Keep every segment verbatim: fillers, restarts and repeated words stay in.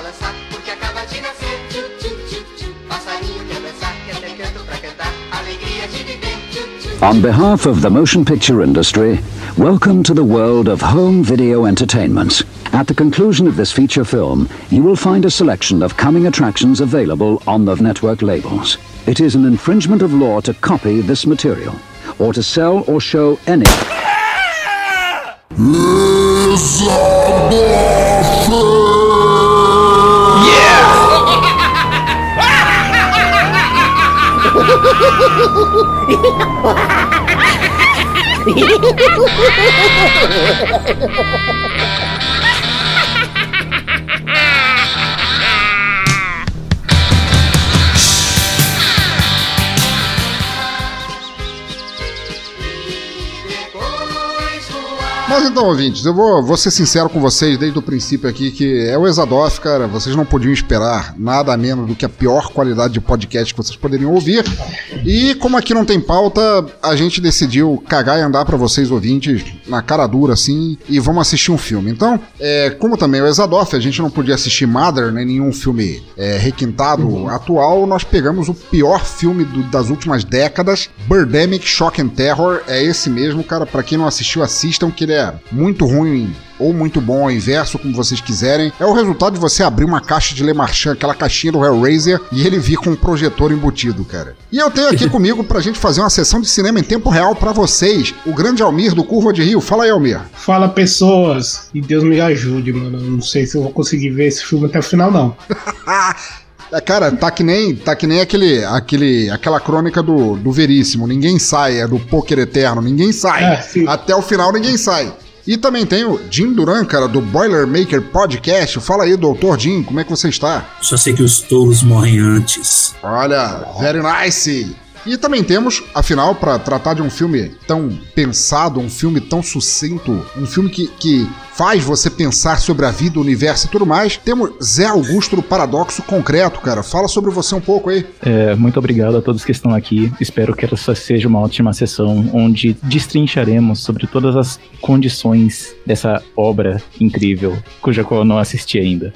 balançar, porque acaba de nascer. Tchu, tchu, tchu, tchu. Passarinho quer dançar, quer ter canto pra cantar, alegria de viver. Tchu, tchu. On behalf of the motion picture industry, welcome to the world of home video entertainment. At the conclusion of this feature film, you will find a selection of coming attractions available on the network labels. It is an infringement of law to copy this material, or to sell or show any... Mas então, ouvintes, eu vou, vou ser sincero com vocês desde o princípio aqui, que é o Exadoff, cara, vocês não podiam esperar nada menos do que a pior qualidade de podcast que vocês poderiam ouvir. E como aqui não tem pauta, a gente decidiu cagar e andar pra vocês, ouvintes, na cara dura, assim, e vamos assistir um filme. Então, é, como também é o Exadoff, a gente não podia assistir Mother, nem nenhum filme é, requintado uhum. atual, nós pegamos o pior filme do, das últimas décadas, Birdemic Shock and Terror, é esse mesmo, cara, pra quem não assistiu, assistam, que ele é muito ruim ou muito bom ao inverso, como vocês quiserem. É o resultado de você abrir uma caixa de Le Marchand, aquela caixinha do Hellraiser, e ele vir com um projetor embutido, cara. E eu tenho aqui comigo pra gente fazer uma sessão de cinema em tempo real pra vocês, o grande Almir do Curva de Rio. Fala aí, Almir. Fala, pessoas. E Deus me ajude, mano. Eu não sei se eu vou conseguir ver esse filme até o final, não. É, cara, tá que nem, tá que nem aquele, aquele, aquela crônica do, do Veríssimo. Ninguém sai, é do Poker Eterno. Ninguém sai. É, até o final ninguém sai. E também tem o Jim Duran, cara, do Boilermaker Podcast. Fala aí, doutor Jim, como é que você está? Só sei que os touros morrem antes. Olha, very nice. E também temos, afinal, para tratar de um filme tão pensado, um filme tão sucinto, um filme que, que faz você pensar sobre a vida, o universo e tudo mais, temos Zé Augusto do Paradoxo Concreto, cara. Fala sobre você um pouco aí. É, muito obrigado a todos que estão aqui. Espero que essa seja uma ótima sessão, onde destrincharemos sobre todas as condições dessa obra incrível, cuja qual eu não assisti ainda.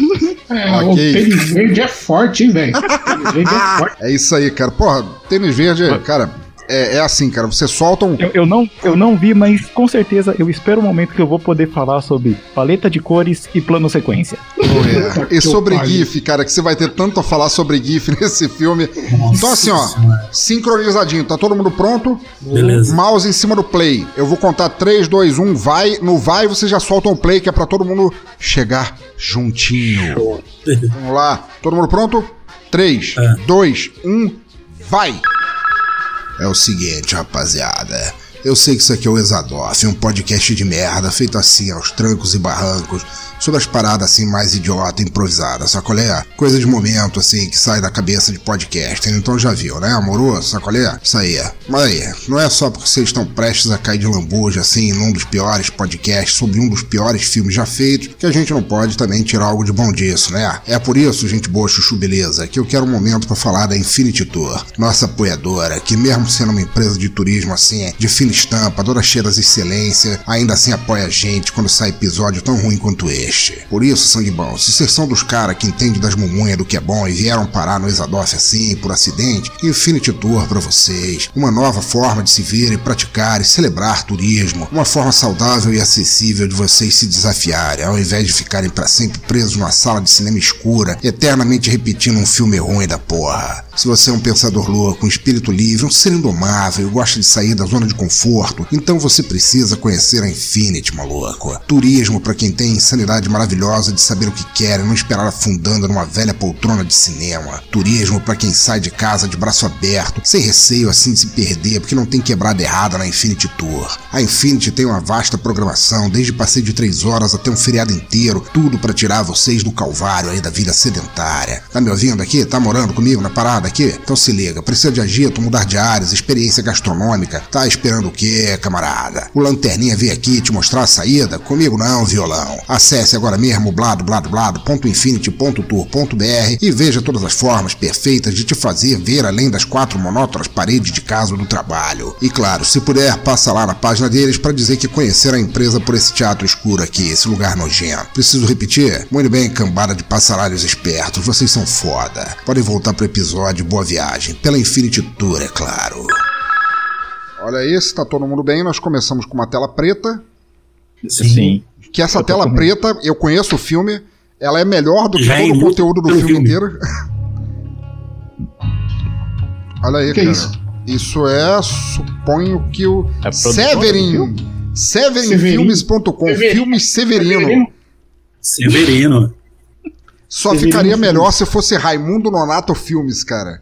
É, okay. O tênis verde é forte, hein, velho? Tênis verde é forte. É isso aí, cara. Porra, tênis verde, cara, é, é assim, cara. Você solta um... Eu, eu, não, eu não vi, mas com certeza eu espero o momento que eu vou poder falar sobre paleta de cores e plano sequência. Oh, é. E sobre GIF, cara, que você vai ter tanto a falar sobre GIF nesse filme. Nossa, então assim, ó, sincronizadinho. Tá todo mundo pronto? Beleza. Mouse em cima do play. Eu vou contar três, dois, um, vai. No vai você já solta um play, que é pra todo mundo chegar juntinho. Show. Vamos lá. Todo mundo pronto? três, dois, um, vai! É o seguinte, rapaziada. Eu sei que isso aqui é o Exadoff, um podcast de merda feito assim aos trancos e barrancos, sobre as paradas assim mais idiota, improvisadas, sacolé? Coisa de momento assim que sai da cabeça de podcast, então já viu, né, amoroso, sacolé? Isso aí. Mas aí, não é só porque vocês estão prestes a cair de lambuja assim num dos piores podcasts sobre um dos piores filmes já feitos que a gente não pode também tirar algo de bom disso, né? É por isso, gente boa, chuchu, beleza, que eu quero um momento pra falar da Infinity Tour, nossa apoiadora, que mesmo sendo uma empresa de turismo assim, de fina estampa, toda cheia das excelência, ainda assim apoia a gente quando sai episódio tão ruim quanto este. Por isso, sangue bom, se vocês são dos caras que entendem das mumunhas do que é bom e vieram parar no Exadoff assim, por acidente, Infinity Tour pra vocês. Uma nova forma de se ver e praticar e celebrar turismo. Uma forma saudável e acessível de vocês se desafiarem, ao invés de ficarem pra sempre presos numa sala de cinema escura, eternamente repetindo um filme ruim da porra. Se você é um pensador louco, um espírito livre, um ser indomável e gosta de sair da zona de conforto, então você precisa conhecer a Infinity, maluco. Turismo pra quem tem insanidade maravilhosa de saber o que quer e não esperar afundando numa velha poltrona de cinema. Turismo pra quem sai de casa de braço aberto, sem receio assim de se perder porque não tem quebrada errada na Infinity Tour. A Infinity tem uma vasta programação, desde passeio de três horas até um feriado inteiro, tudo pra tirar vocês do calvário aí da vida sedentária. Tá me ouvindo aqui? Tá morando comigo na parada? camarada aqui? Então se liga, precisa de agito, mudar de áreas, experiência gastronômica. Tá esperando o quê, camarada? O Lanterninha veio aqui te mostrar a saída? Comigo não, violão. Acesse agora mesmo blado blado blado ponto infinity ponto tour ponto b r e veja todas as formas perfeitas de te fazer ver além das quatro monótonas paredes de casa do trabalho. E claro, se puder, passa lá na página deles para dizer que conheceram a empresa por esse teatro escuro aqui, esse lugar nojento. Preciso repetir? Muito bem, cambada de passarários espertos, vocês são foda. Podem voltar pro episódio, boa viagem. Pela Infinity Tour, é claro. Olha aí, se tá todo mundo bem, nós começamos com uma tela preta. Sim. Que essa tela preta, eu conheço o filme, ela é melhor do que Já todo o é conteúdo do filme, filme inteiro. Olha aí, Que cara. isso? Isso é, suponho que o É a produtora do Severin. filme? Severin Severin. Filmes ponto com. Severin. Filmes Severino. Severino? Severino. Só Severino ficaria Filmes. melhor se fosse Raimundo Nonato Filmes, cara.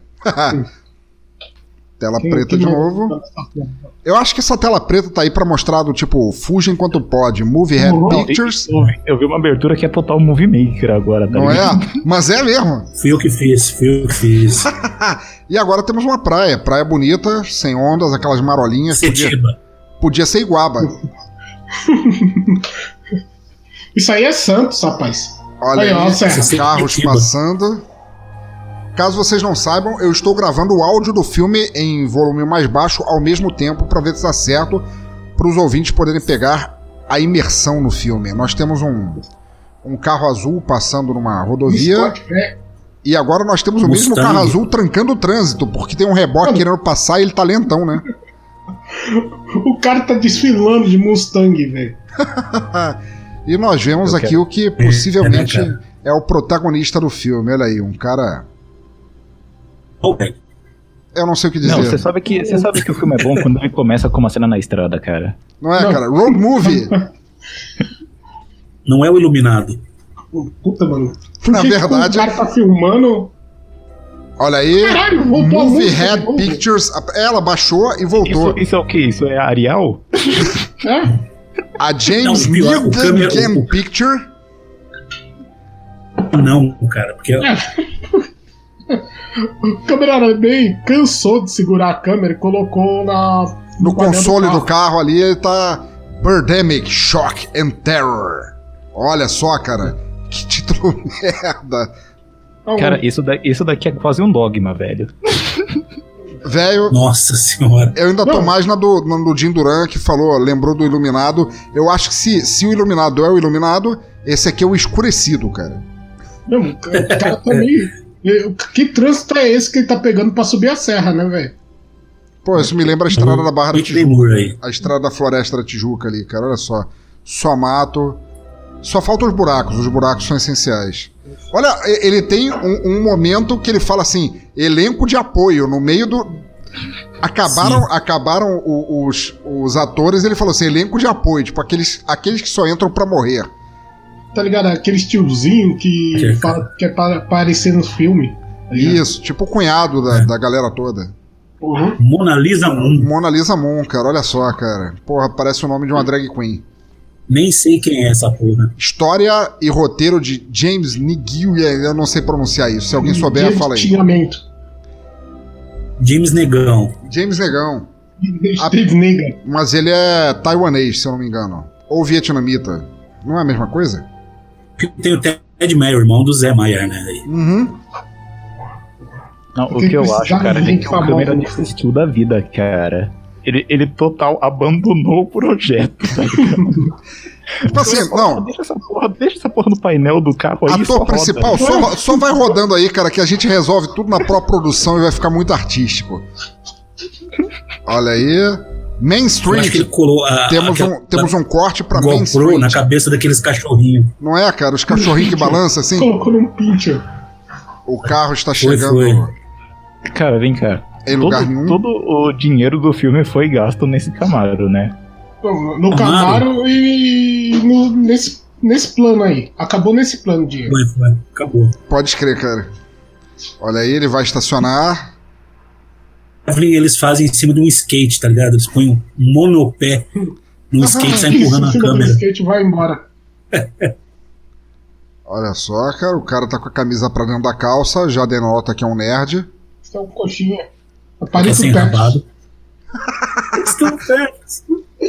Tela Quem- preta quem de não- novo. Eu acho que essa tela preta tá aí pra mostrar do tipo, fuja enquanto pode. Movie Head Uhum. Pictures. Eu vi, eu vi uma abertura que é total movie maker agora, tá Não é? ligado? Mas é mesmo. Fui eu que fiz, fui eu que fiz. E agora temos uma praia. Praia bonita, sem ondas, aquelas marolinhas. Podia, Setiba. podia ser Iguaba. Isso aí é Santos, rapaz. Olha Aí, ó, aí, Serra. esses carros Setiba. passando. Caso vocês não saibam, eu estou gravando o áudio do filme em volume mais baixo ao mesmo tempo para ver se dá certo, para os ouvintes poderem pegar a imersão no filme. Nós temos um, um carro azul passando numa rodovia Scott, é. e agora nós temos o mesmo Mustang. carro azul trancando o trânsito, porque tem um reboque Mano. querendo passar e ele tá lentão, né? O cara tá desfilando de Mustang, velho. E nós vemos Eu aqui quero- o que possivelmente É, né, é o protagonista do filme. Olha aí, um cara... Oh, velho. Eu não sei o que dizer. Não, você sabe que você sabe que o filme é bom quando ele começa com uma cena na estrada, cara. Não é, Não. cara? Road movie. Não é o Iluminado. Puta, mano. Por Na que que verdade- o cara tá filmando. Olha aí, Caralho, voltou a Movie música de Head novo. Pictures. Ela baixou e voltou. Isso, isso é o que? Isso é a Arial? É? A James Não, pior, o Newton câmera- Game o- Picture. Não, cara, porque O cameraman cansou de segurar a câmera e colocou na. No painel console do carro. carro ali, ele tá Birdemic, Shock and Terror. Olha só, cara. Que título merda. Não, Cara, isso, da, isso daqui é quase um dogma, velho. Velho, nossa senhora. eu ainda tô Não. mais na do, na do Jim Duran, que falou, lembrou do Iluminado. Eu acho que se, se o Iluminado é o Iluminado, esse aqui é o Escurecido, cara. Não, o cara tá meio. Que trânsito é esse que ele tá pegando pra subir a serra, né, velho? Pô, isso me lembra a estrada da Barra da Whitney Tijuca. Moore aí. A estrada da Floresta da Tijuca ali, cara. Olha só. Só mato. Só faltam os buracos. Os buracos são essenciais. Olha, e- ele tem um, um momento que ele fala assim: elenco de apoio. No meio do. Acabaram, acabaram o- os, os atores, ele falou assim: elenco de apoio. Tipo, aqueles, aqueles que só entram pra morrer. Tá ligado? Aqueles tiozinho que Que- fala que é pra aparecer nos filmes. Tá ligado? Isso, tipo o cunhado da, da galera toda. Uhum. Mona Lisa Moon. Mona Lisa Moon, cara. Olha só, cara. Porra, parece o nome de uma drag queen. Nem sei quem é essa porra. História e roteiro de James Niguia. Eu não sei pronunciar isso. Se alguém souber, fala aí. Xingamento. James Negão. James Negão. A- Steve Nega. Mas ele é taiwanês, se eu não me engano. Ou vietnamita. Não é a mesma coisa? Tem o Ted Mayer, irmão do Zé Maier, né? aí. Uhum. Não, o Tem que eu que acho, precisar cara, de é gente que o famosa. câmera desistiu da vida, cara. Ele, ele total abandonou o projeto, tá ligado? Tipo assim, não. Deixa essa porra, deixa essa porra no painel do carro aí. só Ator roda. principal, só, só vai rodando aí, cara, que a gente resolve tudo na própria produção e vai ficar muito artístico. Olha aí. Main Eu acho que Street. ele colou a, Temos aquela- um, temos um corte pra Main GoPro na Street. cabeça daqueles cachorrinhos. Não é, cara? Os cachorrinhos que balançam assim. Colocou num pincher. O carro está Foi, chegando foi. Cara, vem cá. em lugar todo, nenhum. todo o dinheiro do filme foi gasto nesse Camaro, né? No, no Amado. Camaro e no- nesse, nesse plano aí. Acabou nesse plano de. Foi, foi. Acabou. Pode crer, cara. Olha aí, ele vai estacionar. Eles fazem em cima de um skate, tá ligado? Eles põem um monopé no skate e saem empurrando a Em cima do câmera. skate vai embora. Olha só, cara, o cara tá com a camisa pra dentro da calça, já denota que é um nerd. Isso é um coxinha. Tá Aparece sem o Petros. rabado. Estão Petros.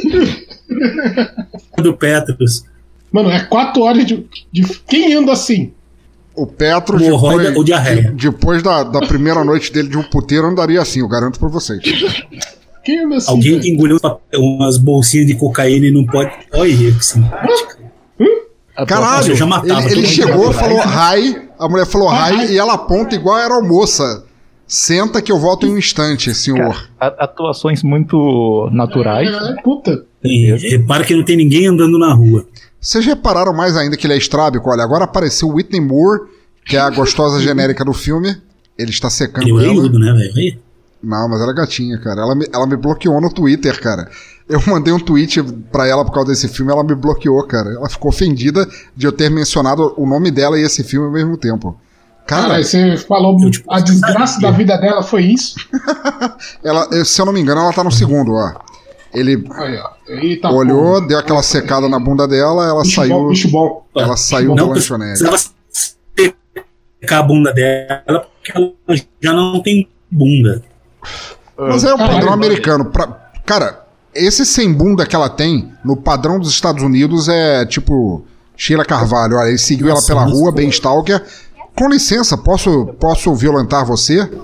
Do Petros. Mano, é quatro horas de, de. Quem anda assim? O Petro, Hemorroida depois, ou diarreia? de- depois da, da primeira noite dele de um puteiro, andaria assim, eu garanto pra vocês. Quem anda assim? Alguém velho? que engoliu umas bolsinhas de cocaína e não pode. Olha que simpática. Caralho, Eu já matava ele, ele todo chegou, mundo. falou hi, a mulher falou hi e ela aponta igual a aeromoça. Senta que eu volto em um instante, senhor. A- atuações muito naturais. É, puta. E repara que não tem ninguém andando na rua. Vocês repararam mais ainda que ele é estrábico? Olha, agora apareceu Whitney Moore, que é a gostosa genérica do filme. Ele está secando Ele é ela. orelhudo, né, velho? Aí. Não, mas ela é gatinha, cara. Ela me, ela me bloqueou no Twitter, cara. Eu mandei um tweet pra ela por causa desse filme, ela me bloqueou, cara. Ela ficou ofendida de eu ter mencionado o nome dela e esse filme ao mesmo tempo. Cara, Cara, você falou Eu, tipo, a desgraça da vida dela foi isso? ela, se eu não me engano, ela tá no segundo, ó. Ele Aí, ó. Eita, olhou, porra. deu aquela secada na bunda dela, ela Bicho saiu. bom, bicho bom. Ela saiu Não da lanchonete. precisava secar a bunda dela, porque ela já não tem bunda. Mas é o Caralho, padrão mano. americano. Pra, cara, esse sem bunda que ela tem, no padrão dos Estados Unidos, é tipo Sheila Carvalho. Olha, ele seguiu Nossa, ela pela mas rua, pô. bem stalker. Com licença, posso, posso violentar você? I think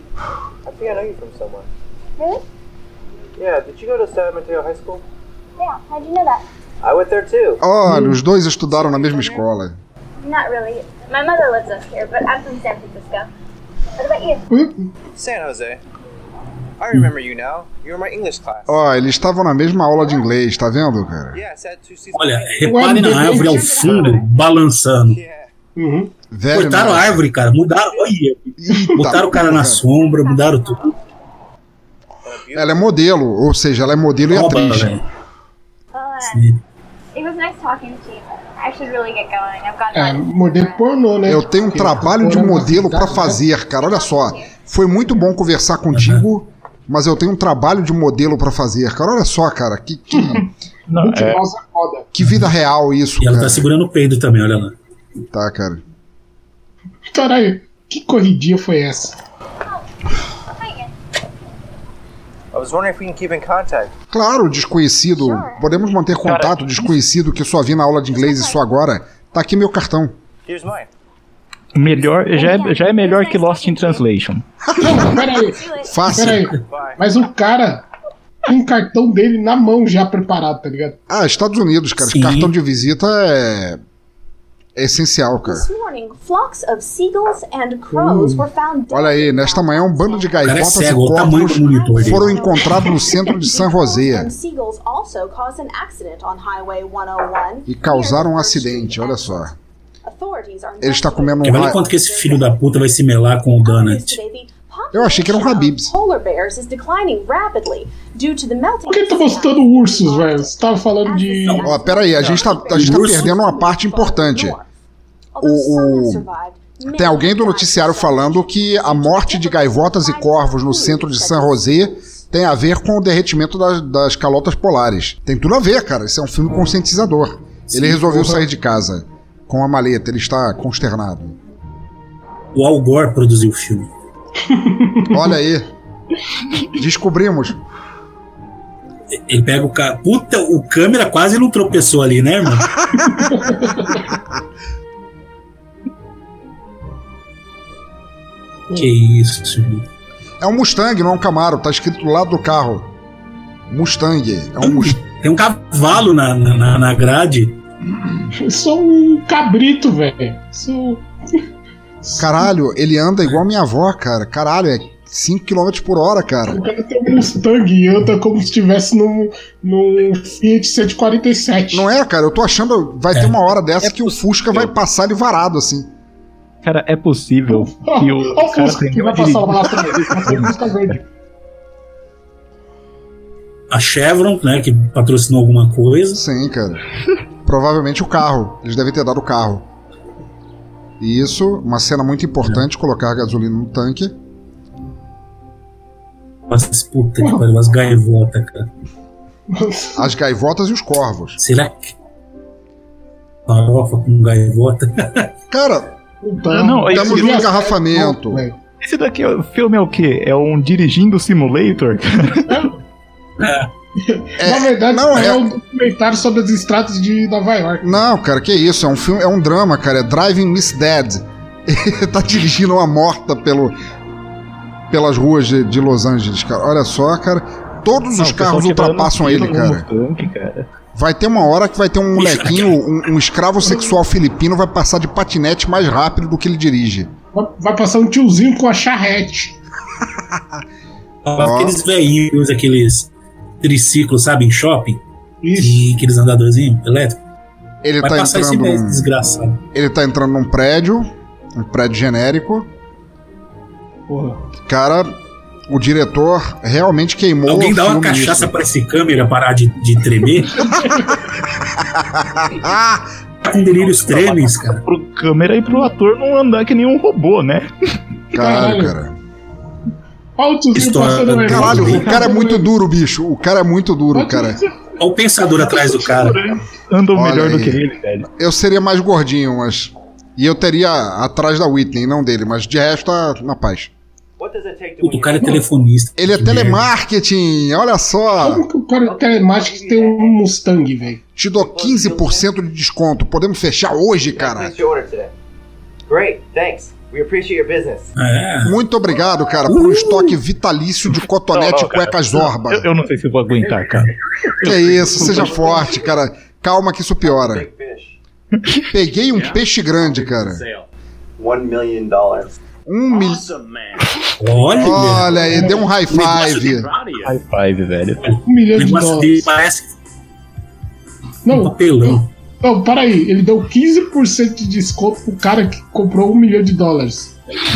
I know you from somewhere. Really? Yeah, did you go to San Mateo High School? Yeah, how'd you know that? I went there too. Olha, os dois estudaram na mesma escola. Not really. My mother lives up here, but I'm from San Francisco. What about you? San Jose. I remember you now. You were in my English class. Ó, eles estavam na mesma aula de inglês, tá vendo, cara? Yeah, I sat two seats Olha, behind you. repare na árvore ao fundo, balançando. Yeah. Uhum. Velho, Cortaram a né? árvore, cara. Mudaram. Olha. Eita, Botaram o cara na porra. sombra, mudaram tudo. Ela é modelo, ou seja, ela é modelo e Rouba, atriz. velho. Uh, Sim. it was nice talking to you. I should really get going. I've got É, one. modelo pornô, né? Eu tenho um Porque trabalho de pornô é uma modelo pra atividade, né? fazer, cara. Olha só, foi muito bom conversar contigo, mas eu tenho um trabalho de modelo pra fazer, cara. Olha só, cara, que, que, Não, é, Multimouse é foda. que vida real isso, E ela cara. tá segurando o peido também, olha lá. Tá, cara. Caralho, que corridinha foi essa? Hi, I was wondering if we can keep in contact. Claro, desconhecido. Podemos manter contato, desconhecido, que só vi na aula de inglês e só agora. Tá aqui meu cartão. Here's mine. melhor, já, é, já é melhor que Lost in Translation. Não, peraí, Fácil. peraí. Mas o cara tem um cartão dele na mão já preparado, tá ligado? Ah, Estados Unidos, cara. Sim. Cartão de visita é... é essencial, cara. This morning, flocks of seagulls and crows were found dead. Olha aí, nesta manhã um bando de cara é gaivotas e cego, olha o tamanho corvos do monitor dele. foram encontrados no centro de San José And seagulls also caused an accident on Highway cento e um e causaram um acidente, olha só. Authorities are Ele está comendo Quer um ver ra... quanto que esse filho da puta vai se melar com o donut? Eu achei que era um Habib's. Polar bears is declining rapidly due to the melting. Por que tá mostrando ursos, velho? Você tava falando de. Ó, pera aí, a gente tá, a gente tá Urso. perdendo uma parte importante. O- o- Tem alguém do noticiário falando que a morte de gaivotas e corvos no centro de San José tem a ver com o derretimento das, das calotas polares. Tem tudo a ver, cara. Isso é um filme conscientizador. Ele resolveu sair de casa com a maleta, ele está consternado. O Al Gore produziu o filme. Olha aí. Descobrimos. Ele pega o cara. Puta, o câmera quase não tropeçou ali, né, irmão? Que isso, senhor. É um Mustang, não é um Camaro. Tá escrito do lado do carro. Mustang. É um Mustang. Tem um cavalo na, na, na grade. Eu sou um cabrito, velho. Sou. Caralho, ele anda igual minha avó, cara. Caralho, é cinco quilômetros por hora, cara. O cara tem um Mustang e anda como se estivesse num, num Fiat cento e quarenta e sete. Não é, cara? Eu tô achando. Vai ter uma hora dessa que o Fusca vai passar ele varado, assim. Cara, é possível que o Olha o cara Fusca que aprendeu a vai passar lá na dirigir. frente. Vai ser o Fusca verde. A Chevron, né, que patrocinou alguma coisa. Sim, cara. Provavelmente o carro. Eles devem ter dado o carro. E isso, uma cena muito importante, colocar gasolina no tanque. Nossa, puta que pariu, as gaivotas, cara. As gaivotas e os corvos. Será que. Farofa com gaivota? Cara, Então, Não, estamos esse- no engarrafamento. velho. Esse daqui, o filme é o quê? É um dirigindo simulator? É. É, Na verdade, não, é, é- um documentário sobre as estradas de Nova York. Não, cara, que isso? É um filme, é um drama, cara. É Driving Miss Dead. Ele tá dirigindo uma morta pelo, pelas ruas de, de Los Angeles, cara. Olha só, cara. Todos os Não, carros o pessoal ultrapassam tirando ele, tiro no cara. Mustang, cara. Vai ter uma hora que vai ter um molequinho, um, um escravo sexual filipino, vai passar de patinete mais rápido do que ele dirige. Vai, vai passar um tiozinho com a charrete. Aqueles velhinhos que usam aqueles triciclos, sabe, em shopping. Isso. E aqueles andadorzinhos elétricos. Ele Vai tá passar esse entrando velho num, desgraçado. ele tá entrando num prédio, um prédio genérico. Porra. Cara, o diretor realmente queimou Alguém o dá uma filme cachaça nisso. pra esse câmera parar de, de tremer? Tá com delírios trêmeis, cara. Pro câmera e pro ator não andar que nem um robô, né? Caralho, Caralho. cara. Olha o tiozinho História- passando o negócio. Caralho, o cara é muito duro, bicho. O cara é muito duro, cara. Olha o pensador atrás do cara. Andam Olha melhor do aí. que ele, velho. Eu seria mais gordinho, mas... E eu teria atrás da Whitney, não dele. Mas de resto, tá na paz. What does it take to Puta, win o cara é your telefonista. Ele é Que merda. telemarketing, olha só. Como que o cara de telemática tem um Mustang, velho? Te dou quinze por cento de desconto. Podemos fechar hoje, cara. Place your order today. Great, thanks. We appreciate your business. É. Muito obrigado, cara, por um estoque vitalício de cotonete Não, e não, cara. cueca Zorba. Eu, eu não sei se eu vou aguentar, cara. Que isso, seja forte, cara. Calma que isso piora. Big fish. Peguei um peixe grande, cara. One million dollars. Um mil... Olha, Olha aí, deu um high five. High five, velho. Um milhão o de negócio dele dólares. parece um Não, papelão. não, para aí. Ele deu quinze por cento de desconto pro cara que comprou um milhão de dólares.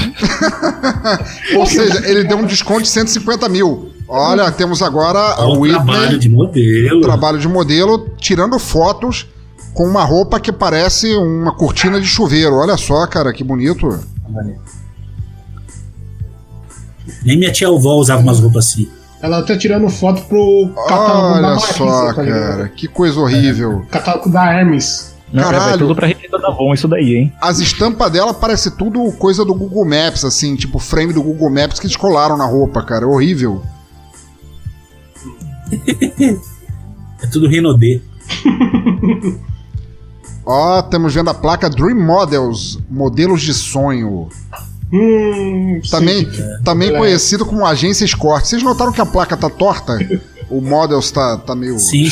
Ou seja, ele deu um desconto de cento e cinquenta mil. Olha, temos agora a Olha o trabalho Whitney, de modelo. trabalho de modelo, tirando fotos com uma roupa que parece uma cortina de chuveiro. Olha só, cara, que bonito. Nem minha tia avó usava umas roupas assim. Ela tá tirando foto pro catálogo da Olha Marisa, só, tá ligado? cara, que coisa horrível. Catálogo da Hermes. Não, é, vai Caralho. tudo pra receita da Avon isso daí, hein? As estampas dela parece tudo coisa do Google Maps, assim, tipo frame do Google Maps que eles colaram na roupa, cara. É horrível. É tudo Renaudet. Ó, estamos vendo a placa Dream Models, modelos de sonho. Hum, Também, sei que- também é. conhecido como agência Escort. Vocês notaram que a placa tá torta? O Models tá, tá meio... Sim.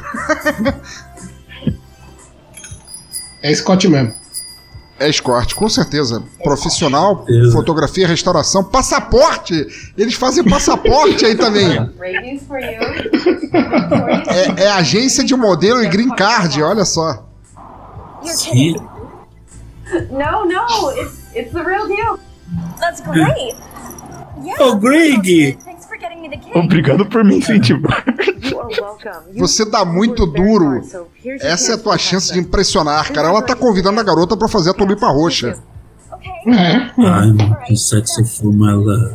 É Scott mesmo. É Escort, com certeza. Profissional, certeza. fotografia, restauração, passaporte! Eles fazem passaporte aí também. Ratings for you. É, é agência de modelo e green card, olha só. Sim. No, no, it's it's the real deal. That's great. Yeah. Ô, Greg! Thanks for getting me the cake. Obrigado por me incentivar. You are welcome. You Você dá muito worked very duro. hard, so here's your Essa é a chance tua to chance de have that. impressionar, cara. Ela tá convidando a garota pra fazer a tulipa roxa. Okay. É. Ai, meu sexo for my love.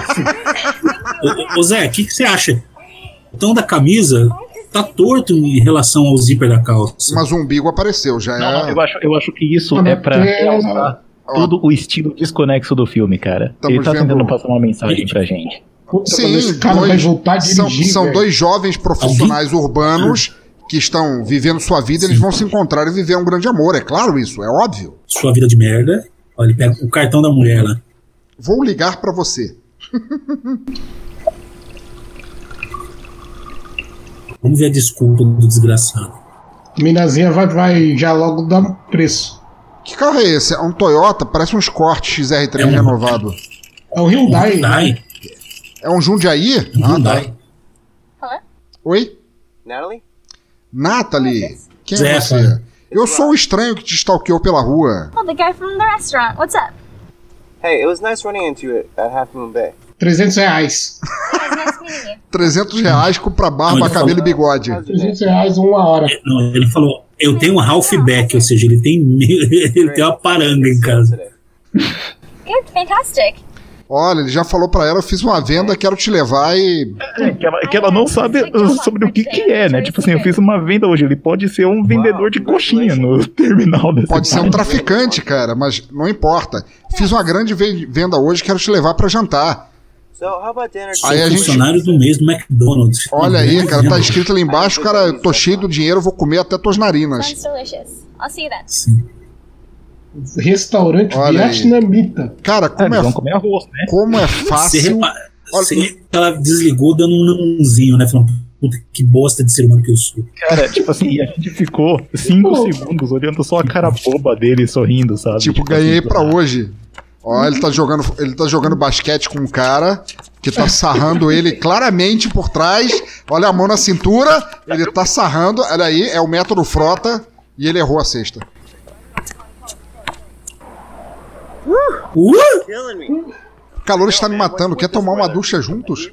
Ô, ô, Zé, o que, que você acha? O tom da camisa tá torto em relação ao zíper da calça. Mas o umbigo apareceu, já Não, não, é... eu acho, eu acho que isso Mas é pra é- realçar todo o estilo desconexo do filme, cara. Estamos Ele tá vendo- tentando passar uma mensagem pra gente. Puta, quando Sim, esse cara vai dois, voltar a são, dirigir, são velho. dois jovens profissionais urbanos que estão vivendo sua vida, eles vão se encontrar e viver um grande amor, é claro isso, é óbvio. Sua vida de merda. Olha, ele pega o cartão da mulher lá. Vou ligar pra você. Vamos ver a desculpa do desgraçado. Minazinha vai, vai já logo dar preço. Que carro é esse? É um Toyota, parece um Escort X R três É um- renovado. É o Hyundai. Hyundai. É um Jundiaí? Um Ah, Hyundai. tá. Oi? Natalie? Natalie? Quem é Zé, você? cara. Eu sou o estranho que te stalkeou pela rua. Oh, the guy from the restaurant. What's up? Hey, it was nice running into you at Half Moon Bay. trezentos reais. It was nice meeting you. trezentos reais compra barba, Não, ele cabelo e falou- bigode. How's your day? trezentos reais uma hora. Não, ele falou, eu tenho um Halfback, ou seja, ele tem, ele tem uma paranga em casa. Today. Good, fantastic. Olha, ele já falou pra ela, eu fiz uma venda, quero te levar e... É, que, ela, que ela não sabe sobre o que que é, né? Tipo assim, eu fiz uma venda hoje, ele pode ser um vendedor de coxinha no terminal dessa Pode ser um traficante, cara, mas não importa. Fiz uma grande venda hoje, quero te levar pra jantar. Aí a gente... funcionário do mês do McDonald's. Olha aí, cara, tá escrito ali embaixo, cara, eu tô cheio do dinheiro, vou comer até tuas narinas. Sim. Restaurante vietnamita. Cara, como é, é, vão comer arroz, né? Como é fácil. Você repa... Você... Ela desligou dando um nãozinho, né? Falando, puta, que bosta de ser humano que eu sou. Cara, tipo assim, a gente ficou cinco segundos olhando só a cara boba dele sorrindo, sabe? Tipo, tipo ganhei assim, pra hoje. Ó, ele tá jogando, ele tá jogando basquete com um cara que tá sarrando ele claramente por trás. Olha a mão na cintura, ele tá sarrando. Olha aí, é o método Frota e ele errou a cesta. Uh! O calor está me matando. Quer tomar uma ducha juntos?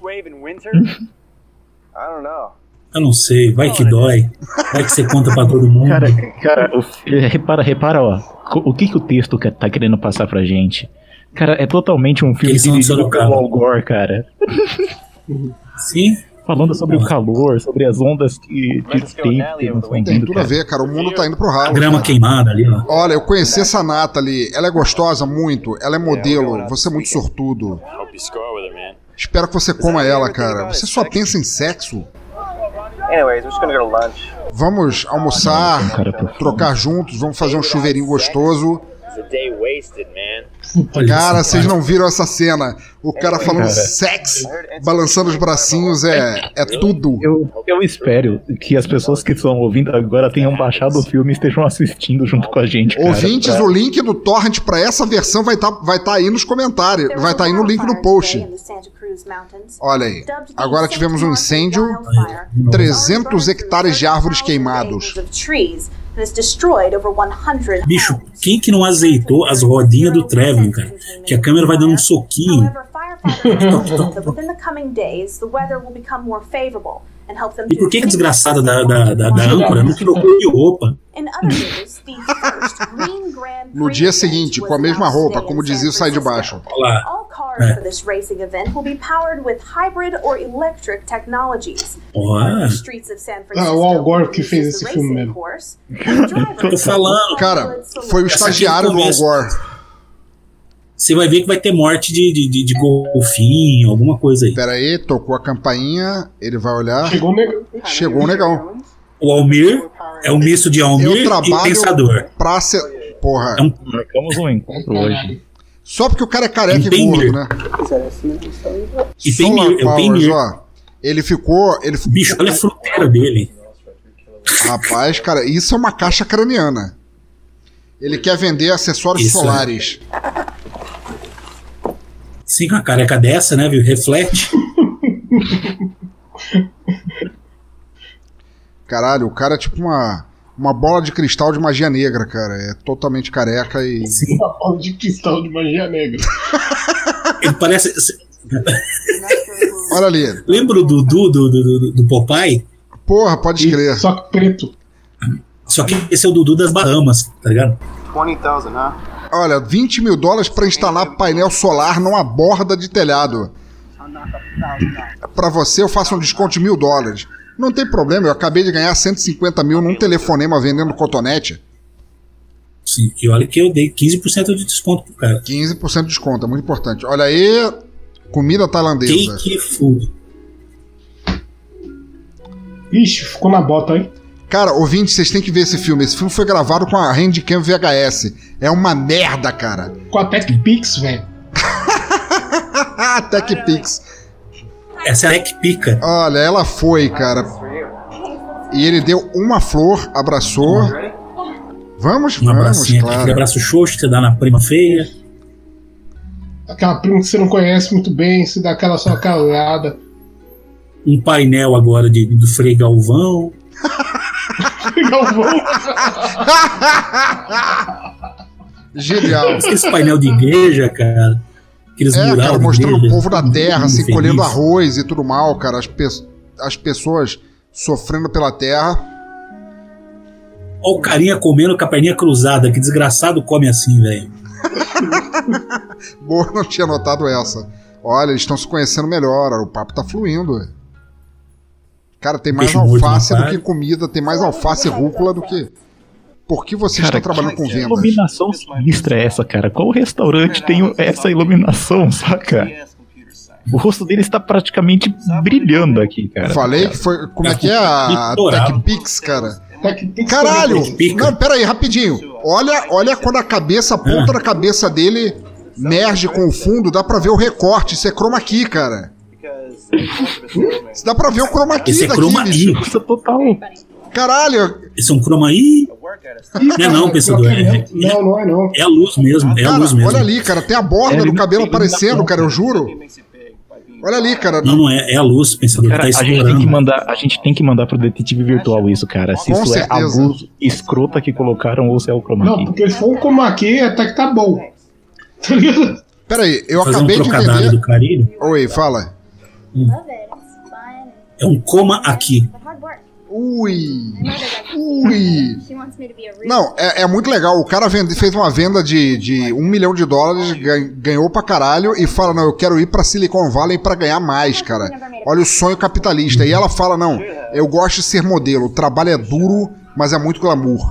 Eu não sei, vai que dói. Vai que você conta pra todo mundo. Cara, cara o, repara, repara, ó. O que que o texto tá querendo passar pra gente? Cara, é totalmente um filme dirigido pelo Al Gore, cara. Sim. Falando sobre o calor, sobre as ondas que, de tempo que não estão Tem vindo, tudo cara. a ver, cara. O mundo tá indo pro ralo. A grama cara. queimada ali, ó. Olha, eu conheci essa Natalie. Ela é gostosa muito. Ela é modelo. Você é muito sortudo. Espero que você coma ela, cara. Você só pensa em sexo? Vamos almoçar, trocar juntos, vamos fazer um chuveirinho gostoso. Cara, vocês não viram essa cena? O cara falando Cara. sex, balançando os bracinhos, é, é tudo. Eu, eu espero que as pessoas que estão ouvindo agora tenham baixado o filme e estejam assistindo junto com a gente, cara. Ouvintes, pra... o link do torrent pra essa versão vai estar vai tá aí nos comentários, vai estar tá aí no link no post. Olha aí, agora tivemos um incêndio, trezentos hectares de árvores queimados. Bicho, quem que não azeitou as rodinhas do Trevor, cara? Que a câmera vai dando um soquinho. E por que que a desgraçada da, da, da, da âncora não trocou de roupa? No dia seguinte, com a mesma roupa, como dizia o Sai de Baixo. Olha lá. É. Olha. Ah, o Al Gore que fez esse filme mesmo. Tô falando. Cara, foi o estagiário do Al Gore. Você vai ver que vai ter morte de, de, de, de golfinho, alguma coisa aí. Pera aí, tocou a campainha, ele vai olhar. Chegou o negão. Chegou o negão. O Almir é um misto de Almir Eu e trabalho Pensador. pra ser... Porra. É um... Marcamos um encontro hoje. Só porque o cara é careca E e tem gordo, mir. né? E tem Solar mir, eu tenho Powers, mir. ó. Ele ficou... Ele... Bicho, olha a fruteira dele. Rapaz, cara, isso é uma caixa craniana. Ele quer vender acessórios Isso, solares. Sim, com a careca dessa, né, viu? Reflete. Caralho, o cara é tipo uma, uma bola de cristal de magia negra, cara. É totalmente careca e... Sim. Uma bola de cristal de magia negra. Ele parece... Olha ali. Lembra o Dudu do, do, do, do Popeye? Porra, pode crer. Só que preto. Só que esse é o Dudu das Bahamas, tá ligado? twenty thousand, huh? Olha, vinte mil dólares pra instalar painel solar numa borda de telhado. Pra você eu faço um desconto de mil dólares. Não tem problema, eu acabei de ganhar cento e cinquenta mil num telefonema vendendo cotonete. Sim, e olha que eu dei quinze por cento de desconto pro cara. quinze por cento de desconto, é muito importante. Olha aí, comida tailandesa. Cake food. Ixi, ficou na bota aí. Cara, ouvinte, vocês têm que ver esse filme. Esse filme foi gravado com a Handicam V H S. É uma merda, cara. Com a TechPix, velho. TechPix. Essa é a Tech-Pica. Olha, ela foi, cara. E ele deu uma flor, abraçou. Vamos, Um vamos, abracinho, aquele claro. abraço xoxo que você dá na prima feia. Aquela prima que você não conhece muito bem, se dá aquela só calada. Um painel agora de, do Frei Galvão. Galvão. Genial. Esse painel de igreja, cara. Aqueles É, mural cara, de mostrando o igreja. povo da terra, assim, Feliz. colhendo arroz e tudo mal, cara. As, pe as pessoas sofrendo pela terra. Olha o carinha comendo com a perninha cruzada. Que desgraçado come assim, velho. Boa, não tinha notado essa. Olha, eles estão se conhecendo melhor, o papo tá fluindo. Cara, tem mais Peixe alface muito do que comida, tem mais alface e rúcula do que... Por que vocês Cara, estão trabalhando com que vendas? iluminação sinistra é essa, cara? Qual restaurante tem essa iluminação, saca? O rosto dele está praticamente brilhando aqui, cara. Falei que foi... Como é que é a TechPix, cara? TechPix Caralho! também. Não, pera aí, rapidinho. Olha, olha quando a cabeça, a ponta da cabeça dele merge com o fundo, dá pra ver o recorte. Isso é chroma key, cara. Isso dá pra ver o chroma key Esse é daqui, chroma bicho. key. Isso é total. Caralho! Esse é um chroma key? Não é não, pensador. É, Não, não é não. é a luz mesmo, é a Cara, luz mesmo. olha ali, cara. Tem a borda É, do ele- cabelo ele- aparecendo, cara, eu juro. Olha ali, cara. Não, não é, é a luz, pensador. Cara, tá a gente, tem que explorando. mandar, a gente tem que mandar pro detetive virtual isso, cara. Se Com isso certeza. é a luz escrota que colocaram ou se é o chroma Não, key. porque se for um chroma key, até que tá bom. Tá ligado? Pera aí, eu Fazer um acabei de trocadilho entender. do carilho. Oi, fala. Love it. It's fun. É um coma aqui. But hard work. Ui. My mother likes Ui. She wants me to be a real. Não, é, é muito legal. O cara vende, fez uma venda de, de um milhão de dólares, gan- ganhou pra caralho e fala, não, eu quero ir pra Silicon Valley pra ganhar mais, cara. Olha o sonho capitalista. E ela fala, não, eu gosto de ser modelo. O trabalho é duro, mas é muito glamour.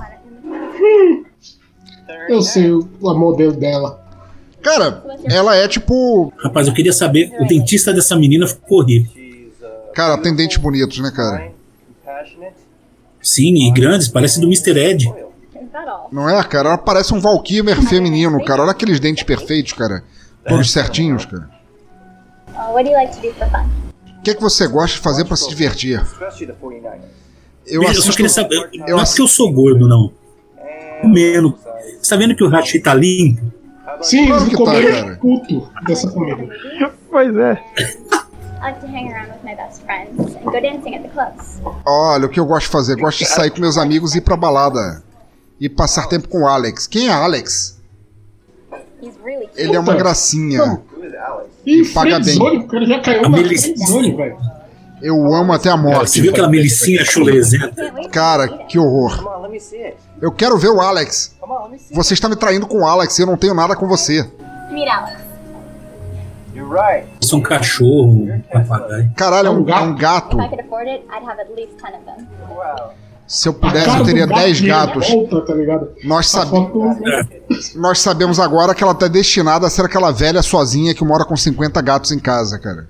Eu sei o o modelo dela. Cara, ela é tipo... Rapaz, eu queria saber, o dentista dessa menina ficou rico. Cara, tem dentes bonitos, né, cara? Sim, e grandes, parece do mister Ed. Is that all? Não é, cara? Ela parece um Valkymer feminino, cara. Olha aqueles dentes perfeitos, cara. Todos certinhos, cara. Uh, what do you like to do for fun? O que é que você gosta de fazer pra se divertir? Especially the forty-niners. Eu Eu, só assisto... queria saber, eu não é porque eu sou gordo, não. Comendo. Você tá vendo que o Hachi tá limpo? Sim, Claro eles que tá, comeram cara. puto dessa comida. Pois é. I like to hang around with my best friends and go dancing at the clubs. Olha, o que eu gosto de fazer? Gosto de sair com meus amigos e ir pra balada. E passar tempo com o Alex. Quem é Alex? He's really cute. Ele é uma gracinha. Who is Alex? Ih, paga bem. friendzone, o cara já caiu A na Melissa. friendzone, velho. Eu amo até a Cara, morte. você viu aquela melicinha chulezenta? Can't wait Cara, to meet him. que horror. Come on, let me see it. Eu quero ver o Alex. Come on, let me see Você está me traindo com o Alex e eu não tenho nada com você. Meet Alex. it. You're right. Isso é um cachorro, um papagaio. Caralho, é um, é um gato. If I could afford it, I'd have at least ten of them. Wow. Se eu A pudesse, cara eu do teria gato dez dele gatos. volta, tá ligado? Nós, A sab... foto- Nós sabemos agora que ela tá destinada a ser aquela velha sozinha que mora com cinquenta gatos em casa, cara.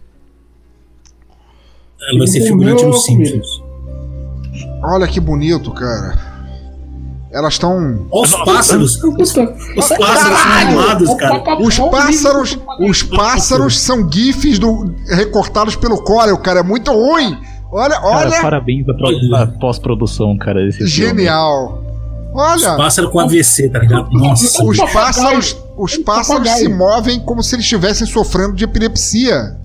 Ela vai ser figurante nos Simpsons. Olha que bonito, cara. Elas estão... Olha os pássaros. Os, os pássaros são animados, cara. Os pássaros, os pássaros são gifs do, recortados pelo Corel, cara. É muito ruim. Olha, Cara, olha. parabéns à pro- à pós-produção, cara, desse filme. Genial. Olha, Pássaro com A V C, tá ligado? Nossa. os pássaros, os pássaros se movem como se eles estivessem sofrendo de epilepsia.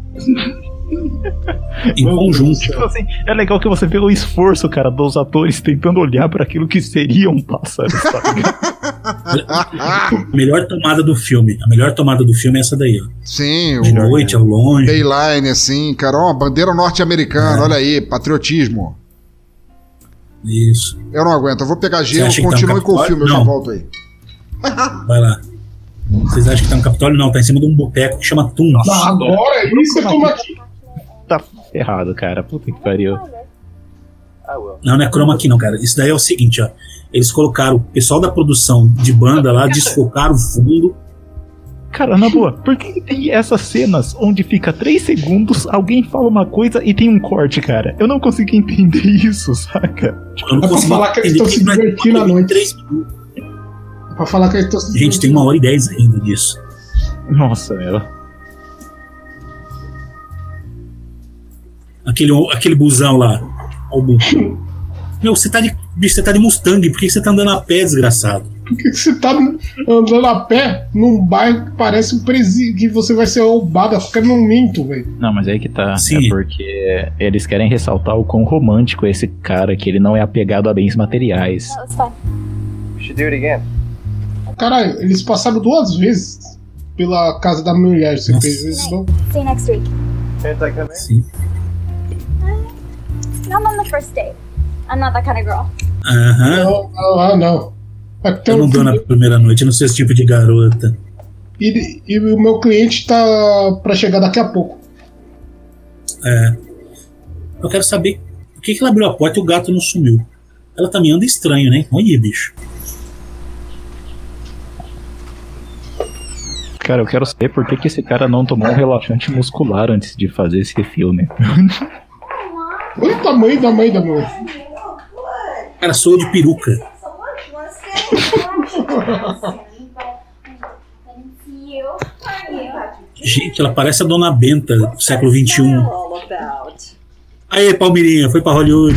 Em conjunto. Tipo assim, é legal que você vê o esforço, cara, dos atores tentando olhar para aquilo que seria um pássaro, sabe? A melhor tomada do filme. A melhor tomada do filme é essa daí, ó. Sim, De o noite, ao longe. Dayline, assim, cara. Ó, bandeira norte-americana, É. olha aí, patriotismo. Isso. Eu não aguento, eu vou pegar gelo, acha que tá no continue com o Capitólio? filme, eu já Não. volto aí. Vai lá. Vocês acham que tá no Capitólio? Não, tá em cima de um boteco que chama Tum. Ah, agora é isso, toma aqui. Tá errado, cara. Puta que pariu. I will. Não, não é chroma aqui não, cara. Isso daí é o seguinte, ó. Eles colocaram o pessoal da produção de banda lá, desfocaram o fundo. Cara, na boa, por que que tem essas cenas onde fica três segundos, alguém fala uma coisa e tem um corte, cara? Eu não consegui entender isso, saca? Eu não É pra consegui falar que eles entender estão se porque não é divertindo à noite. três minutos. Pra falar que eles estão se Gente, tem uma hora e dez ainda disso. Nossa, meu. Aquele, aquele busão lá. Ó o bu- Meu, você tá de. Bicho, você tá de Mustang, por que você tá andando a pé, desgraçado? Por que você tá andando a pé num bairro que parece um presídio que você vai ser roubado a qualquer momento, velho? Não, mas aí que tá. Sim. É porque eles querem ressaltar o quão romântico é esse cara, que ele não é apegado a bens materiais. That was fun. We should do it again. Caralho, eles passaram duas vezes pela casa da mulher, você Nossa. fez isso, não? See you next week. Can't I come in? Sim. Not on the first date. I'm not that kind of girl. Aham. Não, não, ah, não. Até Eu não o dou na primeira noite, eu não sou esse tipo de garota. E, e o meu cliente tá pra chegar daqui a pouco. É. Eu quero saber por que, que ela abriu a porta e o gato não sumiu. Ela também anda estranho, né? Olha, bicho. Cara, eu quero saber por que, que esse cara não tomou um relaxante muscular antes de fazer esse filme. Olha o tamanho da mãe da mãe. Cara, sou de peruca. Gente, ela parece a Dona Benta do século vinte e um. Aí, Palmeirinha, foi pra Hollywood.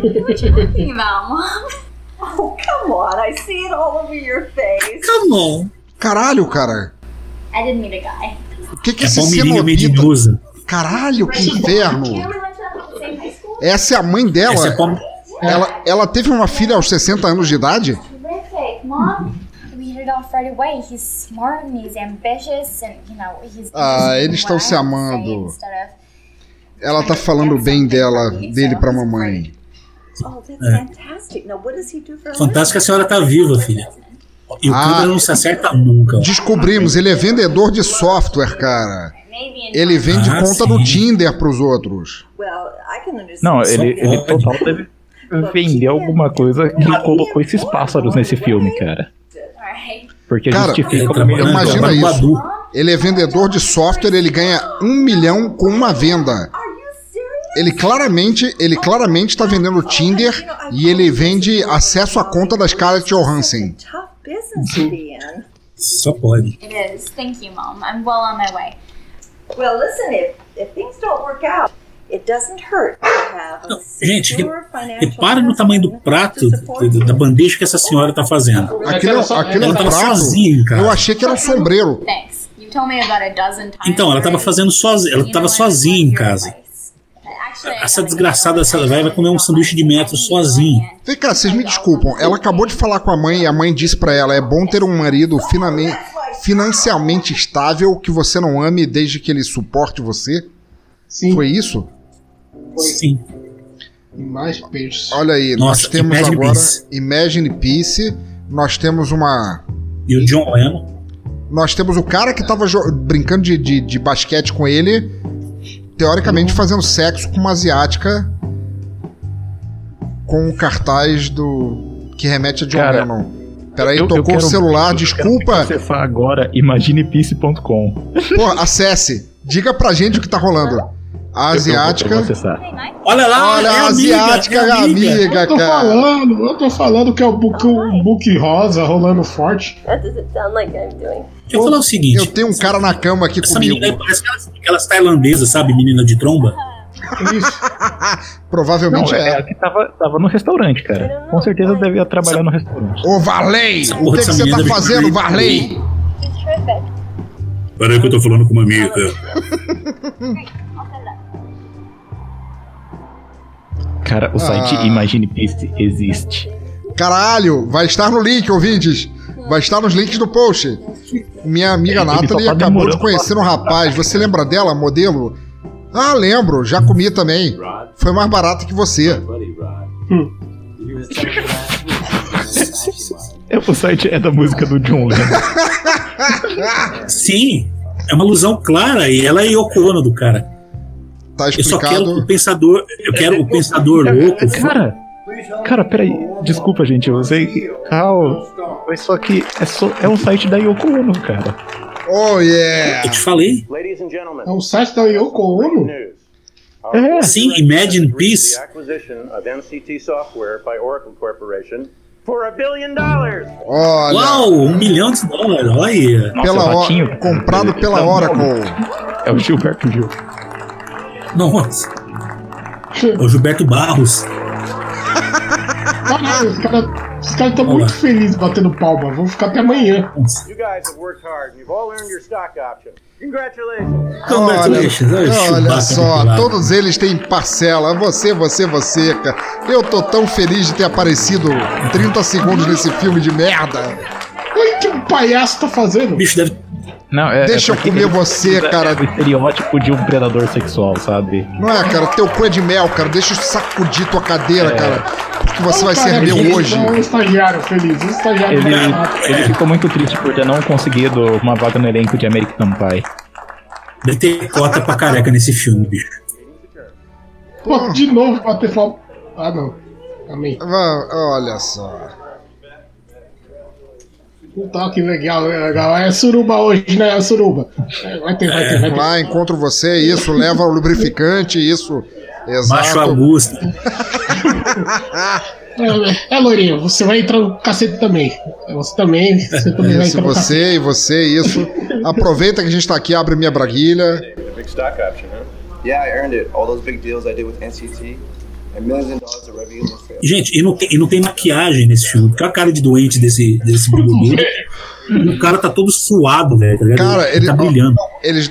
Oh, come on, I see it all over your face. Come on. Caralho, cara. I didn't meet a guy. O que que É esse Palmeirinha cenobita... medinosa. Caralho, que inferno. Essa é a mãe dela. Essa é Palme... ela, ela teve uma filha aos sessenta anos de idade? Terrific, Mom. We hit it off right away. He's smart and he's ambitious and, you know, he's... Ah, eles estão se amando. Ela tá falando bem dela, dele pra mamãe. É. Fantástico que a senhora tá viva, filha. E o Ah, câmera não se acerta nunca. Descobrimos, ele é vendedor de software, cara. Ele vende Ah, conta sim. no Tinder pros outros. Não, ele, Só ele pode. total deve vender alguma coisa que colocou esses pássaros nesse filme, cara. Porque Cara, justifica ele um milhão de imagina dólares. isso. Ele é vendedor de software, ele ganha um milhão com uma venda. Ele claramente, ele claramente tá vendendo Tinder e ele vende acesso à conta da Scarlett Johansson. Só pode. It is. Thank you, Mom. I'm well on my way. Well, listen, if, if things don't work out, it doesn't hurt to have a Não, gente, secure financial repara no tamanho do prato, da, da bandeja que essa senhora tá fazendo. Aquele, é- aquele é um Ela tava prato. sozinha, cara. Eu achei que era um sombreiro. Thanks. You told me about a dozen times. Então, ela tava fazendo sozinha, ela tava sozinha em casa. Essa desgraçada, essa vai, vai comer um sanduíche de metro sozinha. Vem cá, vocês me desculpam. Ela acabou de falar com a mãe e a mãe disse pra ela: é bom ter um marido finame- financialmente estável que você não ame desde que ele suporte você. Sim. Foi isso? Sim. E mais peixes. Olha aí, Nossa, nós temos Imagine agora Peace. Imagine Peace. Nós temos uma. E o John Lennon. Nós temos o cara que tava jo- brincando de, de, de basquete com ele, teoricamente fazendo sexo com uma asiática com o cartaz do que remete a John Cara, Lennon. Peraí, Eu- eu tocou o quero- celular, eu quero desculpa. acessar agora imaginepeace ponto com. Pô, acesse. Diga pra gente o que tá rolando. A asiática. Eu vou acessar. Olha lá, Olha, é a amiga, asiática é é amiga. amiga, Eu tô cara. falando, eu tô falando que é o book, o book rosa rolando forte. That doesn't sound like I'm doing. Deixa eu falar o seguinte. Eu tenho um cara na cama aqui Essa comigo. menina aí parece aquelas, aquelas tailandesas, sabe? Menina de tromba. Isso. Provavelmente Não, é, é. a que tava, tava no restaurante, cara. Com certeza devia trabalhar no restaurante. Ô, Varley! Essa O porra que, que dessa você tá menina deve fazendo, ter- Varley? It's terrific. Peraí que eu tô falando com uma amiga. Great. I'll set it up. Cara, o site Ah. Imaginepeace existe. Caralho, vai estar no link, ouvintes. Vai estar nos links do post. Minha amiga Ele só Nathalie tá acabou de demorando conhecer um rapaz. Você lembra dela, modelo? Ah, lembro, já comi também. Foi mais barato que você. É, o site é da música do John Lennon. Sim, é uma ilusão clara e ela é Yoko Ono do cara. Tá Eu só quero explicado. o pensador, eu quero o pensador louco. Cara, cara, peraí. Desculpa, gente. Eu usei. Cal. Foi só que é, só, é um site da Yoko Ono, cara. Oh, yeah! Eu te falei. Ladies and gentlemen, É o site da Yoko Ono? news. É. Sim, Imagine Peace. The acquisition of M C T Software by Oracle Corporation for a billion dollars. Olha, Uau, um milhão de dólares, olha aí. Nossa, pela o Or- ratinho, comprado ele pela tá Oracle. É o Gilberto Gil. Nossa. É o Gilberto Barros. Caralho, os caras cara estão Olá. muito felizes batendo palma. Vão ficar até amanhã. You guys have worked hard and you've all earned your stock option. Congratulations. Congratulations. Olha, Olha Chewbacca só, popular. todos eles têm parcela. Você, você, você, cara. Eu tô tão feliz de ter aparecido trinta segundos nesse filme de merda. Olha o que o palhaço tá fazendo. O bicho deve. Não, é, Deixa é eu porque comer ele você, usa cara. O estereótipo de um predador sexual, sabe? Não é, cara? Teu cu é de mel, cara. Deixa eu sacudir tua cadeira, É. cara. Porque que você vai cara, ser meu feliz, hoje. Um estagiário feliz, um estagiário Ele, feliz. ele ficou muito triste por ter não conseguido uma vaga no elenco de American Pie. Deve ter cota pra careca nesse filme, bicho. Pô, de novo bater falta. Ah, não. Amém. Olha só. Tá, que legal, legal. É suruba hoje, né? É suruba. Vai ter, vai ter, vai ter. Lá encontro você, isso leva o lubrificante, isso. Exato. Macho Augusto. É, é, Loirinho, você vai entrar no cacete também. Você também. Você também vai Isso, entrar no você cacete. e você, isso. Aproveita que a gente tá aqui, abre minha braguilha. Big stock option, huh? Yeah, I earned it. All those big deals I did with N C T. And millions of dollars of revenue in sales. Gente, e não, tem, e não tem maquiagem nesse filme. Porque a cara de doente desse, desse bigodudo. O cara tá todo suado, velho. Tá ligado? Cara, ele, ele tá brilhando. Eles.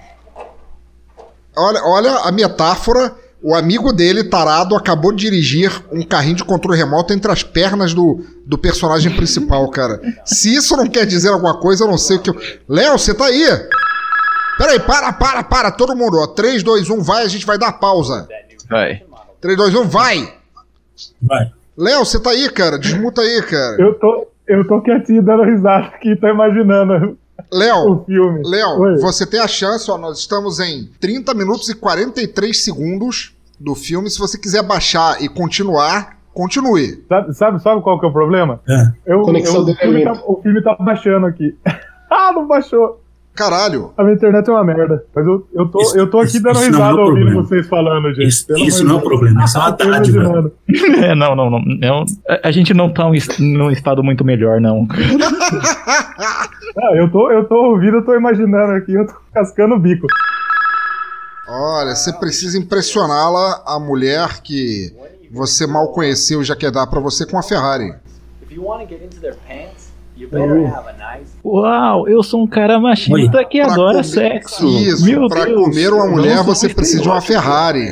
Olha, olha a metáfora. O amigo dele, tarado, acabou de dirigir um carrinho de controle remoto entre as pernas do, do personagem principal, cara. Se isso não quer dizer alguma coisa, eu não sei o que eu... Léo, você tá aí? Peraí, para, para, para, todo mundo. Ó. três, dois, um, vai, a gente vai dar pausa. Vai. três, dois, um, vai! Vai. Léo, você tá aí, cara? Desmuta aí, cara. Eu tô, eu tô quietinho dando risada aqui, tô imaginando Léo, o filme. Léo, Oi. você tem a chance, ó, nós estamos em trinta minutos e quarenta e três segundos do filme. Se você quiser baixar e continuar, continue. Sabe, sabe, sabe qual que é o problema? É. Eu, Conexão eu, o, dele é filme tá, lenta. o filme tá baixando aqui. Ah, não baixou. Caralho. A minha internet é uma merda. Mas eu, eu, tô, Isso- eu tô aqui isso- dando isso não é risada o ouvindo problema. vocês falando, gente. Isso, Pelo isso amor não é de o Deus. problema. Isso é uma Tô dádiva. imaginando. É, não, não, não. não a, a gente não tá um est- num estado muito melhor, não. Ah, eu, tô, eu tô ouvindo, eu tô imaginando aqui, eu tô cascando o bico. Olha, você precisa impressioná-la, a mulher que você mal conheceu e já quer dar pra você com a Ferrari. If you want to get into their pants, you better have a nice. Uau, eu sou um cara machista Oi. que Pra adora comer- sexo. Isso, Meu pra Deus. comer uma mulher Não você sou precisa de uma Ferrari.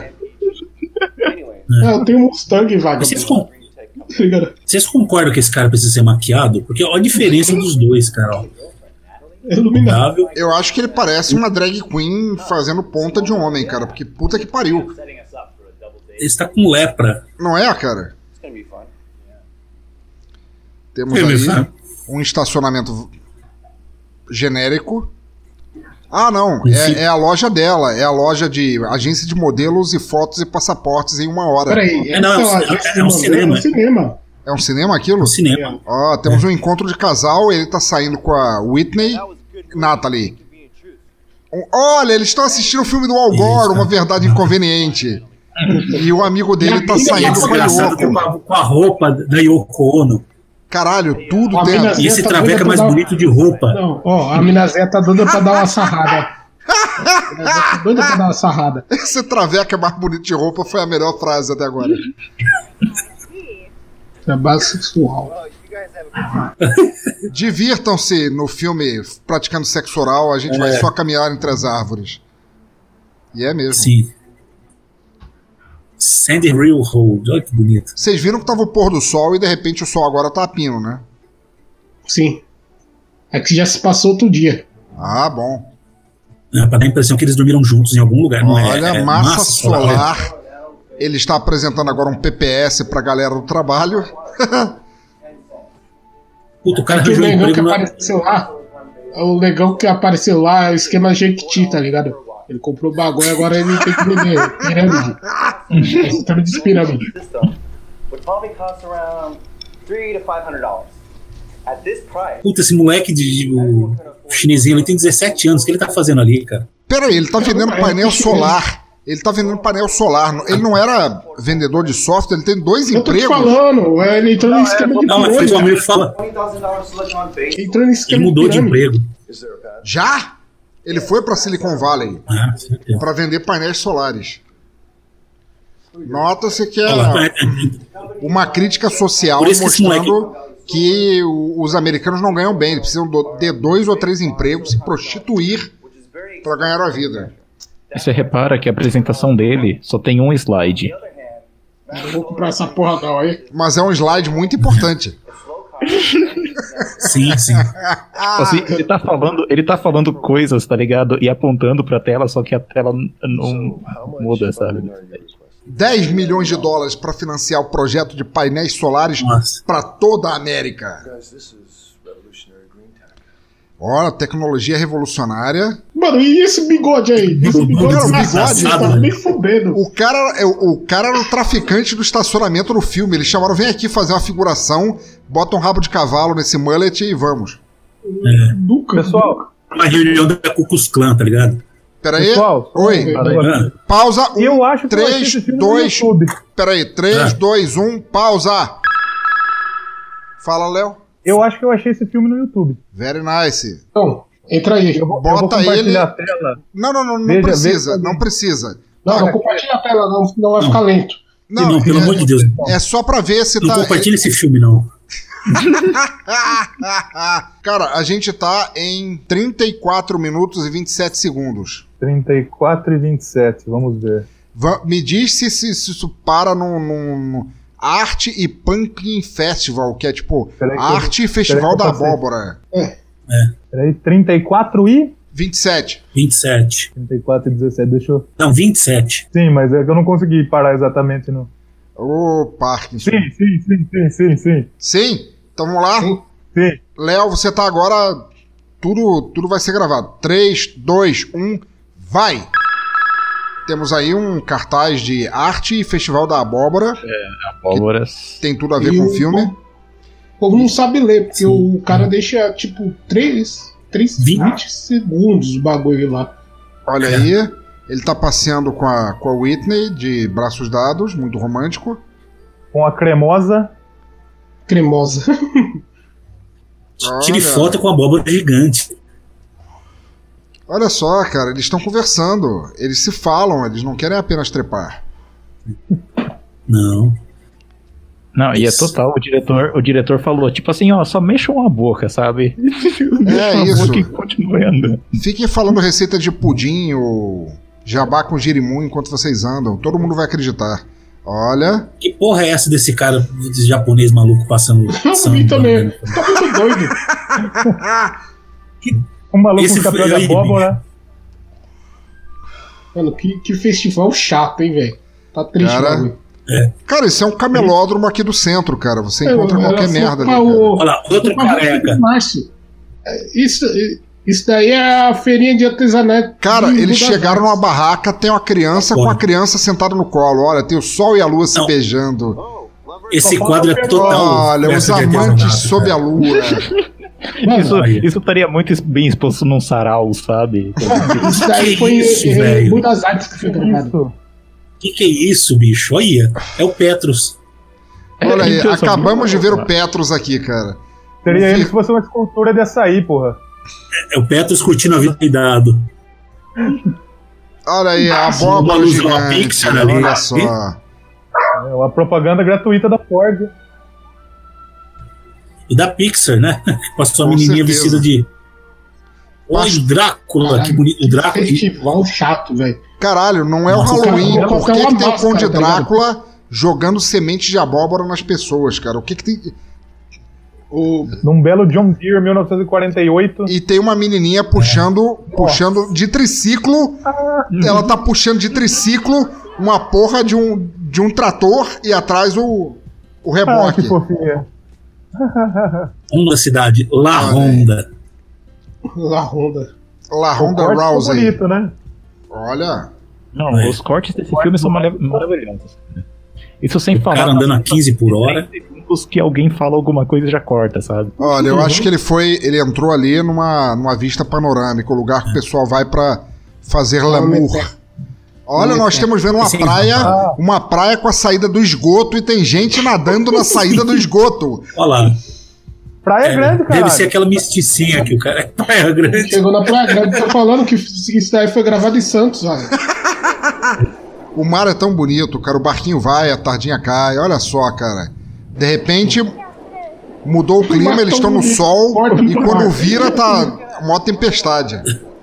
É, eu tenho um Mustang, vaga. Vocês, con- Tá ligado? vocês concordam que esse cara precisa ser maquiado? Porque olha a diferença dos dois, cara. Ó. Iluminado. Eu acho que ele parece uma drag queen fazendo ponta de um homem, cara. Porque puta que pariu. Ele está com lepra. Não é, cara? It's gonna be fun. Temos Eu me aí falo. um estacionamento genérico. Ah, não. É, é a loja dela. É a loja de agência de modelos e fotos e passaportes em uma hora. Peraí, É, não, essa é um- agência é um de modelo cinema. É um cinema. É um cinema aquilo? No cinema. Ó, temos um encontro de casal. Ele tá saindo com a Whitney Natalie. Um- Olha, eles estão assistindo o filme do Al Gore, Isso. Uma Verdade Inconveniente. E o amigo dele tá E a saindo com a Desgraçado tá com Yoko. a, com a roupa da Yoko Ono. Caralho, tudo A tem. mina- E esse Tá traveco é doido mais pra dar- bonito de roupa. Não, ó, a Minazé tá doida pra dar uma sarrada. A Minazé tá doida pra dar uma sarrada. Esse traveco é mais bonito de roupa foi a melhor frase até agora. É base sexual. Divirtam-se no filme praticando sexo oral, a gente vai É. só caminhar entre as árvores. E é mesmo. Sim. Sandy Hill Road. Olha que bonito. Vocês viram que tava o pôr do sol e de repente o sol agora tá a pino, né? Sim. É que já se passou outro dia. Ah, bom. É, pra dar a impressão que eles dormiram juntos em algum lugar. Não é- Olha, é massa, solar. Ele está apresentando agora um P P S pra galera do trabalho. Puta, o cara É que o arranjou um negão que emprego na... apareceu lá, o negão que apareceu lá é o esquema Jequiti, tá ligado? Ele comprou o bagulho e agora ele tem que vender pirâmide. É sistema de pirâmide. This stuff would probably cost around three to five hundred dollars. At this price, Puta, esse moleque de, de- o, o chinesinho, ele tem dezessete anos. O que ele tá fazendo ali, cara? Pera aí, ele tá vendendo painel solar. Ele tá vendendo painel solar. Ele não era vendedor de software, ele tem dois Eu tô te empregos. falando, ele entrou no esquema de Não, mas fez um pirâmide. amigo que fala. twenty thousand dollars Silicon base. Entrou no Ele esquema mudou de pirâmide. emprego. Já? Ele foi pra Silicon Valley Ah, certeza. pra vender painéis solares. Nota-se que Olha lá, é é- uma crítica social Por isso que esse mostrando que o- os americanos não ganham bem. Eles precisam do- ter dois ou três empregos, se prostituir pra ganhar a vida. Você repara que a apresentação dele só tem um slide. Eu vou comprar essa porra não aí. Mas é um slide muito importante. Sim, sim. Assim, ele tá falando, ele tá falando coisas, tá ligado? E apontando pra tela, só que a tela n- não muda, sabe? dez milhões de dólares para financiar o projeto de painéis solares para toda a América. Olha, tecnologia revolucionária. Mano, e esse bigode aí? Esse bigode, cara, o bigode tá me fudendo. O cara, o, o cara era o traficante do estacionamento no filme. Eles chamaram, vem aqui fazer uma figuração, bota um rabo de cavalo nesse mullet e vamos. É. Nunca, Pessoal, uma reunião da Ku Klux Klan, tá ligado? Peraí. Pessoal, Oi. Ah. Pausa. Um, eu acho que três, dois. Peraí. três, dois, um. Pausa. Fala, Léo. Eu acho que eu achei esse filme no YouTube. Very nice. Então, entra aí. Eu vou, Bota eu vou compartilhar ele. a tela. Não, não, não, não Veja, precisa. veja. Não precisa. Não, Olha, não compartilha a tela, não, senão vai Não. ficar lento. Não, Não, pelo é, amor de Deus. É só pra ver se Não tá. compartilha esse filme, não. Cara, a gente tá em trinta e quatro minutos e vinte e sete segundos. trinta e quatro e vinte e sete, vamos ver. Va- Me diz se, se, se isso para no, no, no Arte e Pumpkin Festival, que é tipo Peraí que eu- Arte e Festival da peraí que eu passei. Abóbora. Peraí, trinta e quatro e... vinte e sete. vinte e sete. trinta e quatro e dezessete, deixa eu... Não, vinte e sete. Sim, mas é que eu não consegui parar exatamente, não. Ô, Parkinson. Sim, sim, sim, sim, sim, sim. Sim? Então vamos lá? Sim. Sim. Léo, você tá agora. Tudo, tudo vai ser gravado. três, dois, um, vai! Temos aí um cartaz de Arte e Festival da Abóbora. É, abóboras. Tem tudo a ver E com o o filme. O povo não sabe ler, porque Sim. o cara deixa, tipo, três, três, Vinte. vinte segundos o bagulho lá. Olha aí. Ele tá passeando com a, com a Whitney de braços dados, muito romântico. Com a cremosa. Cremosa. Tire Olha. foto com a abóbora gigante. Olha só, cara, eles estão conversando. Eles se falam, eles não querem apenas trepar. Não. Não, e é Isso. total, o diretor, o diretor falou, tipo assim, ó, só mexam a boca, sabe? É a isso. boca e continue andando. Fiquem falando receita de pudim ou jabá com girimum enquanto vocês andam. Todo mundo vai acreditar. Olha. Que porra é essa desse cara, desse japonês maluco passando Eu samba, vi também. né? Tá muito doido. Um maluco Esse com chapéu foi de aí, abóbora. Mano, que, que festival chato, hein, velho. Tá triste, Cara, o bagulho. Cara, isso é um camelódromo aqui do centro, cara. Você encontra Eu- qualquer ela foi merda ali. pra Cara. o- Olha lá, outro foi pra careca. Márcio. É, Isso, isso daí é a feirinha de artesanato. Cara, de eles Budas chegaram Artes. numa barraca, tem uma criança com a criança sentada no colo. Olha, tem o sol e a lua se Não. beijando. Esse quadro é total. Olha, os festa de amantes artesanato, sob a cara. lua. Isso, olha. isso estaria muito es- bem exposto num sarau, sabe? Isso daí Que foi isso, em velho? Budas Artes que foi gravado. Isso. Que que é isso, bicho? Olha, é o Petrus. Olha aí, Então, só- acabamos de ver o Petrus aqui, cara. Seria O ele fi- se fosse uma escultura de açaí, porra. É o Petrus curtindo a vida cuidado. Olha aí, a Nossa, abóbora uma luz, uma gigante. Pixar ali, Olha né? só. É uma propaganda gratuita da Ford. E da Pixar, né? Passou a Com menininha certeza. vestida de. Oi, Acho- Drácula, Caralho, que bonito. O Drácula. Festival chato, velho. Caralho, não é o Nossa, Halloween. cara, Por tem que, uma que tem o máscara, Conde tá ligado? Drácula jogando sementes de abóbora nas pessoas, cara? O que que tem. O... Num belo John Deere mil novecentos e quarenta e oito. E tem uma menininha puxando, puxando de triciclo. Ela tá puxando de triciclo uma porra de um, de um trator e atrás o, o Ah, reboque. que fofinha. Um da cidade, La Ronda. La Honda. La O Ronda corte ficou Rousey. bonito, né? Olha. Não, É. os cortes desse filme são marav- maravilhosos. Isso sem O falar. cara andando a quinze por hora. Os que alguém fala alguma coisa e já corta, sabe? Olha, eu acho que ele foi. Ele entrou ali numa, numa vista panorâmica, o lugar que o pessoal vai pra fazer l'amour. Olha, nós estamos vendo uma Sim. praia, uma praia com a saída do esgoto e tem gente nadando na saída do esgoto. Olha lá. Praia É, grande, cara. deve ser aquela misticinha que o cara é praia grande. Chegou na Praia Grande, tô falando que isso daí foi gravado em Santos, velho. O mar é tão bonito, cara. O barquinho vai, a tardinha cai. Olha só, cara. De repente, mudou o clima, eles estão no sol e quando vira, tá uma tempestade.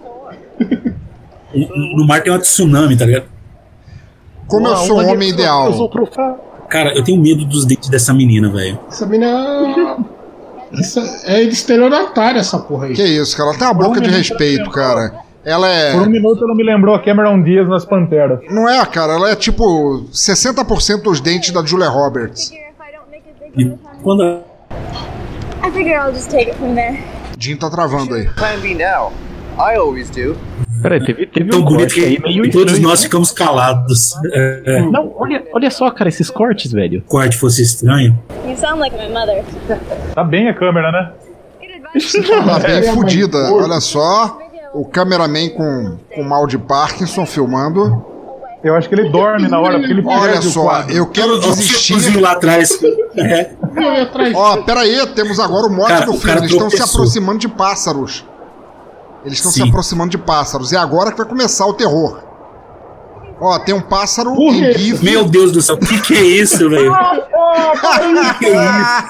No mar tem uma tsunami, tá ligado? Como eu sou um homem ideal. Cara, eu tenho medo dos dentes dessa menina, velho. Essa mina. Essa é estelionatária, essa porra aí. Que isso, cara. Ela tem uma boca de respeito, cara. Ela é... Por um minuto ela me lembrou a Cameron Diaz nas Panteras. Não é, cara, ela é tipo sessenta por cento dos dentes da Julia Roberts. E quando... I figure I'll just take it from there. Jim tá travando aí. Plan B now. I always do. Peraí, teve, teve Tão um bonito corte aí que meio todos estranho, nós né? ficamos calados. É, é. Não, olha, olha só, cara, esses cortes, velho. Se o corte fosse estranho. You sound like my mother. Tá bem a câmera, né? Tá bem fodida. Olha só, o cameraman com, com mal de Parkinson filmando. Eu acho que ele dorme na hora, porque ele Olha perde o só, quadro. eu quero desistir. lá atrás. É. Ó, pera aí, temos agora o mote Cara, do o filme. cara Eles estão se tropeçou. aproximando de pássaros. Eles estão se Sim. aproximando de pássaros. E agora que vai começar o terror. Ó, tem um pássaro Por em quê? GIF. Meu Deus do céu, o que, que é isso, velho? Que que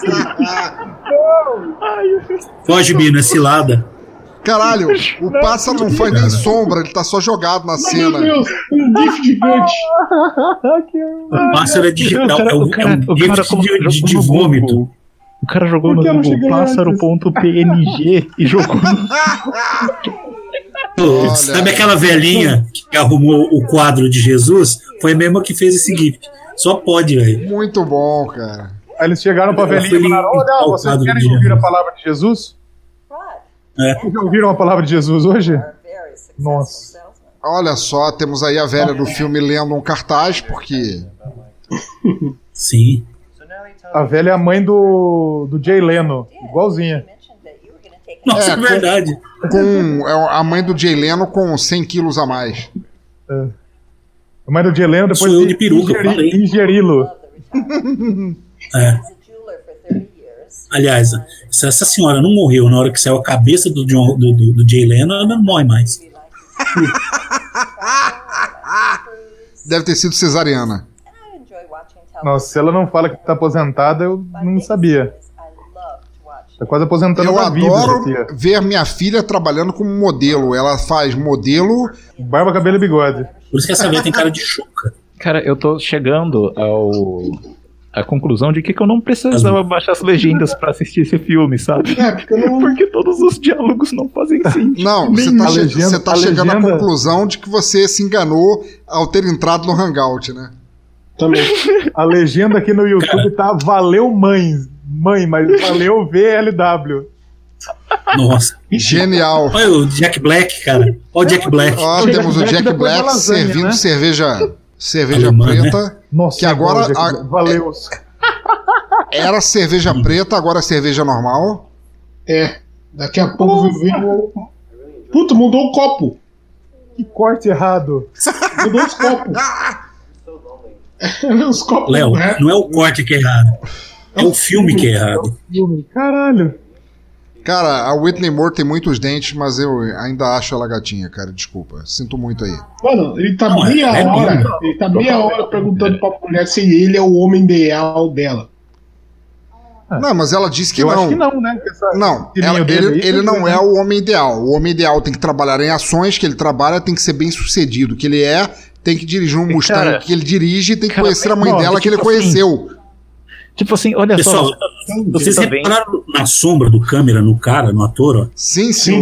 é isso? Foge, Bina, cilada. Caralho, o pássaro não faz nem sombra, ele tá só jogado na Meu cena. Deus, um gif gigante. O pássaro é digital, O cara- é um, o cara- é um o cara gift como- de, de, jogou de no vômito. Google. O cara jogou Por no que eu não Google cheguei pássaro.png e jogou no... Pô, Olha. sabe aquela velhinha que arrumou o quadro de Jesus? Foi a mesma que fez esse gift. Só pode, velho. Muito bom, cara. Aí eles chegaram pra Ela velhinha foi e falaram: limpar olha, o vocês quadro querem de ouvir a Jesus. palavra de Jesus? É. Vocês já ouviram a palavra de Jesus hoje? Nossa. Olha só, temos aí a velha do filme lendo um cartaz, porque... Sim. A velha é a mãe do, do Jay Leno, igualzinha. Nossa, é, com- verdade. Com é a mãe do Jay Leno com cem quilos a mais. É. A mãe do Jay Leno depois Sou eu de de peruca, ingeri- falei. ingeri-lo. É. Aliás, se essa senhora não morreu na hora que saiu a cabeça do, John, do, do, do Jay Leno, ela não morre mais. Deve ter sido cesariana. Nossa, se ela não fala que tá aposentada, eu não sabia. Tá quase aposentando Eu da vida, adoro tia. ver minha filha trabalhando como modelo. Ela faz modelo... Barba, cabelo e bigode. Por isso que essa velha tem cara de chuca. Cara, eu tô chegando ao... a conclusão de que, que eu não precisava baixar as legendas pra assistir esse filme, sabe? É, porque eu não... Porque todos os diálogos não fazem sentido. Não, você Nem tá, a che legenda- você tá a chegando à legenda- conclusão de que você se enganou ao ter entrado no Hangout, né? Também. A legenda aqui no YouTube tá valeu mãe. Mãe, mas valeu V L W. Nossa. Genial. Olha o Jack Black, cara. Olha o Jack Black. Ó, Jack temos o Black Jack depois Black da lasanha, servindo né? cerveja, cerveja Alemã, preta. Nossa, Que agora Jack a- Black. Valeu. Era cerveja preta, agora é cerveja normal. É, daqui a pouco veio. Puta, mudou o copo. Que corte errado. Mudou os copos. Os copos. Léo, né? não é o corte que é errado. É o filme que é errado. Caralho. Cara, a Whitney Moore tem muitos dentes, mas eu ainda acho ela gatinha, cara. Desculpa. Sinto muito aí. Mano, ele tá Não, é- meia é hora. lindo. Ele tá meia hora perguntando pra mulher se ele é o homem ideal dela. Não, mas ela disse que Eu não. acho que não, né? Com essa Não, tirinha ela- dele ele, aí, ele tá não doido, é né? o homem ideal. O homem ideal tem que trabalhar em ações que ele trabalha, tem que ser bem sucedido. Que ele é, tem que dirigir um Mustang cara, que ele dirige e tem que cara, conhecer a mãe não, dela que ele tipo assim, conheceu. Tipo assim, olha Pessoal, só. vocês tá bem. repararam na sombra do câmera, no cara, no ator, ó? Sim, sim.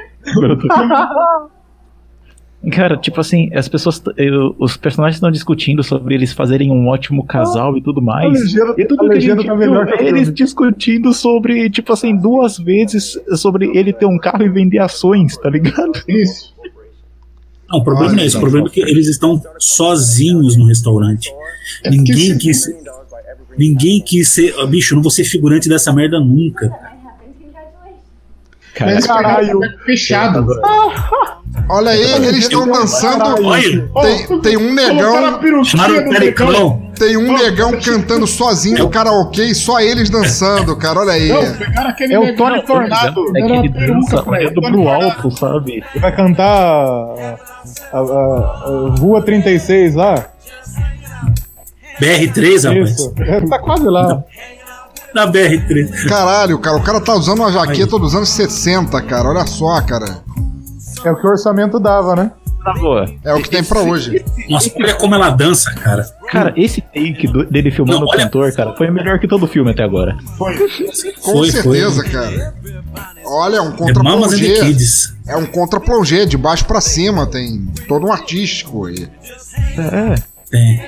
Cara, tipo assim, as pessoas. eu- Os personagens estão discutindo sobre eles fazerem um ótimo casal e tudo mais. A legenda- E tudo a que a legenda gente tá viu melhor que o é eles filme. discutindo sobre, tipo assim, duas vezes sobre ele ter um carro e vender ações, tá ligado? Isso. Não, o problema Olha, não é esse. O então. problema é que eles estão sozinhos no restaurante. É porque Ninguém se- quis. Ninguém quis ser. ó, bicho, eu não vou ser figurante dessa merda nunca. Cara, Mas caralho. pegaram o fechado. Olha aí, eles estão dançando. Olha, Tem, tem um Colocaram a negão. peruquinha chamaram do o negão. Periclão. Tem um negão cantando sozinho no karaokê e só eles dançando, cara. Olha aí. Não, pegaram aquele É o negão Tony Tornado. É Era que ele uma peruca dança pra ele, olhando Tony pro Tornado. alto, sabe? Ele vai cantar a, a- a- a Rua trinta e seis lá. B R três, rapaz. Isso. É, tá quase lá. Na B R três. Caralho, cara. O cara tá usando uma jaqueta dos anos sessenta, cara. Olha só, cara. É o que o orçamento dava, né? Na boa. É o que tem pra hoje. Nossa, olha como ela dança, cara. Cara, esse take do, dele filmando não, olha... o cantor, cara, foi melhor que todo o filme até agora. Foi. Com foi, certeza, foi. cara. Olha, é um contra-plongé. É um contra-plongé, de baixo pra cima. Tem todo um artístico aí. É. Tem.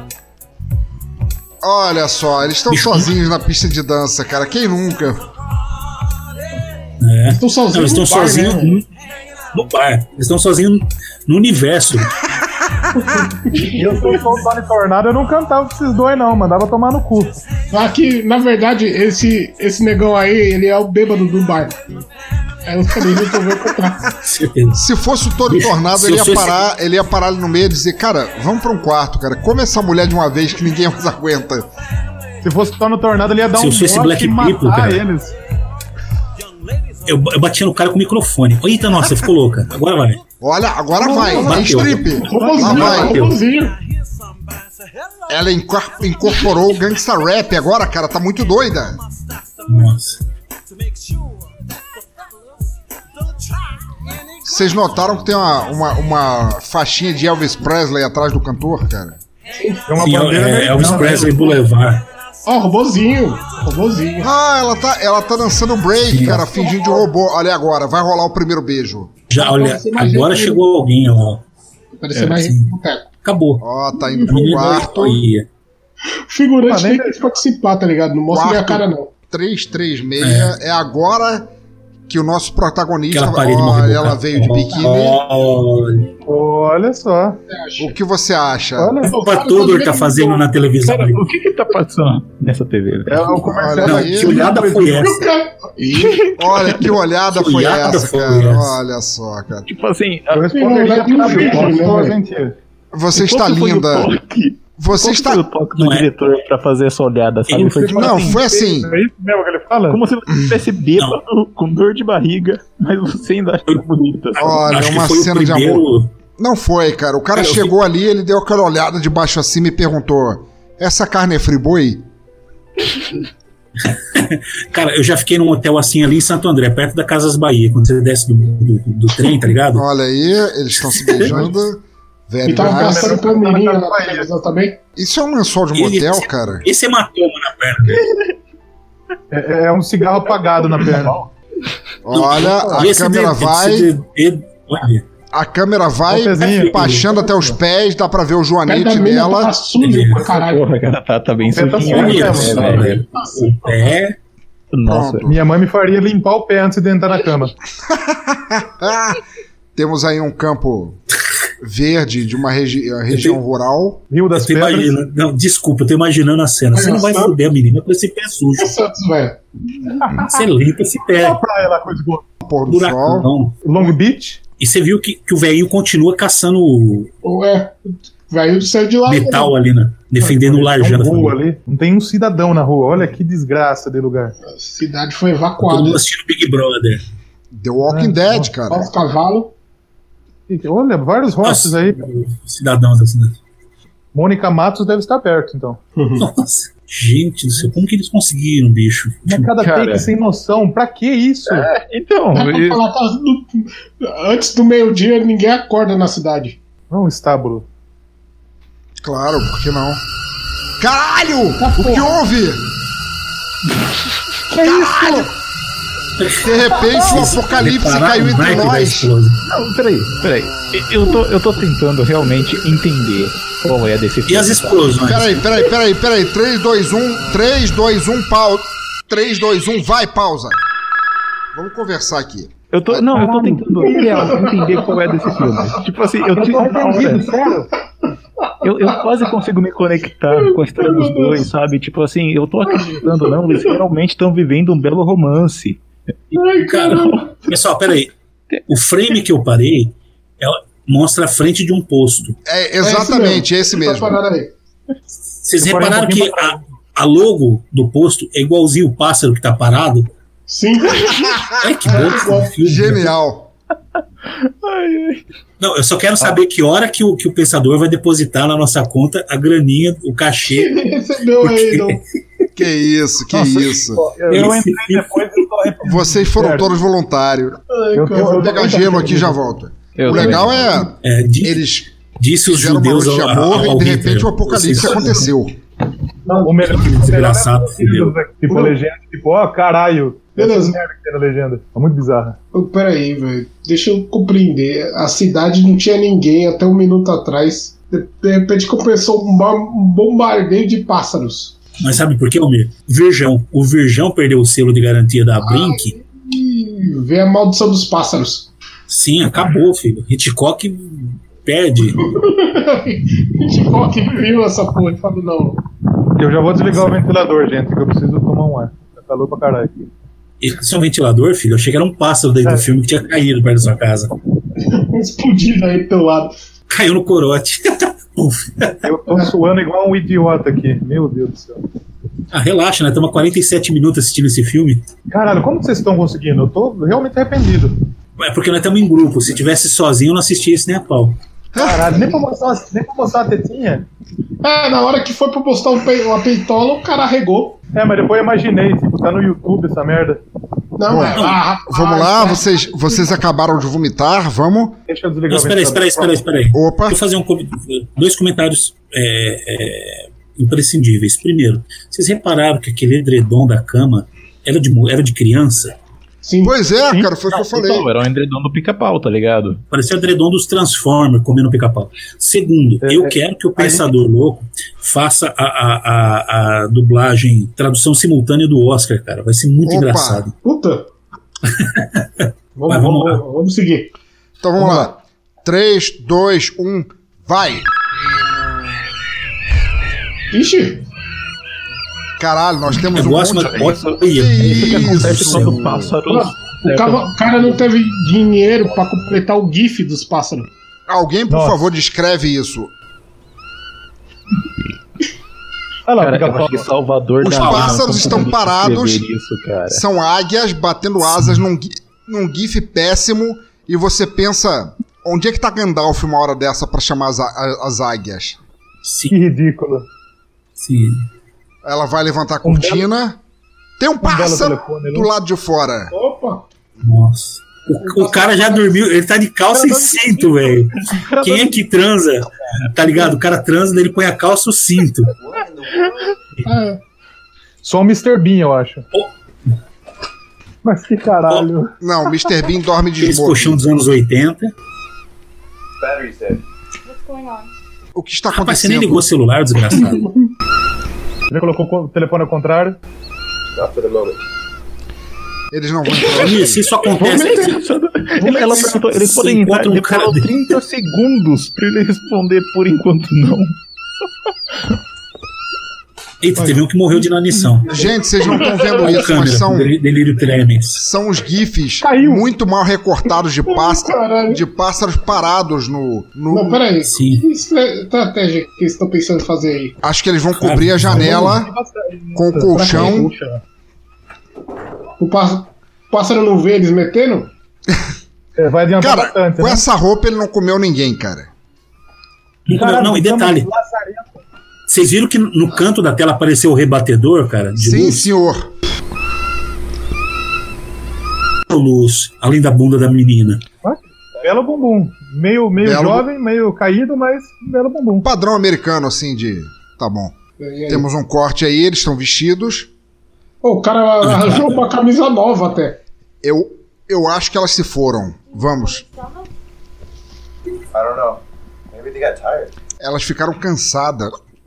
Olha só, eles estão sozinhos na pista de dança, cara. Quem nunca? É. Eles estão sozinhos, não, eles estão sozinhos né? no, no bar. Eles estão sozinhos no universo. E eu sou soltando em tornado, eu não cantava com esses dois, não. Mandava tomar no cu. Aqui, na verdade, esse, esse negão aí, ele é o bêbado do bar. Aí eu falei, resolveu comprar. Se fosse o Tony Tornado, ele ia, parar, ele ia parar ali no meio e dizer: cara, vamos pra um quarto, cara. Come essa mulher de uma vez que ninguém mais aguenta. Se fosse o Tony Tornado, ele ia dar Se um fosse Black e People, matar cara. eles. Eu, eu batia no cara com o microfone. Eita, nossa, ficou louca. Agora vai. Olha, agora oh, vai. Vai strip. Lá vai. Ela incorporou o gangsta rap agora, cara. Tá muito doida. Nossa. Vocês notaram que tem uma, uma, uma faixinha de Elvis Presley atrás do cantor, cara? Tem uma Sim, bandeira é, Elvis Presley Boulevard. Ó, oh, robozinho. Robozinho. Ah, ela tá, ela tá dançando break, Sim. cara, fingindo de robô. Olha agora, vai rolar o primeiro beijo. Já, olha, agora chegou alguém, ó. Parecia é, mais assim. Acabou. Ó, tá indo pro quarto. O figurante tem que participar, tá ligado? Não mostra minha cara, não. três três seis é. é agora que o nosso protagonista. Ó, ela veio de biquíni. Olha, olha só. O que você acha? Olha, o que todo ele tá fazendo na televisão. Cara, o que que tá passando nessa T V? É o comercial. Não, que olhada foi essa? Olha, que olhada que foi olhada essa, foi cara. Essa. Olha só, cara. Tipo assim, eu responderia pra você está linda. Você Qual está. Foi o toque do não diretor é? pra fazer essa olhada, sabe? Foi tipo não, assim, foi assim. É isso mesmo que ele fala? Como se você estivesse bêbado, não. com dor de barriga, mas você ainda acha bonita. Sabe? Olha, Acho uma cena primeiro... de amor. Não foi, cara. O cara, cara chegou vi... ali, ele deu aquela olhada de baixo acima e perguntou: essa carne é friboi? Cara, eu já fiquei num hotel assim ali em Santo André, perto da Casas Bahia, quando você desce do, do, do trem, tá ligado? Olha aí, eles estão se beijando. E tava passando palmeirinha na televisão também. Isso é um lençol de motel, esse, cara? Esse hematoma na perna dele. É, é um cigarro apagado na perna. Olha, não, a câmera de, vai. De, de, de, a câmera vai baixando até os pés, dá pra ver o joanete dela. Tá sujo pra caralho. Porra, cara, tá, tá bem sujinho. O pé. Nossa. Minha mãe me faria limpar o pé antes de entrar na cama. Temos aí um campo verde de uma regi região tenho, rural. Rio das Pedras. Imagina, não, desculpa, eu tô imaginando a cena. Você não vai foder a menina com esse pé sujo. Você limpa esse pé. Qual praia lá, coisa boa? Pôr do sol. Long Beach. E você viu que, que o velhinho continua caçando o Ué, velho saiu de lá. Metal ali, né? Defendendo o Larjano. Não, ali. Não tem um cidadão na rua. Olha que desgraça de lugar. A cidade foi evacuada. Todo mundo assistindo Big Brother. The Walking é, Dead, ó, cara. Olha os cavalos. Olha, vários rostos aí. Cidadãos da cidade. Mônica Matos deve estar perto, então. Nossa, gente do céu, como que eles conseguiram, bicho? Mas cada cara, take sem noção, pra que isso? É, então. É, eu... falar, antes do meio-dia, ninguém acorda na cidade. Não, um estábulo. Claro, por que não? Caralho! O que houve? Que Caralho! Isso? De repente o apocalipse caiu entre nós. Não, peraí, peraí. Eu tô, eu tô tentando realmente entender qual é a decisão. E as explosões? Peraí, peraí, peraí, peraí. três, dois, um, três, dois, um, pausa. três, dois, um, vai, pausa. Vamos conversar aqui. Eu tô, não, eu tô tentando entender qual é desse filme. Tipo assim, eu tô entendido, sério. Eu, eu quase consigo me conectar com a história dos dois, sabe? Tipo assim, eu tô acreditando, não, eles realmente estão vivendo um belo romance. Ai, cara. Pessoal, peraí. O frame que eu parei ela mostra a frente de um posto. É, exatamente, é esse mesmo. É esse mesmo. Vocês repararam que a, a logo do posto é igualzinho o pássaro que tá parado? Sim. Ai, que bom. Genial. Não, eu só quero saber ah. que hora que o, que o pensador vai depositar na nossa conta a graninha, o cachê. Recebeu aí, não. Que isso, que Nossa, isso. Eu, eu entrei depois e tô Vocês foram todos voluntários. Ai, eu vou pegar gelo aqui e já volto. o legal é, é de, eles disse os fizeram judeus uma noite de amor ao, ao e de repente Hitler. O apocalipse aconteceu. Não, o melhor desgraçado. Tipo, a legenda, tipo, ó, oh, caralho. Beleza. Merda que tem na legenda. É muito bizarra. Oh, peraí, velho. Deixa eu compreender. A cidade não tinha ninguém até um minuto atrás. De, de repente começou um, um bombardeio de pássaros. Mas sabe por quê, Almir? Virgão. O Virgão perdeu o selo de garantia da Brink. E vê a maldição dos pássaros. Sim, acabou, filho. Hitchcock perde. Hitchcock viu essa porra e falou, não. Eu já vou desligar o ventilador, gente, que eu preciso tomar um ar. Tá calor pra caralho aqui. Esse é um ventilador, filho? Eu achei que era um pássaro daí é. do filme que tinha caído perto da sua casa. Explodido aí do teu lado. Caiu no corote. Eu tô suando igual um idiota aqui. Meu Deus do céu. Ah, relaxa, né? Estamos há quarenta e sete minutos assistindo esse filme. Caralho, como vocês estão conseguindo? Eu tô realmente arrependido. É porque nós estamos em grupo. Se tivesse sozinho, eu não assistia isso nem a pau. Caralho, nem pra mostrar, nem pra mostrar a tetinha. É, na hora que foi pra postar uma peitola, o cara arregou. É, mas depois eu imaginei, tipo, tá no YouTube essa merda. Não, Bom, é. Ah, vamos ah, lá, é. vocês, vocês acabaram de vomitar, vamos? Deixa eu desligar. Não, espera aí, espera aí, espera aí, espera aí. Opa. Vou fazer um, dois comentários é, é, imprescindíveis. Primeiro, vocês repararam que aquele edredom da cama era de, era de criança? Sim. Pois é, Sim. cara, foi o que eu falei. Então, era um edredom do Pica-Pau, tá ligado? Parecia o edredom dos Transformers comendo Pica-Pau. Segundo, é, eu quero que o Pensador gente... Louco faça a, a, a, a dublagem, tradução simultânea do Oscar, cara. Vai ser muito Opa. engraçado. Puta! vamos, Mas vamos, vamos, lá. vamos seguir. Então vamos, vamos lá. três, dois, um, vai! Ixi! Caralho, nós temos eu um gosto, monte... mas... Isso, isso que acontece Isso. quando o pássaro... O cara, o cara não teve dinheiro pra completar o GIF dos pássaros. Alguém, por Nossa. favor, descreve isso. Olha lá, Cara, fica eu acho que foto. Salvador Os Dalí não pássaros estão conseguiu parados. escrever Isso, cara. São águias batendo asas num, gui- num gif péssimo e você pensa, onde é que tá Gandalf uma hora dessa pra chamar as, á- as águias? Sim, Que ridículo. sim. Ela vai levantar a cortina. Tem um pássaro telefone, do né? lado de fora. Opa! Nossa. O, o cara já dormiu, ele tá de calça e cinto, velho. Quem é que transa? Tá ligado? O cara transa, daí ele põe a calça e o cinto. É. Só o mister Bean, eu acho. Oh. Mas que caralho. Não, o mister Bean dorme de Aqueles colchão smoking. dos anos oitenta. Battery's dead. What's going on? O que está Rapaz, você nem acontecendo? ligou o celular, desgraçado. Ele colocou o telefone ao contrário. Not for the moment. Eles não vão entrar. Almir, se isso acontece... Ele, ela perguntou, eles Se podem entrar, encontra um ele cara falou dele. trinta segundos pra ele responder por enquanto não. Eita, teve um que morreu de inanição. Gente, vocês não estão vendo Olha a isso, câmera, mas são, deli- delírio tremens. são os gifs Caiu. muito mal recortados de, pássaro, Caralho. de pássaros parados no... no- Não, peraí. Sim. Que estratégia que eles estão pensando em fazer aí? Acho que eles vão cobrir a janela com o colchão. O pássaro, o pássaro não vê eles metendo? É, vai adiantar Cara, bastante, com né? essa roupa ele não comeu ninguém, cara. Não, Caralho, não, e estamos detalhe, lazarento. vocês viram que no canto da tela apareceu o rebatedor, cara? De Sim, luz? senhor. Luz, além da bunda da menina. Belo bumbum. Meio, meio Belo jovem, meio caído, mas belo bumbum. Padrão americano, assim, de... Tá bom. E aí? Temos um corte aí, eles estão vestidos. Pô, o cara arranjou uma camisa nova até. Eu, eu acho que elas se foram. Vamos. I don't know. Maybe they got tired. Elas ficaram cansadas.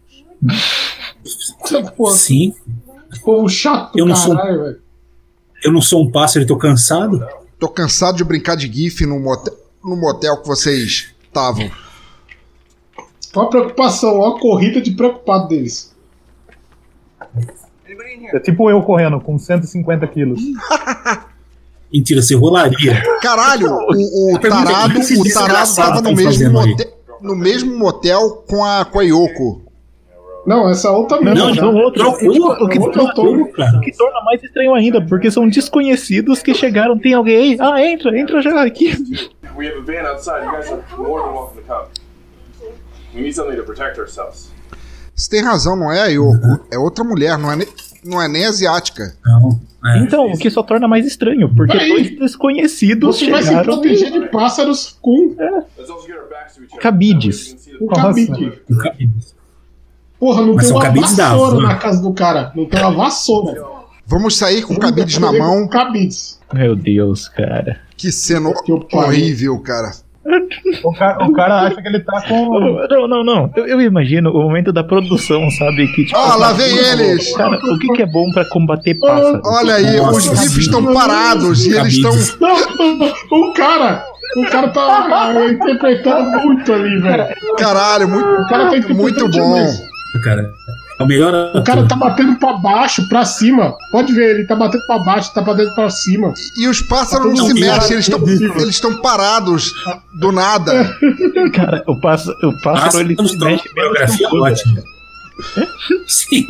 Pô, Sim, povo chato, Eu não sou- caralho, velho. eu não sou um pássaro e tô cansado. Tô cansado de brincar de GIF no motel, no motel que vocês estavam. Olha a preocupação, olha a corrida de preocupado deles. Anybody in here? É tipo eu correndo com cento e cinquenta quilos. Mentira, você rolaria. Caralho, o, o Pergunta, tarado, o que o esse tarado desgraçado tava no tá mesmo, fazendo aí? motel, no mesmo motel com a, com a Yoko. Não, essa outra mesmo. Não, já. São outros. Trocou, o, que, trocou, trocou, cara. o que torna mais estranho ainda, porque são desconhecidos que chegaram. Tem alguém aí? Ah, entra, entra já aqui. We have a van outside. You guys are more than welcome to come. We need something to protect ourselves. Você tem razão, não é a Yoko. É outra mulher, não é, ne- não é nem asiática. Não, É. Então, o que só torna mais estranho, porque aí, dois desconhecidos você vai se proteger de pássaros com é. cabides. Com cabide. Com cabides. Porra, não Mas tem uma vassoura da na casa do cara. Não tem uma vassoura. Vamos sair com cabides na mão. Com cabides. Meu Deus, cara. Que cena horrível, cara. O cara. O cara acha que ele tá com... Não, não, não. Eu, eu imagino o momento da produção, sabe? Que, tipo, ah, lá vem eles! Cara, o que, que é bom pra combater pássaros? Olha aí, Nossa, os gifs estão parados e eles estão... O cara... O cara tá interpretando muito ali, velho. Caralho, muito, o cara tá muito bom. Cara, é o melhor. O cara tá batendo pra baixo, pra cima. Pode ver, ele tá batendo pra baixo, tá batendo pra cima. E os pássaros tá não se mexem, eles estão eles estão parados do nada. Cara, o pássaro, o pássaro ele se mexe. Biografia ótima. Sim.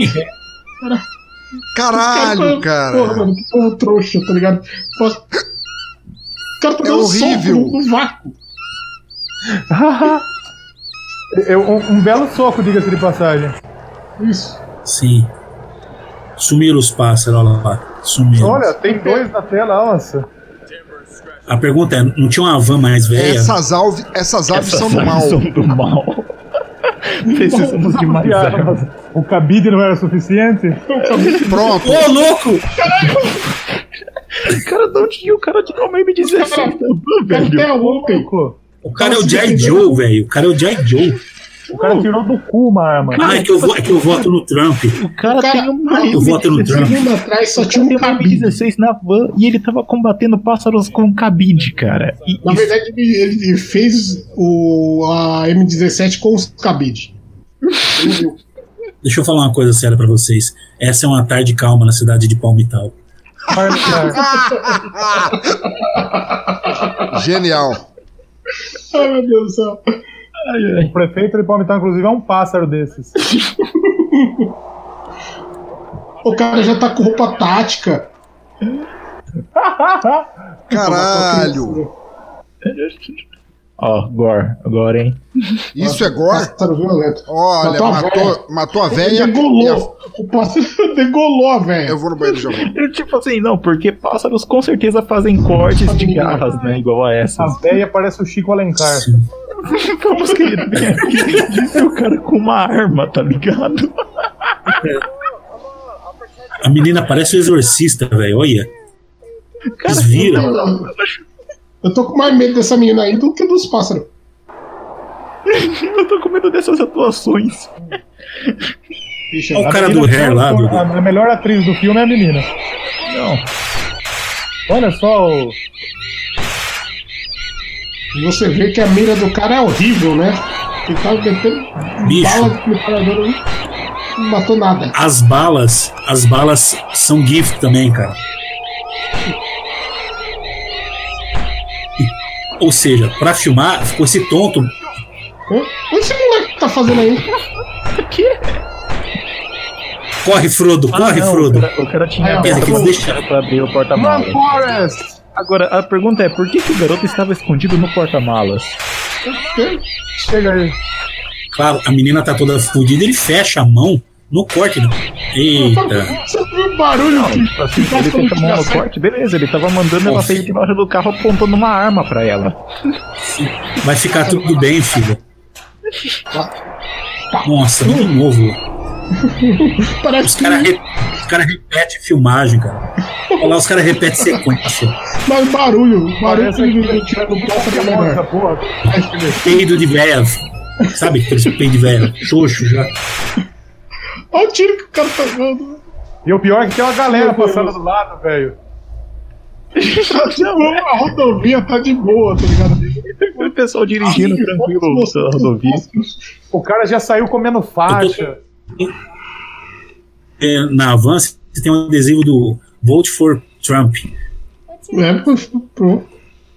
Caralho, cara. Porra, mano, que porra trouxa, tá ligado? Posso... O cara tá dando é horrível. soco no vácuo. Eu, um, um belo soco, diga-se de passagem. Isso. Sim. Sumiram os pássaros, olha lá. Sumiram. Olha, tem dois na tela, nossa. A pergunta é, não tinha uma van mais velha? Essas, alve, essas aves Essas são do mal. São do mal. Precisamos de mais armas. O cabide não era suficiente? Pronto. Ô, louco! Cara, não tinha o cara de M M dezessete, velho. Até ontem. O cara é o G I. Joe, velho. O cara é o G I. Joe. O cara tirou do cu uma arma. Ah, é que eu, vo- é que eu voto no Trump. O cara, o cara tem uma eu voto no Trump. Segundo atrás só tinha um cabide dezesseis na van e ele tava combatendo pássaros com cabide, cara. E, na verdade, ele, ele fez o, a M dezessete com os cabide. Deixa eu falar uma coisa séria pra vocês. Essa é uma tarde calma na cidade de Palmital. Genial. Ai, meu Deus do céu. Ai, ai. O prefeito de Palmital, inclusive, é um pássaro desses. O cara já tá com roupa tática. Caralho. Ó, oh, gore, agora, hein? Isso é gore? Pássaro violento. Olha, matou, matou, matou a velha. Degolou. A... O pássaro degolou a velha. Eu vou no banheiro já vou. Tipo assim, não, porque pássaros com certeza fazem cortes de garras, né? Igual a essas. A velha parece o Chico Alencar. Vamos que ele vem aqui e o cara com uma arma, tá ligado? A menina parece o exorcista, velho. Olha. Eles viram. Eu tô com mais medo dessa menina aí do que dos pássaros. Eu tô com medo dessas atuações. Olha o cara do hair lá. Do... A melhor atriz do filme é a menina. Não. Olha só o... E você vê que a mira do cara é horrível, né? Ele tava metendo bala de metralhadora, não matou nada. As balas, as balas são gift também, cara. Ou seja, pra filmar, ficou esse tonto. O que esse moleque tá fazendo aí? O quê? Corre, Frodo, ah, corre, não, Frodo. O cara, o cara tinha ah, que deixa pra abrir o porta-malas. Agora, a pergunta é, por que, que o garoto estava escondido no porta-malas? Chega aí. Claro, a menina tá toda fodida, ele fecha a mão no corte. Eita. Você viu o barulho? Não, tipo assim, ele fecha a mão no corte, beleza, ele tava mandando ela sair de baixo do carro apontando uma arma pra ela. Vai ficar tudo bem, filho. Nossa, de novo. Os caras re... cara repetem filmagem, cara. Olha lá, os caras repetem sequência. Mas barulho, barulho que tirando o pássaro da melhor. Peido de véia. Sabe aqueles peido de véia? Xoxo já. Olha o tiro que o cara tá dando. E o pior é que tem uma galera passando do lado, velho. A rodovia tá de boa, tá ligado? O pessoal dirigindo ah, tranquilo na rodovia. O cara já saiu comendo faixa. É, na Avance tem um adesivo do Vote for Trump. É, pronto.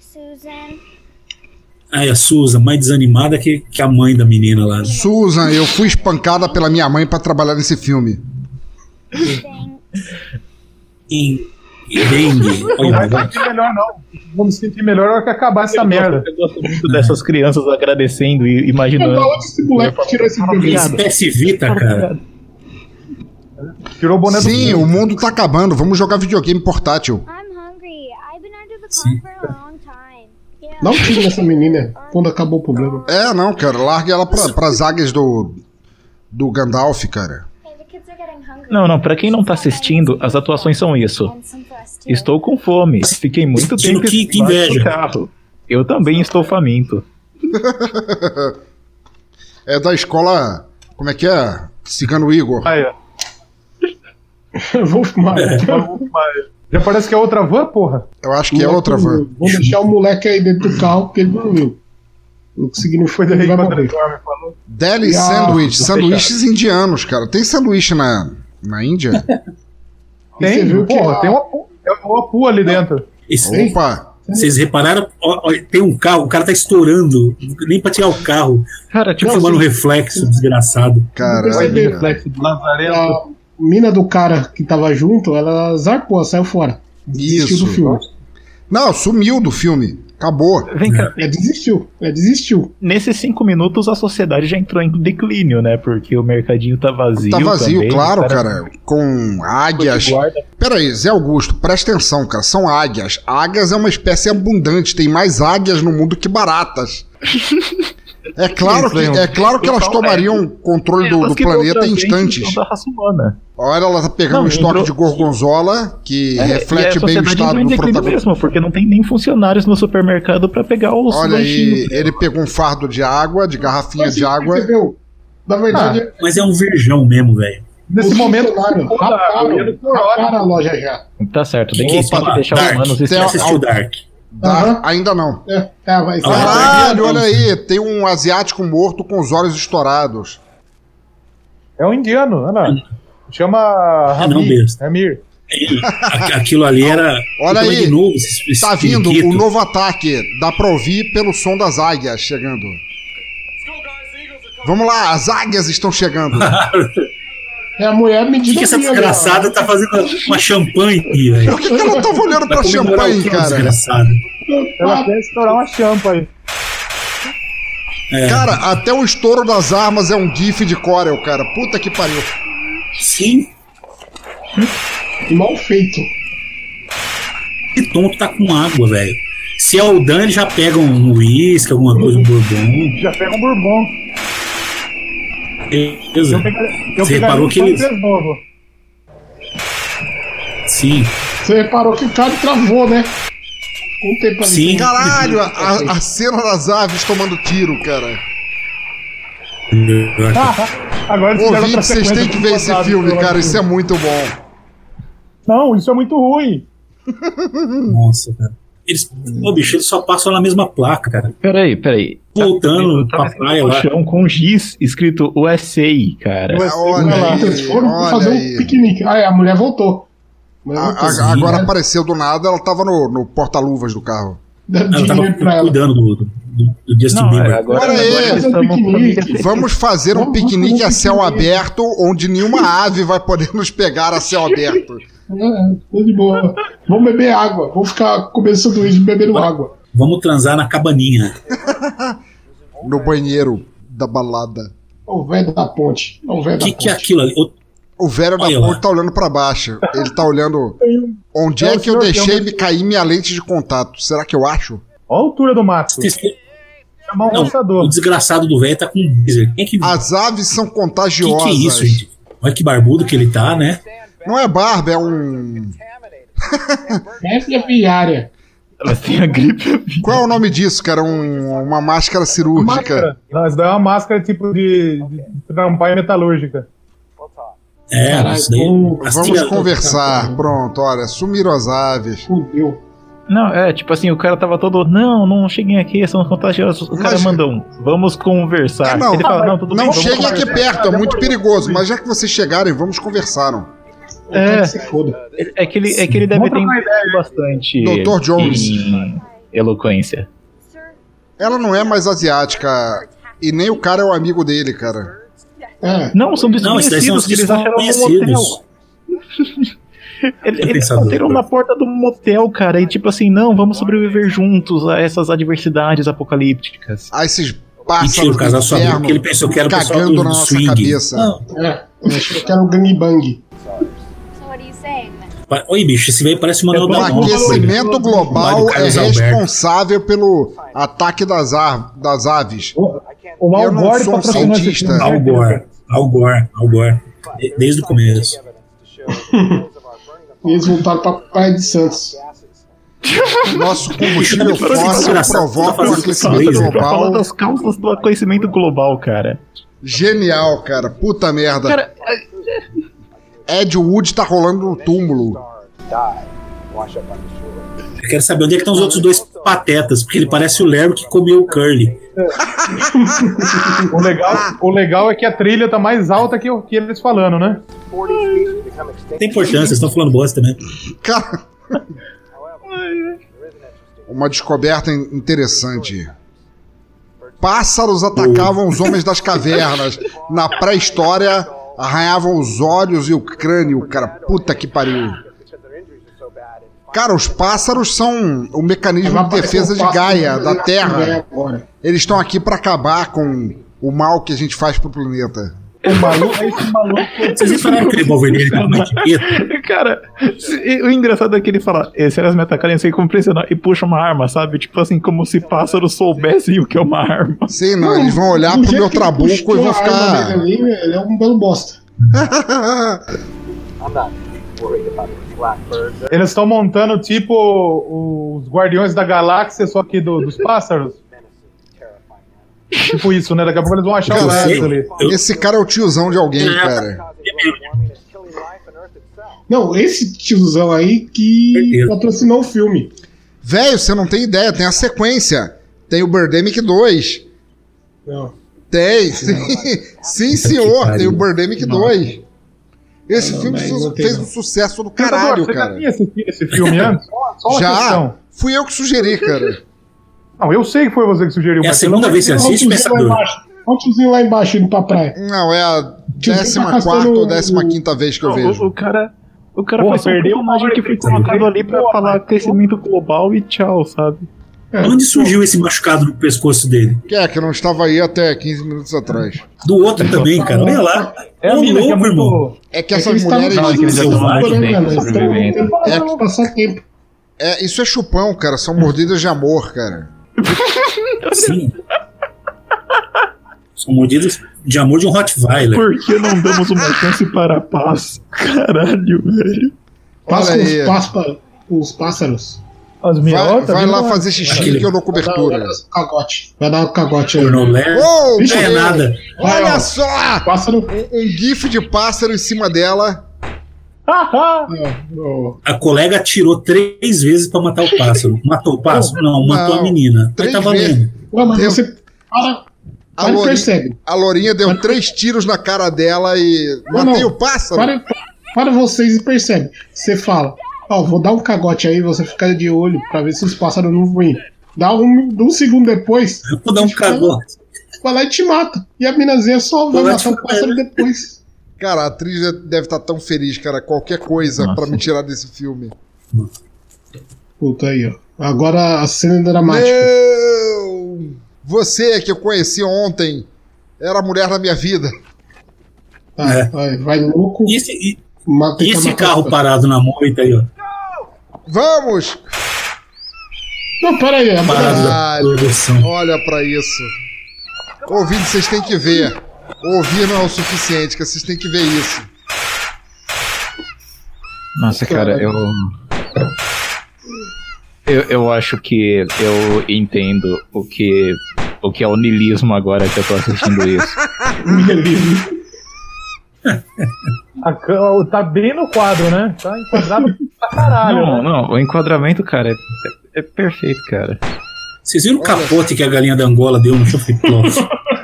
Aí a Susan, mais desanimada que, que a mãe da menina lá. Susan, eu fui espancada pela minha mãe pra trabalhar nesse filme. Em dengue. Não vai sentir melhor, não. Vamos sentir melhor na hora que acabar essa eu merda. Gosto, eu gosto muito dessas crianças agradecendo e imaginando. Onde esse moleque tirou esse filme? Espécie Vita, cara. Tirou o boné do Sim, o mundo tá acabando. Vamos jogar videogame portátil. Sim. Não tire essa menina quando acabou o problema. É, não, cara. Largue ela pra, pras águias do, do Gandalf, cara. Não, não, pra quem não tá assistindo, as atuações são isso. Estou com fome. Fiquei muito tempo que, que inveja. no carro. Eu também estou faminto. É da escola... Como é que é? Cigano Igor. Ah, é. Wolf Maia. Já parece que é outra van, porra. Eu acho que é outra van. Vou deixar o moleque aí dentro do carro porque ele dormiu. O que significa que ele vai morrer. Deli Ah, Sandwich. tô Sanduíches indianos, cara. Tem sanduíche na, na Índia? Tem, viu que porra, a- tem uma, pu- tem uma pua ali dentro. Esse- Opa! Vocês repararam? Ó, ó, tem um carro, o cara tá estourando. Nem pra tirar o carro. Cara, Tipo, tipo, formando um assim, reflexo desgraçado. Caralho. percebi. Reflexo do Lazarento. A mina do cara que tava junto, ela zarpou, saiu fora. Desistiu Isso. do filme. Não, sumiu do filme. Acabou. vem cá. Ela desistiu. Ela desistiu. Nesses cinco minutos a sociedade já entrou em declínio, né? Porque o mercadinho tá vazio. Tá vazio, também, claro, o cara. Com águias. guarda. Pera aí, Zé Augusto, presta atenção, cara. São águias. Águias é uma espécie abundante. Tem mais águias no mundo que baratas. É claro que, é claro que elas tomariam controle do, Elas do que planeta outra em gente instantes. são da raça humana. Olha, ela tá pegando Não, um estoque entrou- de gorgonzola que É, reflete e a bem o sociedade estado entrou em do declínio protagonista. mesmo, porque não tem nem funcionários no supermercado pra pegar os Olha lanchinhos. aí, ele pegou um fardo de água, de garrafinha Mas de você água. percebeu? Na verdade, Mas é um virgão mesmo, velho. Nesse os momento, funcionários toda a raparam, água ia por hora. raparam a loja já. Tá certo, tem Que que, isso, tem que Dark? deixar os humanos Você Tem- assistiu Dark? Dá- Aham. Ainda não. É, é, vai ser. Caralho, olha aí, tem um asiático morto com os olhos estourados. é um indiano, Ana. Chama É não, Ramir. besta. Ramir. Ele- a- Aquilo ali era. Olha Então, aí, de novo, esse, esse Tá vindo periquito. o novo ataque. Dá pra ouvir pelo som das águias chegando. Vamos lá, as águias estão chegando. É a mulher O medida que, que essa fria, desgraçada tá fazendo uma champanhe aqui, velho? Por que, que ela tava olhando pra Vai comemorar champanhe, o quê, cara? desgraçado? Ela quer estourar uma champa aí. É, Cara, até o estouro das armas é um gif de Corel, cara. Puta que pariu. sim, Mal feito. que tonto tá com água, velho. Se é o Dan, ele já pega um uísque, alguma coisa, um bourbon. Já pega um bourbon. Beleza. Eu pegaria, eu Você pegaria reparou um que eles. francês novo. Sim, Você reparou que o cara travou, né? Um tempo ali. Sim. Caralho, a, a- a cena das aves tomando tiro, cara. Agora eles fizeram outra Ouvintes, vocês sequência têm que ver esse passado, filme, pelo cara. amor de Isso é Deus. muito bom. Não, isso é muito ruim. nossa, cara. Eles, ô, bicho, eles só passam na mesma placa, cara. Peraí, peraí. Voltando Tá pra escrito praia no lá. chão com giz escrito U S A, cara. U S A, Olha vai lá. aí, Eles foram olha fazer aí. um piquenique. Ah, é, a mulher voltou. A mulher A- voltou. a- agora Né? apareceu do nada, ela tava no, no porta-luvas do carro. Dá Ela tava dinheiro pra ela. cuidando do, do, do Justin Não, Bieber. é, agora, Olha aí, agora eles fazer um estão com piquenique. família feliz. Vamos fazer um Vamos piquenique fazer um a céu piquenique. aberto, onde nenhuma ave vai poder nos pegar a céu aberto. É, tô de boa. Vamos beber água. Vamos ficar comendo sanduíche bebendo água. Vamos transar na cabaninha. No banheiro da balada. O velho da ponte. O velho O da que, ponte. que é aquilo ali? O- O velho da Olha ponte lá. tá olhando pra baixo. Ele tá olhando. Onde É é o que eu senhor que deixei é um- me cair minha lente de contato? Será que eu acho? Olha a altura do mato. Vocês- Chamar um Não, o roçador. desgraçado do velho tá com um diesel. Quem é que, As aves são que, contagiosas. que é isso, gente? Olha que barbudo que ele tá, né? Não é barba, é um. Essa é viária. Ela tem a gripe. Qual é o nome disso, cara? Um- uma máscara cirúrgica. Máscara. Não, isso daí é uma máscara tipo de, de trampar metalúrgica. É, Caralho, isso daí. como- assim, Vamos ó, conversar. Pronto, olha, sumiram as aves. Fudeu. Não, é, tipo assim, o cara tava todo. Não, não cheguem aqui, são contagiosos. O cara Mas- manda um. Vamos conversar. É, não, Ele fala, não, tudo bem, Não vamos cheguem aqui conversar. perto, é muito perigoso. Mas já que vocês chegarem, vamos conversar. É, Se foda. é que ele, é que ele deve Vamos ter trocar investido bastante doutor Jones. em eloquência. Ela não é mais asiática. E nem o cara é o amigo dele, cara. É. Não, são Não, esses daí são desconhecidos os que eles acharam no motel. desconhecidos. Ele- É Eles pensador, bateram na porta do motel, cara, e tipo assim, não, vamos sobreviver juntos a essas adversidades apocalípticas. Ah, esses Mentira, pássaros o do casal só viu inferno porque ele pensou que era o pessoal cagando do, na do nossa swing. cabeça. Não, É. Eu achei que era um gangbang. Oi, bicho, esse velho parece uma O aquecimento global é responsável pelo ataque das, ar, das aves. O, o Eu não sou um cientista. Al Gore, Al Gore, Al Gore. Desde o começo. E eles voltaram pra Praia de Santos. Nosso combustível fóssil provoca o aquecimento global. Fala das causas do aquecimento global, cara. Genial, cara. Puta merda. Cara, Ed Wood tá rolando no túmulo. Eu quero saber onde é que estão os outros dois patetas, porque ele parece o Larry que comeu o Curly. o, legal, o legal é que a trilha tá mais alta que, o, que eles falando, né? Tem importância, vocês estão falando bosta também. Cara. Uma descoberta interessante. Pássaros atacavam os homens das cavernas. Na pré-história, arranhavam os olhos e o crânio, cara. Puta que pariu. Cara, os pássaros são o mecanismo de defesa de Gaia, da Terra. Eles estão aqui pra acabar com o mal que a gente faz pro planeta. O maluco, esse maluco. Vocês repararam que ele envolveria ele com uma etiqueta? Cara, o engraçado é que ele fala: se elas me atacarem, eu sei como pressionar, e puxa uma arma, sabe? Tipo assim, como se pássaros soubessem o que é uma arma. Sim, não, não eles vão olhar pro meu trabuco e vão ficar. Ali, ele é um belo bosta. Eles estão montando tipo os Guardiões da Galáxia, só que do, dos pássaros. Tipo isso, né? Daqui a pouco eles vão achar o resto ali. Esse cara é o tiozão de alguém, cara. Não, esse tiozão aí que patrocinou o filme. Velho, você não tem ideia, tem a sequência. Tem o Birdemic dois. Não. Tem, sim, sim senhor, tem o Birdemic dois. Esse não, filme não, não fez um sucesso do caralho, você cara. Você já tinha assistido esse filme antes? Só uma já, questão. Fui eu que sugeri, cara. Não, eu sei que foi você que sugeriu. É a segunda vez que você assiste, Pensador? Olha o tiozinho lá embaixo indo pra praia. Não, é a décima quarta ou décima quinta vez que eu vejo. O, o cara, o cara Porra, faz um personagem que foi colocado ali pra Porra, falar aquecimento global e tchau, sabe? É. Onde surgiu esse machucado no pescoço dele? Que é, que não estava aí até quinze minutos atrás. Do outro também, cara. Olha lá. É, um amigo, louco, é irmão. É que essas mulheres... Não, é que eles já estão mais bem sobrevivendo. É, isso é chupão, cara. São mordidas de amor, cara. Sim. São mordidas de amor de um Rottweiler. Por que não damos uma chance para a paz? Caralho, velho. Passa os, páspa, os pássaros. As vai vai lá lá fazer xixi que eu dou cobertura. Vai dar um cagote. Vai dar um cagote aí. Oh, não é nada. Olha vai, só! Pássaro. Um, um gif de pássaro em cima dela. A colega atirou três vezes pra matar o pássaro. Matou o pássaro? Não, não matou a menina. Aí tá valendo. Ué, mas deu... você para, a, Lourinha, percebe. A Lourinha deu para... três tiros na cara dela e não, matei não. o pássaro. Para, para vocês e percebe. Você fala, ó, oh, vou dar um cagote aí, você fica de olho pra ver se os pássaros não vão ir. Dá um, um segundo depois. Vou dar um cagote. Vai lá e te mata. E a minazinha só vai matar o pássaro depois. Cara, a atriz deve estar tão feliz, cara. Qualquer coisa Nossa. pra me tirar desse filme. Puta aí, ó. Agora a cena dramática. Não! Você que eu conheci ontem era a mulher da minha vida. Tá, é. vai, vai louco. E esse, e, e esse carro cara. parado na moita aí, ó. Vamos! Não, pera aí. Ah, olha pra isso. Ouvindo, vocês têm que ver. Ouvir não é o suficiente, que vocês têm que ver isso. Nossa, cara, eu... eu... Eu acho que eu entendo o que, o que é o niilismo agora que eu tô assistindo isso. Niilismo. Tá bem no quadro, né? Tá enquadrado pra caralho. Não, né? não, o enquadramento, cara, é, é perfeito, cara. Vocês viram o capote que a galinha da Angola deu no Chofiplof?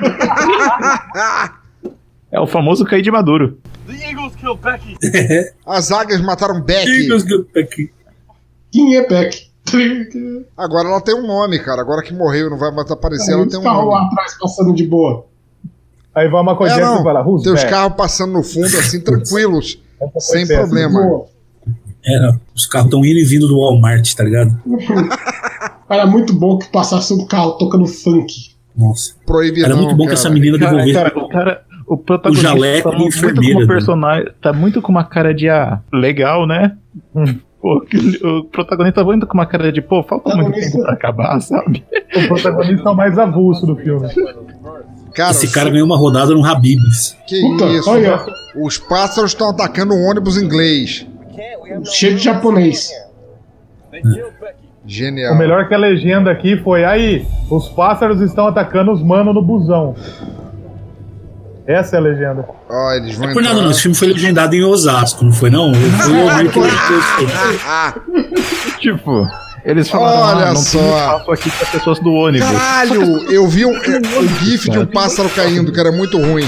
É o famoso cair de maduro. As águias mataram Beck. Beck. Quem é Beck? Agora ela tem um nome, cara. Agora que morreu e não vai mais aparecer, ela tem um nome. Lá atrás passando de boa. Aí vai uma coisa é, e vai lá. Tem os carros passando no fundo assim, tranquilos. Sem problema. É, os carros estão indo e vindo do Walmart, tá ligado? Era muito bom que passasse um carro tocando funk. Nossa. Proibidão, era muito bom cara. que essa menina cara, devolvesse. Cara, o, cara, O protagonista O jaleco tá de muito enfermeira, com uma né? personagem, tá muito com uma cara de ah, legal, né? Pô, o protagonista tá muito com uma cara de pô, falta muito tempo pra acabar, sabe? O protagonista é o mais avulso do filme. Cara, Esse o- cara ganhou uma rodada no Habib's. Que Puta, isso? olha. Os pássaros estão atacando um ônibus inglês. Cheio de japonês. Genial. O melhor que a legenda aqui foi: aí, os pássaros estão atacando os manos no busão. Essa é a legenda. Ó, eles vão Por nada não, esse filme foi legendado em Osasco, não foi não? Foi o Almir que legendou. Tipo, eles falaram, Olha ah, não só. tem espaço aqui para pessoas do ônibus. Caralho, eu vi um, um gif de um pássaro caindo, que era muito ruim.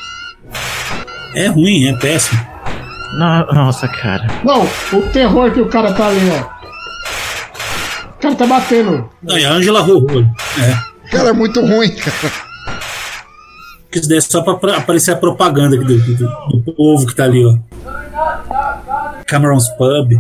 É ruim, é péssimo. No- Nossa, cara. Não, o terror que o cara tá ali, ó. O cara tá batendo. Não, é a Angela Horror. É. Cara, é muito ruim, cara. Que isso daí é só pra, pra aparecer a propaganda aqui do, do, do povo que tá ali, ó. Cameron's Pub.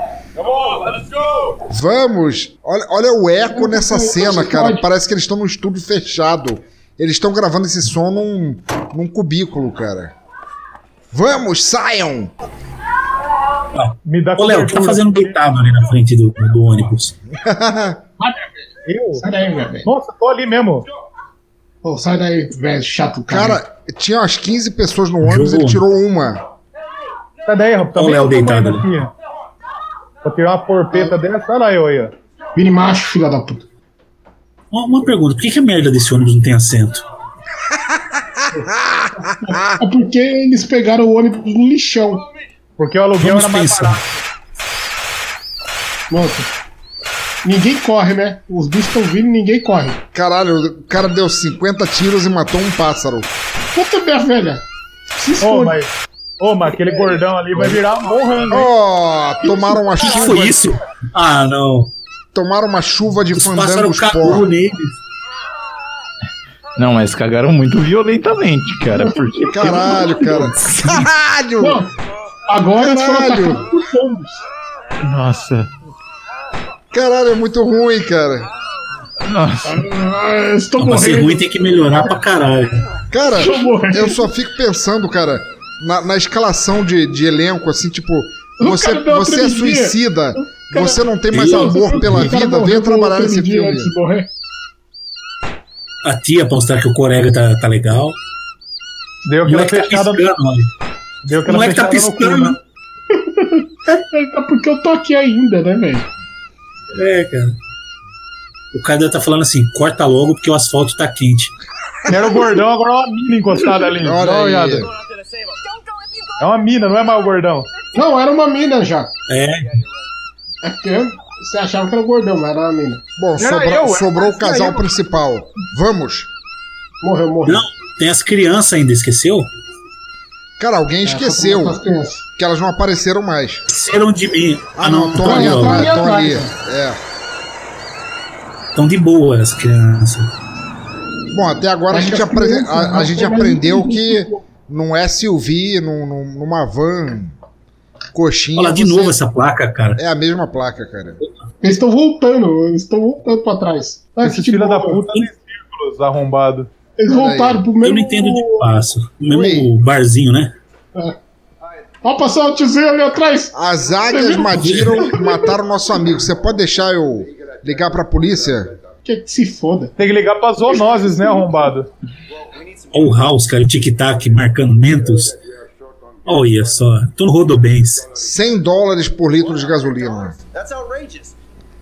Vamos! Olha, olha o eco nessa cena, cara. Parece que eles estão num estúdio fechado. Eles estão gravando esse som num, num cubículo, cara. Vamos, saiam! Me dá Ô, Léo, o que tá fazendo deitado ali na frente do, do ônibus? Eu? Sai daí, velho. Nossa, tô ali mesmo. Pô, sai daí, velho, chato, cara. Cara, tinha umas quinze pessoas no ônibus, ele tirou uma. Sai daí, rapaz. Olha o Léo deitado ali. Aqui. Pra tirar uma porpeta dessa, olha lá eu aí, ó. Vire macho, filha da puta. Uma, uma pergunta, por que, que a merda desse ônibus não tem assento? É porque eles pegaram o ônibus no lixão. Porque o aluguel Vamos era mais pensar. barato. Nossa. Ninguém corre, né? Os bichos estão vindo e ninguém corre. Caralho, o cara deu cinquenta tiros e matou um pássaro. Puta minha velha. Se Ô, esconde. mas, ô, mas aquele gordão ali vai virar um bom rango, hein? Ó, tomaram uma O que chuva. foi isso? Ah, não. Tomaram uma chuva de Os pássaros fandangos cagou pó. neles. Não, mas cagaram muito violentamente, cara. Porque Caralho, cara. Caralho! Não, agora eles foram Caralho! atacados por pombos. Nossa. Caralho, é muito ruim, cara. Nossa. Ah, estou Não, pra ser morrendo. ruim tem que melhorar pra caralho. Cara, Tô morrendo. eu só fico pensando, cara, na, na escalação de, de elenco, assim, tipo, O você, cara deu uma você é tremidinha. suicida, cara- você não tem mais Deus. amor pela O cara vida, morreu venha por trabalhar outro nesse dia filme. antes de morrer. A tia pra mostrar que o Corega tá, tá legal. Deu O aquela moleque tá fechada, piscando, olha. deu O aquela moleque tá fechada no cu, piscando. né? É porque eu tô aqui ainda, né, velho? É, cara. O cara deve tá falando assim, corta logo porque o asfalto tá quente. Era o gordão, agora é uma mina encostada ali. Dá uma Olha aí. olhada. É uma mina, não é mais o gordão. Não, era uma mina já. É, É porque você achava que era o gordão, mas era uma mina. Bom, Era sobrou, eu, era sobrou o essa casal aí. principal. Vamos? Morreu, morreu. não, tem as crianças ainda, esqueceu? Cara, alguém esqueceu É, crianças. que elas não apareceram mais. Esqueceram de mim. Ah, não, estão ali, não, ó, ali estão ali. atrás. É. Estão de boa as crianças. Bom, até agora a Acho gente, que as apre- crianças a- a não gente foram aprendeu mais que num S U V, num, num- numa van, coxinha. Olha lá de você- novo essa placa, cara. É a mesma placa, cara. Eles estão voltando, eles estão voltando pra trás. Ah, Esses que filha da boa. puta tem círculos arrombado. Eles Olha voltaram aí. pro mesmo. Eu não entendo de passo. O mesmo Ui. barzinho, né? Ó, passar o tiozinho ali atrás. As águias matiram, mataram nosso amigo. Você pode deixar eu ligar pra polícia? Que que se foda. Tem que ligar pra zoonoses, né, arrombado? Olha o House, cara, o tic-tac marcando Mentos. Olha só, tô no Rodobens. cem dólares por litro de gasolina. That's outrageous.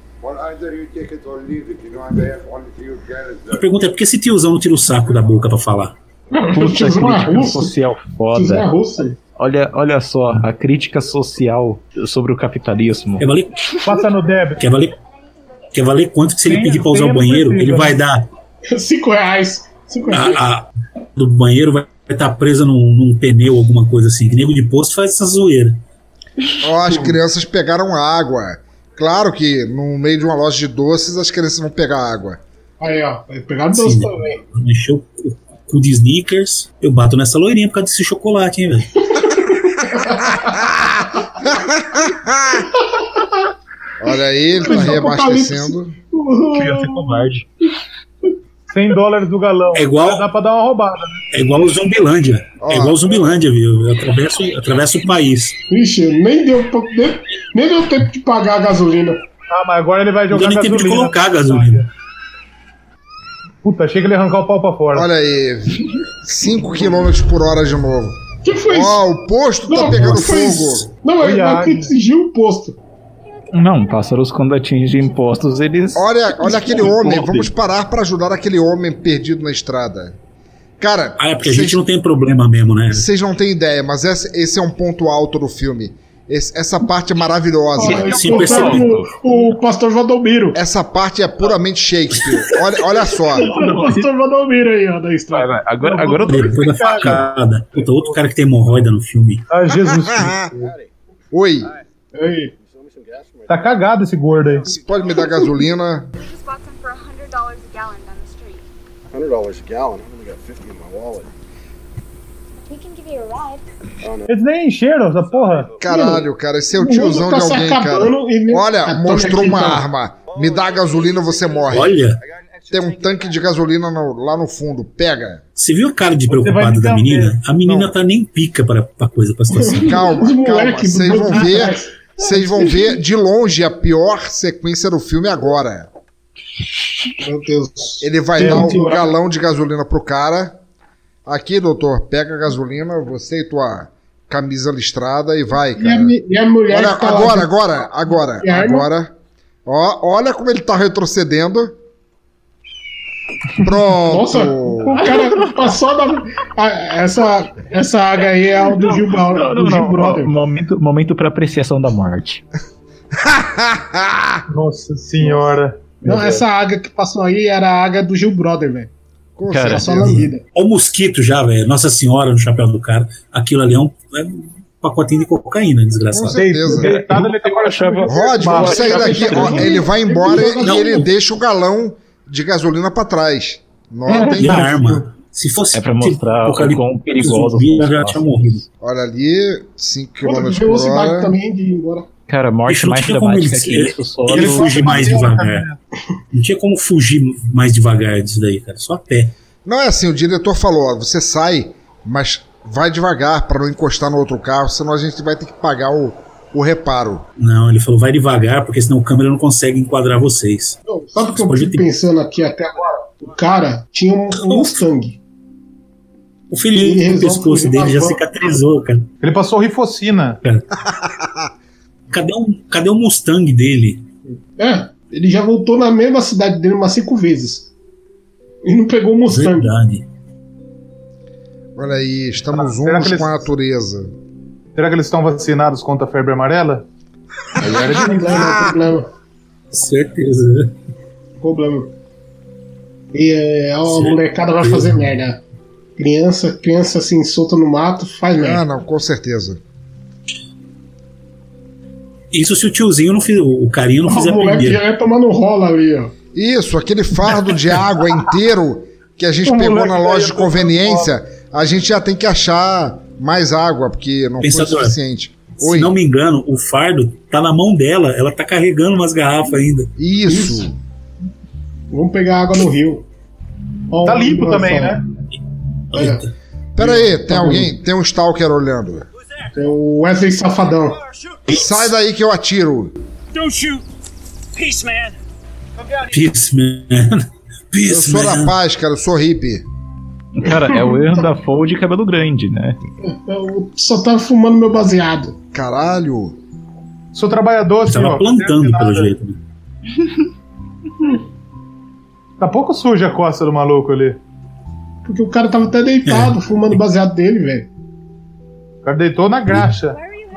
A pergunta é por que esse tiozão não tira o saco da boca pra falar? Puta Tiozão é crítica russo. social Tiozão é foda. russo. Olha, olha só, a crítica social sobre o capitalismo. Quer valer, Passa no débito. quer valer, quer valer quanto que se ele Tem- pedir pra usar tem o banheiro, não ele precisa. vai dar. Cinco reais. Cinco reais. A, a- do banheiro vai estar presa num, num pneu, alguma coisa assim. Que nego de posto faz essa zoeira. Ó, as crianças pegaram água. Claro que no meio de uma loja de doces as crianças vão pegar água. Aí, ó. Vai pegar doce Sim, também. mexeu o cu de sneakers. Eu bato nessa loirinha por causa desse chocolate, hein, velho. Olha aí, ele tá Mas o reabastecendo. Criança covarde. cem dólares do galão. É igual. Dá pra dar uma roubada, né? É igual o Zumbilândia. Oh. É igual o Zumbilândia, viu? Atravessa, atravessa o país. Vixe, nem deu, nem, nem deu tempo de pagar a gasolina. Ah, mas agora ele vai jogar gasolina. Não deu nem tempo de colocar a gasolina. Puta, achei que ele ia arrancar o pau pra fora. Olha aí, cinco quilômetros por hora de novo. Que foi isso? Ó, oh, o posto não, tá pegando não fogo. Não, é que exigiu o posto. Não, pássaros quando atingem impostos, eles... Olha, olha aquele homem, vamos parar pra ajudar aquele homem perdido na estrada. Cara... Ah, é porque cês, a gente não tem problema mesmo, né? Vocês não têm ideia, mas esse, esse é um ponto alto do filme. Esse, essa parte é maravilhosa. Ah, sim, o, o pastor Valdomiro. Essa parte é puramente Shakespeare. Olha, olha só. O pastor Valdomiro aí, ó, da estrada. Vai, vai. Agora, agora eu tô... Depois da facada. Puta, outro cara que tem hemorroida no filme. Ah, Jesus. Oi. Oi. Tá cagado esse gordo aí. Você pode me dar gasolina? We just bought some for one hundred dollars a gallon down the street. one hundred dollars a gallon? I only got fifty in my wallet. We can give you a ride. Oh, no. Eles nem encheram essa porra. Caralho, cara, esse é o tiozão de alguém, cara. Olha, mostrou uma arma. Me dá gasolina, você morre. Olha. Tem um tanque de gasolina no, lá no fundo. Pega. Você viu a cara de preocupada da menina? A menina não tá nem pica pra, pra coisa, pra situação. Calma, calma. Vocês vão ver... Vocês vão ver de longe a pior sequência do filme agora. Meu Deus. Ele vai Tem dar um tirar. galão de gasolina pro cara. Aqui, doutor, pega a gasolina, você e tua camisa listrada e vai, cara. E a, e a mulher olha, tá agora, lá, agora, agora, agora. Ó, olha como ele tá retrocedendo. Pronto. Nossa, o cara passou da... Essa, essa águia aí é a do Gil, não, não, do Gil não, Brother. Momento, momento pra apreciação da morte. Nossa senhora. Não, essa águia que passou aí era a águia do Gil Brother, velho. Cara, só lambida. Olha o mosquito já, velho. Nossa senhora no chapéu do cara. Aquilo ali é um, é um pacotinho de cocaína, desgraçado. Com certeza. Rod, vamos sair daqui. Ó, ele vai embora e ele deixa o galão de gasolina pra trás. Notem e a arma. Se fosse é pra mostrar o quão perigoso já tinha morrido. Olha ali, cinco quilômetros por hora. Também de ir embora. Cara, morte mais dramática que isso. Só ele fugir mais devagar. Não tinha como fugir mais devagar disso daí, cara. Só a pé. Não é assim, o diretor falou, ó, você sai, mas vai devagar pra não encostar no outro carro, senão a gente vai ter que pagar o, o reparo. Não, ele falou, vai devagar, porque senão o câmera não consegue enquadrar vocês. Não, sabe o que eu tô ter... pensando aqui até agora? O cara tinha um, um Mustang. O filhinho do pescoço dele já cicatrizou, cara. Ele passou rifocina. Cara. Cadê o, cadê o Mustang dele? É, ele já voltou na mesma cidade dele umas cinco vezes. E não pegou o Mustang. Verdade. Olha aí, estamos ah, uns eles... com a natureza. Será que eles estão vacinados contra a febre amarela? Aí era de problema, problema. Certeza. Problema. E é, a molecada vai fazer merda. Criança, criança assim, solta no mato, faz merda. Ah, não, com certeza. Isso se o tiozinho não fizer, o carinho não fizer primeiro. O moleque já ia tomando rola ali, ó. Isso, aquele fardo de água inteiro que a gente o pegou na loja de conveniência, a gente já tem que achar mais água, porque não Pensador, foi suficiente. Oi. Se não me engano, o fardo tá na mão dela, ela tá carregando umas garrafas ainda. Isso. Isso. Vamos pegar água no rio. Ó, tá limpo um também, né? É. Pera aí, tem alguém, tem um stalker olhando. Tem o Wesley Safadão. Sai daí que eu atiro. Don't shoot. Peace, man. Peace, man. Peace, eu sou man. da paz, cara, eu sou hippie. Cara, é o erro da Fold de cabelo grande, né? Eu só tava fumando meu baseado. Caralho. Sou trabalhador, senhor. Tava plantando, pelo jeito. Né? Tá pouco suja a costa do maluco ali. Porque o cara tava até deitado, é. fumando o baseado dele, velho. O cara deitou na graxa.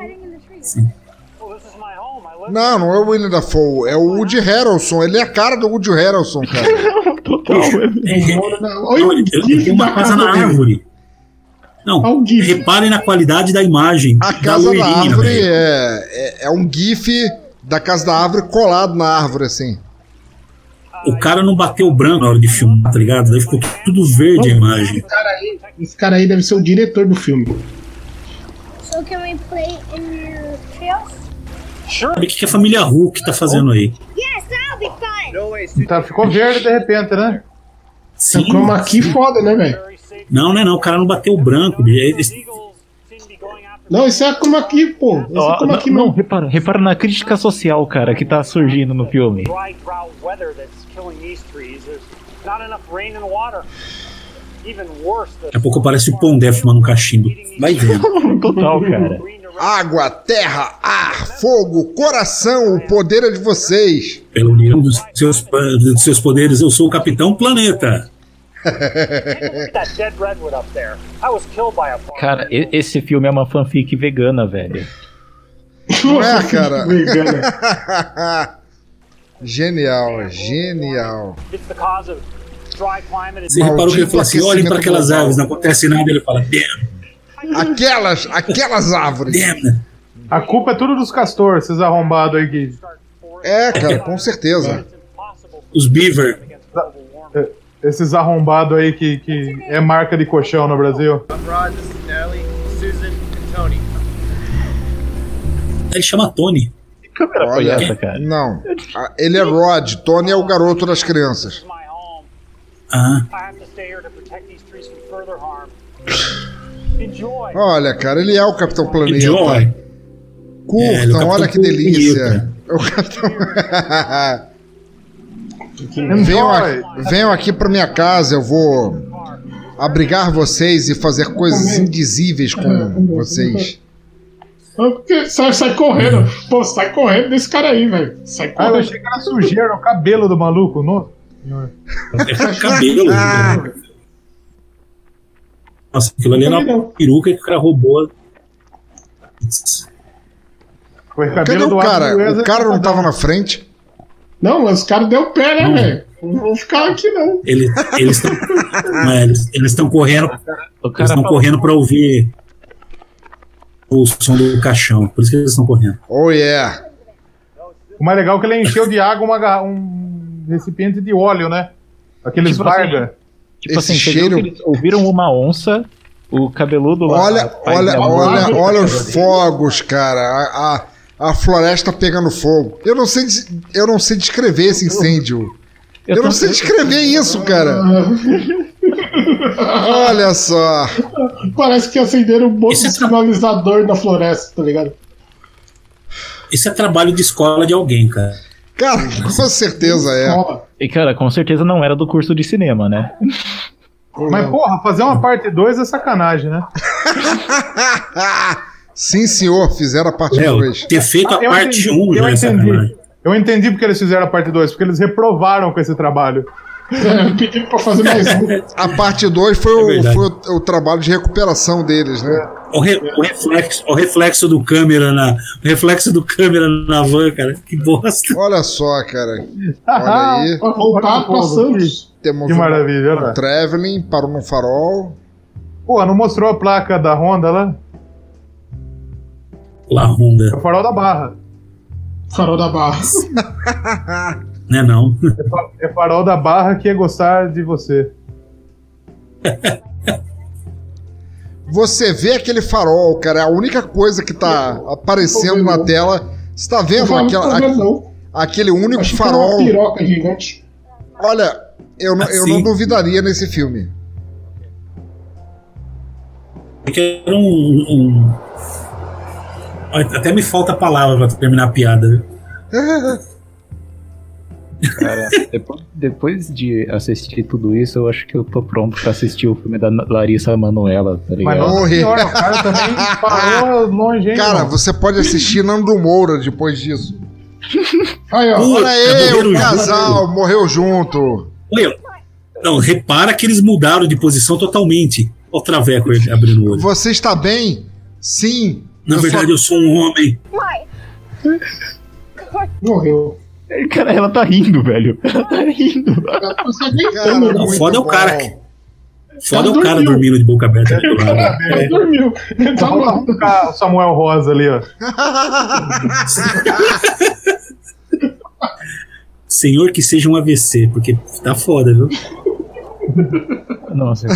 Não, não é o William Dafoe, é o Woody Harrelson. Ele é a cara do Woody Harrelson, cara. Total. Ele tem uma casa na árvore. Não, reparem na qualidade da imagem. A casa da árvore é, é, é um gif da casa da árvore colado na árvore, assim. O cara não bateu o branco na hora de filmar, tá ligado? Daí ficou tudo verde a imagem. Esse cara aí, esse cara aí deve ser o diretor do filme. So can we play in your trails? Sure. Sabe o que a família Hulk tá fazendo aí? Yes, that'll be fun. Tá, ficou verde de repente, né? Sim, é chroma key foda, né, velho? Não, não é não, o cara não bateu o branco, bicho. Não, isso é chroma key, pô. Isso oh, é chroma não, key, não, repara, repara na crítica social, cara, que tá surgindo no filme. Daqui a pouco parece o Pondé fumando um cachimbo. Vai vendo. Total, cara. Água, terra, ar, fogo, coração, o poder é de vocês. Pela união dos seus, dos seus poderes, eu sou o Capitão Planeta. Cara, esse filme é uma fanfic vegana, velho. Não é, cara? Genial, genial. Você reparou que ele falou assim, olhem para aquelas árvores, não acontece nada, ele fala, damn. Aquelas, aquelas árvores. Damn. A culpa é tudo dos castores, esses arrombados aí, Gui. É, cara, com certeza. Os beaver. Esses arrombados aí que, que é marca de colchão no Brasil. Ele chama Tony. Que câmera foi Olha, essa, cara? Não, ele é Rod, Tony é o garoto das crianças. Ah. Olha, cara, ele é o Capitão Planeta. Enjoy. Curtam, é, olha que delícia. O Capitão... venham, aqui, venham aqui pra minha casa, eu vou abrigar vocês e fazer coisas indizíveis com vocês. Porque sai, sai correndo. Pô, sai correndo desse cara aí, velho. Sai correndo. Ah, eu achei que era sujeira, o cabelo do maluco, não? É cabelo. Nossa, aquilo ali era uma peruca que o cara roubou. Foi Cadê cabelo o do cara? Wesley O cara não Safadão. tava na frente? Não, mas os caras deu o pé, né, velho? Não vou ficar aqui, não. Ele, eles estão eles estão correndo. Eles estão correndo pra ouvir o som do caixão. Por isso que eles estão correndo. Oh, yeah. O mais legal é que ele encheu de água uma, garra- um recipiente de óleo, né? Aqueles Tipo assim, Varga. Tipo Esse assim, você viu cheiro- que eles ouviram uma onça, o cabeludo lá. Olha, faz olha, amor, olha, né? olha os fogos, cara. A, a, a floresta pegando fogo. Eu não sei, des- eu não sei descrever esse incêndio. Eu, Eu não tô- sei descrever isso, cara. Olha só. Parece que acenderam um monte Esse é de sinalizador na floresta, tá ligado? Isso é trabalho de escola de alguém, cara. Cara, com certeza é. Ó, E cara, com certeza não era do curso de cinema, né? Mas, porra, fazer uma parte dois é sacanagem, né? Sim, senhor, fizeram a parte Léo, dois. ter feito a Ah, eu parte entendi, um eu já é entendi. sacanagem. Eu entendi porque eles fizeram a parte dois, porque eles reprovaram com esse trabalho. pediram pra fazer mais um. A parte dois foi, É o, verdade. foi o, o trabalho de recuperação deles, né? O, re- o reflexo, o reflexo do câmera na, o reflexo do câmera na van, cara. Que bosta. Olha só, cara. Olha aí. Pra voltar pra Santos. Temos Que um- maravilha, um né? traveling, parou no farol. Pô, não mostrou a placa da Honda lá? La Honda. É o farol da Barra. Farol da Barra. Não é não. É fa- É farol da Barra que é gostar de você. Você vê aquele farol, cara, é a única coisa que tá aparecendo na tela. Você tá vendo Não, aquela, não tô vendo, não. aquele único Acho que era farol? uma piroca gigante. Olha, eu, não- eu Assim. não duvidaria nesse filme. Porque era um, um- Até me falta a palavra pra terminar a piada. Viu? Cara, depois, depois de assistir tudo isso, eu acho que eu tô pronto pra assistir o filme da Larissa Manoela, tá Mas ligado? nossa Morre. senhora, o cara também parou longe, hein? Cara, irmão? você pode assistir Nando Moura depois disso. Aí, ó. Olha aí, morreram o junto. casal morreu junto. Olha, não, repara que eles mudaram de posição totalmente. Olha o traveco ele abrindo o olho. Você está bem? Sim. Na Eu verdade, só- eu sou um homem. Morreu. Cara, ela tá rindo, velho. Ela tá rindo. Cara, Não, muito foda é o bom. cara. que- Foda é o Ela cara dormiu. dormindo de boca aberta. do lado. Ele dormiu. Ele tá Vamos lá. colocar o Samuel Rosa ali, ó. Senhor, que seja um A V C, porque tá foda, viu? Nossa,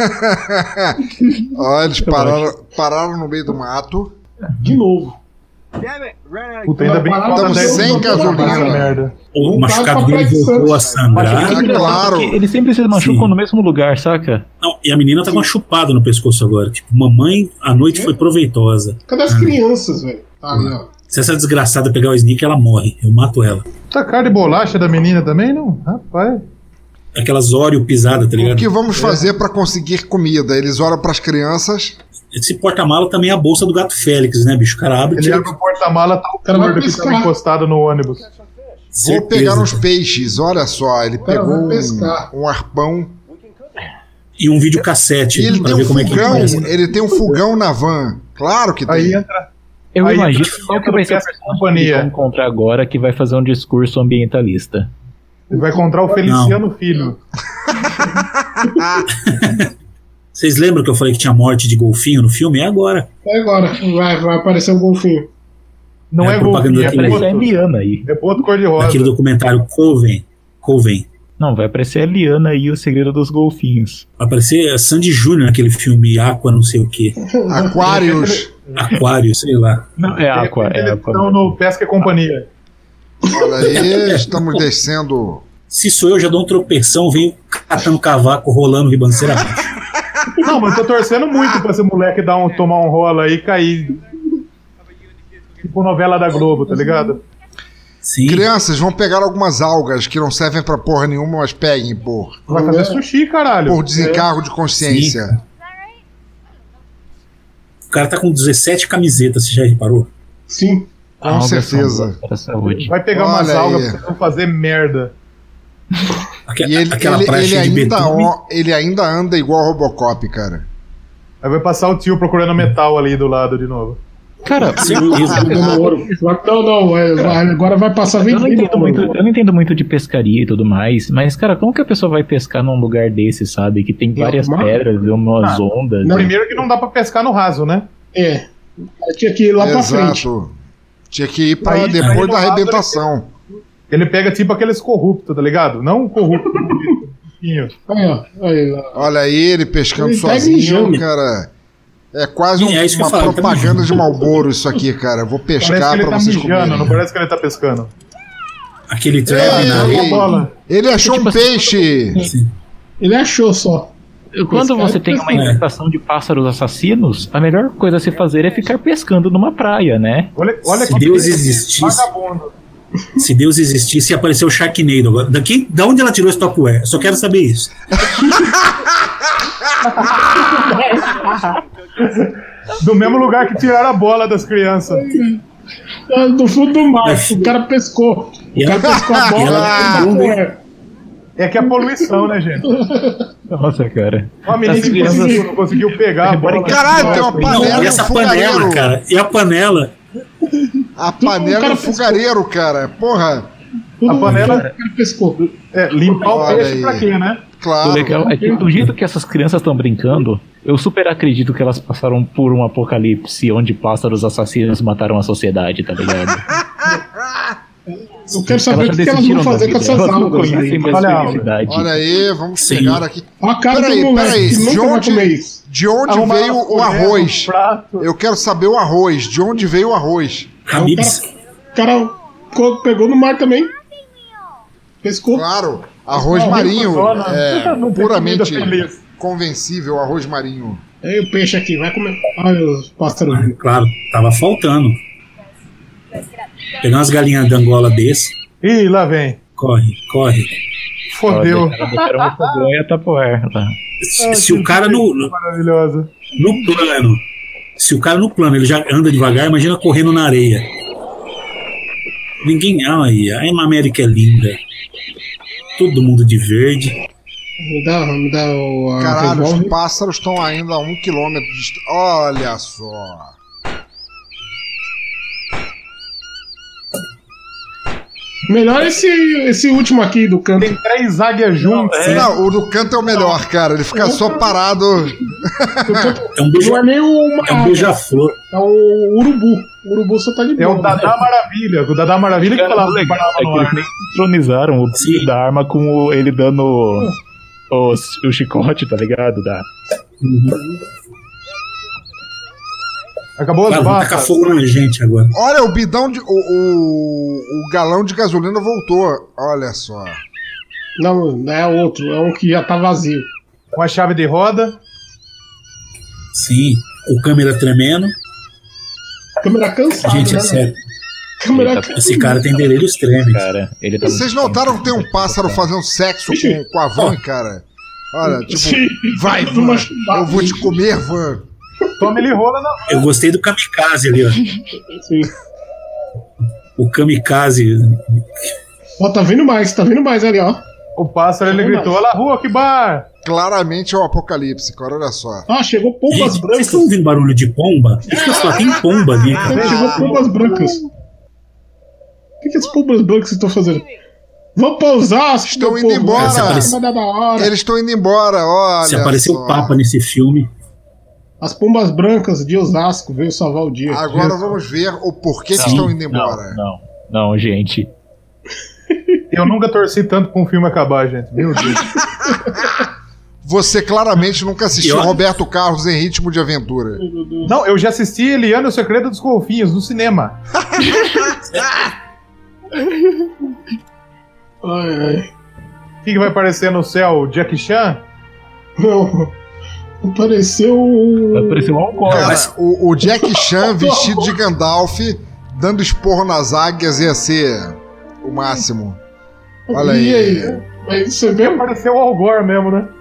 cara. Olha, eles pararam, pararam no meio do mato. De novo. Puta, ainda bem que falta Estamos dez sem minutos pra acabar essa gasolina. merda. O machucado dele voltou a sangrar. É claro. Eles sempre se machucam no mesmo lugar, saca? Não, e a menina tá com uma chupada no pescoço agora. Tipo, mamãe, a noite foi proveitosa. Cadê as Ah. crianças, velho? Ali, ó. Se essa desgraçada pegar o sneak, ela morre. Eu mato ela. Essa cara de bolacha da menina também, não? Rapaz. Aquelas Oreo pisada, tá ligado? O que vamos fazer pra conseguir comida? Eles olham pras crianças. Esse porta-mala também é a bolsa do gato Félix, né, bicho? O cara abre e Ele tira- abre o porta-mala, tá o cara vai gordo que tava pescar. encostado no ônibus. Vou Certeza. pegar uns peixes, olha só. Ele cara pegou vai pescar. um, um arpão. E um videocassete E ele pra tem ver um como é que fogão. faz. Ele tem um fogão na van. Claro que Aí tem. entra. Eu Aí imagino entra- qual que vai ser a entra personagem companhia. que vão encontrar agora que vai fazer um discurso ambientalista. Ele vai encontrar o Feliciano Filho. Vocês lembram que eu falei que tinha morte de golfinho no filme? É agora. É agora. Vai, vai aparecer um golfinho. Não É é, a propaganda golfinho, é daquele- Vai aparecer a boto. Liana aí. É boto cor-de-rosa. Aquele documentário Coven. Coven. Não, vai aparecer a Liana aí, o segredo dos golfinhos. Vai aparecer a Sandy Júnior naquele filme Aqua, não sei o que. Aquários. Aquário, sei lá. Não, é Aqua, é Eles Aqua. estão no Pesca e Companhia. Olha aí, estamos descendo. Se sou eu, já dou um tropeção, venho catando cavaco, rolando ribanceira abaixo. Não, mas tô torcendo muito pra esse moleque dar um, tomar um rola aí e cair. Tipo novela da Globo, tá ligado? Sim. Crianças, vão pegar algumas algas que não servem pra porra nenhuma, mas peguem por, Vai fazer sushi, caralho. por desencargo de consciência. O cara tá com dezessete camisetas, você já reparou? Sim. Com Algas são certeza. boas para a saúde. Vai pegar umas Olha algas aí. pra vocês não fazer merda. Aque- E ele, aquela ele, praia ele cheia de ainda, betume. ó, ele ainda anda igual Robocop, cara. Aí vai passar o tio procurando metal ali do lado de novo. Cara, Certeza. Dando ouro. Não, não. é, vai- agora vai passar eu não, vendendo entendo muito, eu não entendo muito de pescaria e tudo mais, mas, cara, como que a pessoa vai pescar num lugar desse, sabe? Que tem várias uma- pedras, umas Ah, ondas. não, Primeiro que não dá pra pescar no raso, né? É. Tinha que ir lá pra frente. Exato. Tinha que ir pra Aí- depois aí no da lado arrebentação. Ele pega tipo aqueles corruptos, tá ligado? Não um corrupto. Aí, ó. Aí, lá. Olha aí, ele pescando Ele tá sozinho, mijando. cara. É quase um- É isso que eu uma falo, ele tá propaganda mijando. de Marlboro isso aqui, cara. Vou Parece pescar que ele pra tá vocês mijando, comerem. não parece que ele tá pescando. Aquele trap na Ei, Uma bola. ele achou Tipo um assim, peixe. Ele achou só. Quando Pescar você é tem uma pescar. infestação de pássaros assassinos, a melhor coisa a se fazer é ficar pescando numa praia, né? Olha, olha Se que Deus existisse, vagabundo. se Deus existisse, ia aparecer o Sharknado agora. Daqui, da onde ela tirou esse Tupperware? Só quero saber isso. Do mesmo lugar que tiraram a bola das crianças. Ah, do fundo do mar. O cara pescou. E O cara ela- pescou a e bola. ela- É. É que é a poluição, né, gente? Nossa, cara. Uma menina As que crianças- conseguiu, não conseguiu pegar a bola. Caralho, tem uma Não, panela e e um essa panela, fogareiro. cara? E a panela? A panela e um fogareiro, cara. Porra. A panela O cara pescou. é limpar o Olha peixe aí. pra quê, né? O Claro. legal é que do jeito que essas crianças estão brincando, eu super acredito que elas passaram por um apocalipse onde pássaros assassinos mataram a sociedade, tá ligado? Eu quero saber o que elas vão fazer com essas algas. Conhecem aí. mais Olha a felicidade. Olha aí, vamos Sim. pegar aqui. Olha a cara Peraí, do moleque peraí. que De nunca vai comer onde, isso. de onde Arrumar veio uma o colher, arroz? um prato. Eu quero saber o arroz. De onde veio o arroz? Habibs. O cara co- pegou no mar também. Pescou. Claro, arroz Não, marinho. zona. É Não tem puramente comida feliz. convencível, arroz marinho. Aí o peixe aqui, vai comer. Olha os pássaros. Claro, tava faltando. Pegar umas galinhas de Angola desse. Ih, lá vem. Corre, corre. Fodeu. Olha, cara, botaram uma fogão e a Tupperware lá. Se, se o cara no, no, Maravilhosa. no plano, se o cara no plano ele já anda devagar, imagina correndo na areia. Ninguém. Ai, a América é linda. Todo mundo de verde. Me dá, me dá o. a Caralho, os revólver. pássaros estão ainda a um quilômetro de dist- Olha só. Melhor esse, esse último aqui do canto. Tem três águias juntas. Não, o do canto é o melhor, cara. Ele fica só parado. É um beija- Não é nem uma. é um beija-flor. É o urubu. O urubu só tá de É boa. o Dadá Maravilha. O Dadá Maravilha que falava legal parava é no que ar. eles nem sincronizaram o tiro da arma com o- ele dando o, o chicote, tá ligado? Da... Acabou as Vai, vamos tacar balas. fogo na gente agora. Olha, o bidão de. O, o, o galão de gasolina voltou. Olha só. Não, não é outro, é um que já tá vazio. Com a chave de roda. Sim, o câmera tremendo. Câmera cansada. Gente, é né, sério. Câmera Esse cara tem delírios trêmeos. Cara, ele tá Vocês notaram que tem um pássaro fazendo sexo com, com a van, cara? Olha, tipo, Sim. vai, van, eu vou te comer, van. Toma ele rola na. Eu gostei do kamikaze ali, ó. Sim. O kamikaze. Ó, tá vindo mais, tá vindo mais ali, ó. O pássaro ele gritou: olha lá, rua, que bar! Claramente é o apocalipse, cara, olha só. Ah, chegou pombas Gente, vocês brancas. estão ouvindo barulho de pomba? Isso que eu falo, tem pomba ali, cara. Chegou pombas brancas. O que, que as pombas brancas estão fazendo? Vamos pausar, Estão indo embora. Eles estão indo embora, olha. Se apareceu só. o Papa nesse filme. As pombas brancas de Osasco veio salvar o dia. Agora Dia. vamos ver o porquê que Sim. estão indo embora. Não, não, não, gente. Eu nunca torci tanto pra um filme acabar, gente. Meu Deus. Você claramente nunca assistiu Eu- Roberto Carlos em Ritmo de Aventura. Não, eu já assisti Eliana e o Segredo dos Golfinhos no cinema. Ai, ai. O que, que vai aparecer no céu? Jackie Chan? Não. Apareceu. Vai parecer um alcoólatra. Cara, Mas- o, o Jack Chan vestido de Gandalf, dando esporro nas águias, ia ser o máximo. Olha E aí. aí? Mas você vê? Apareceu o Al Gore mesmo, né?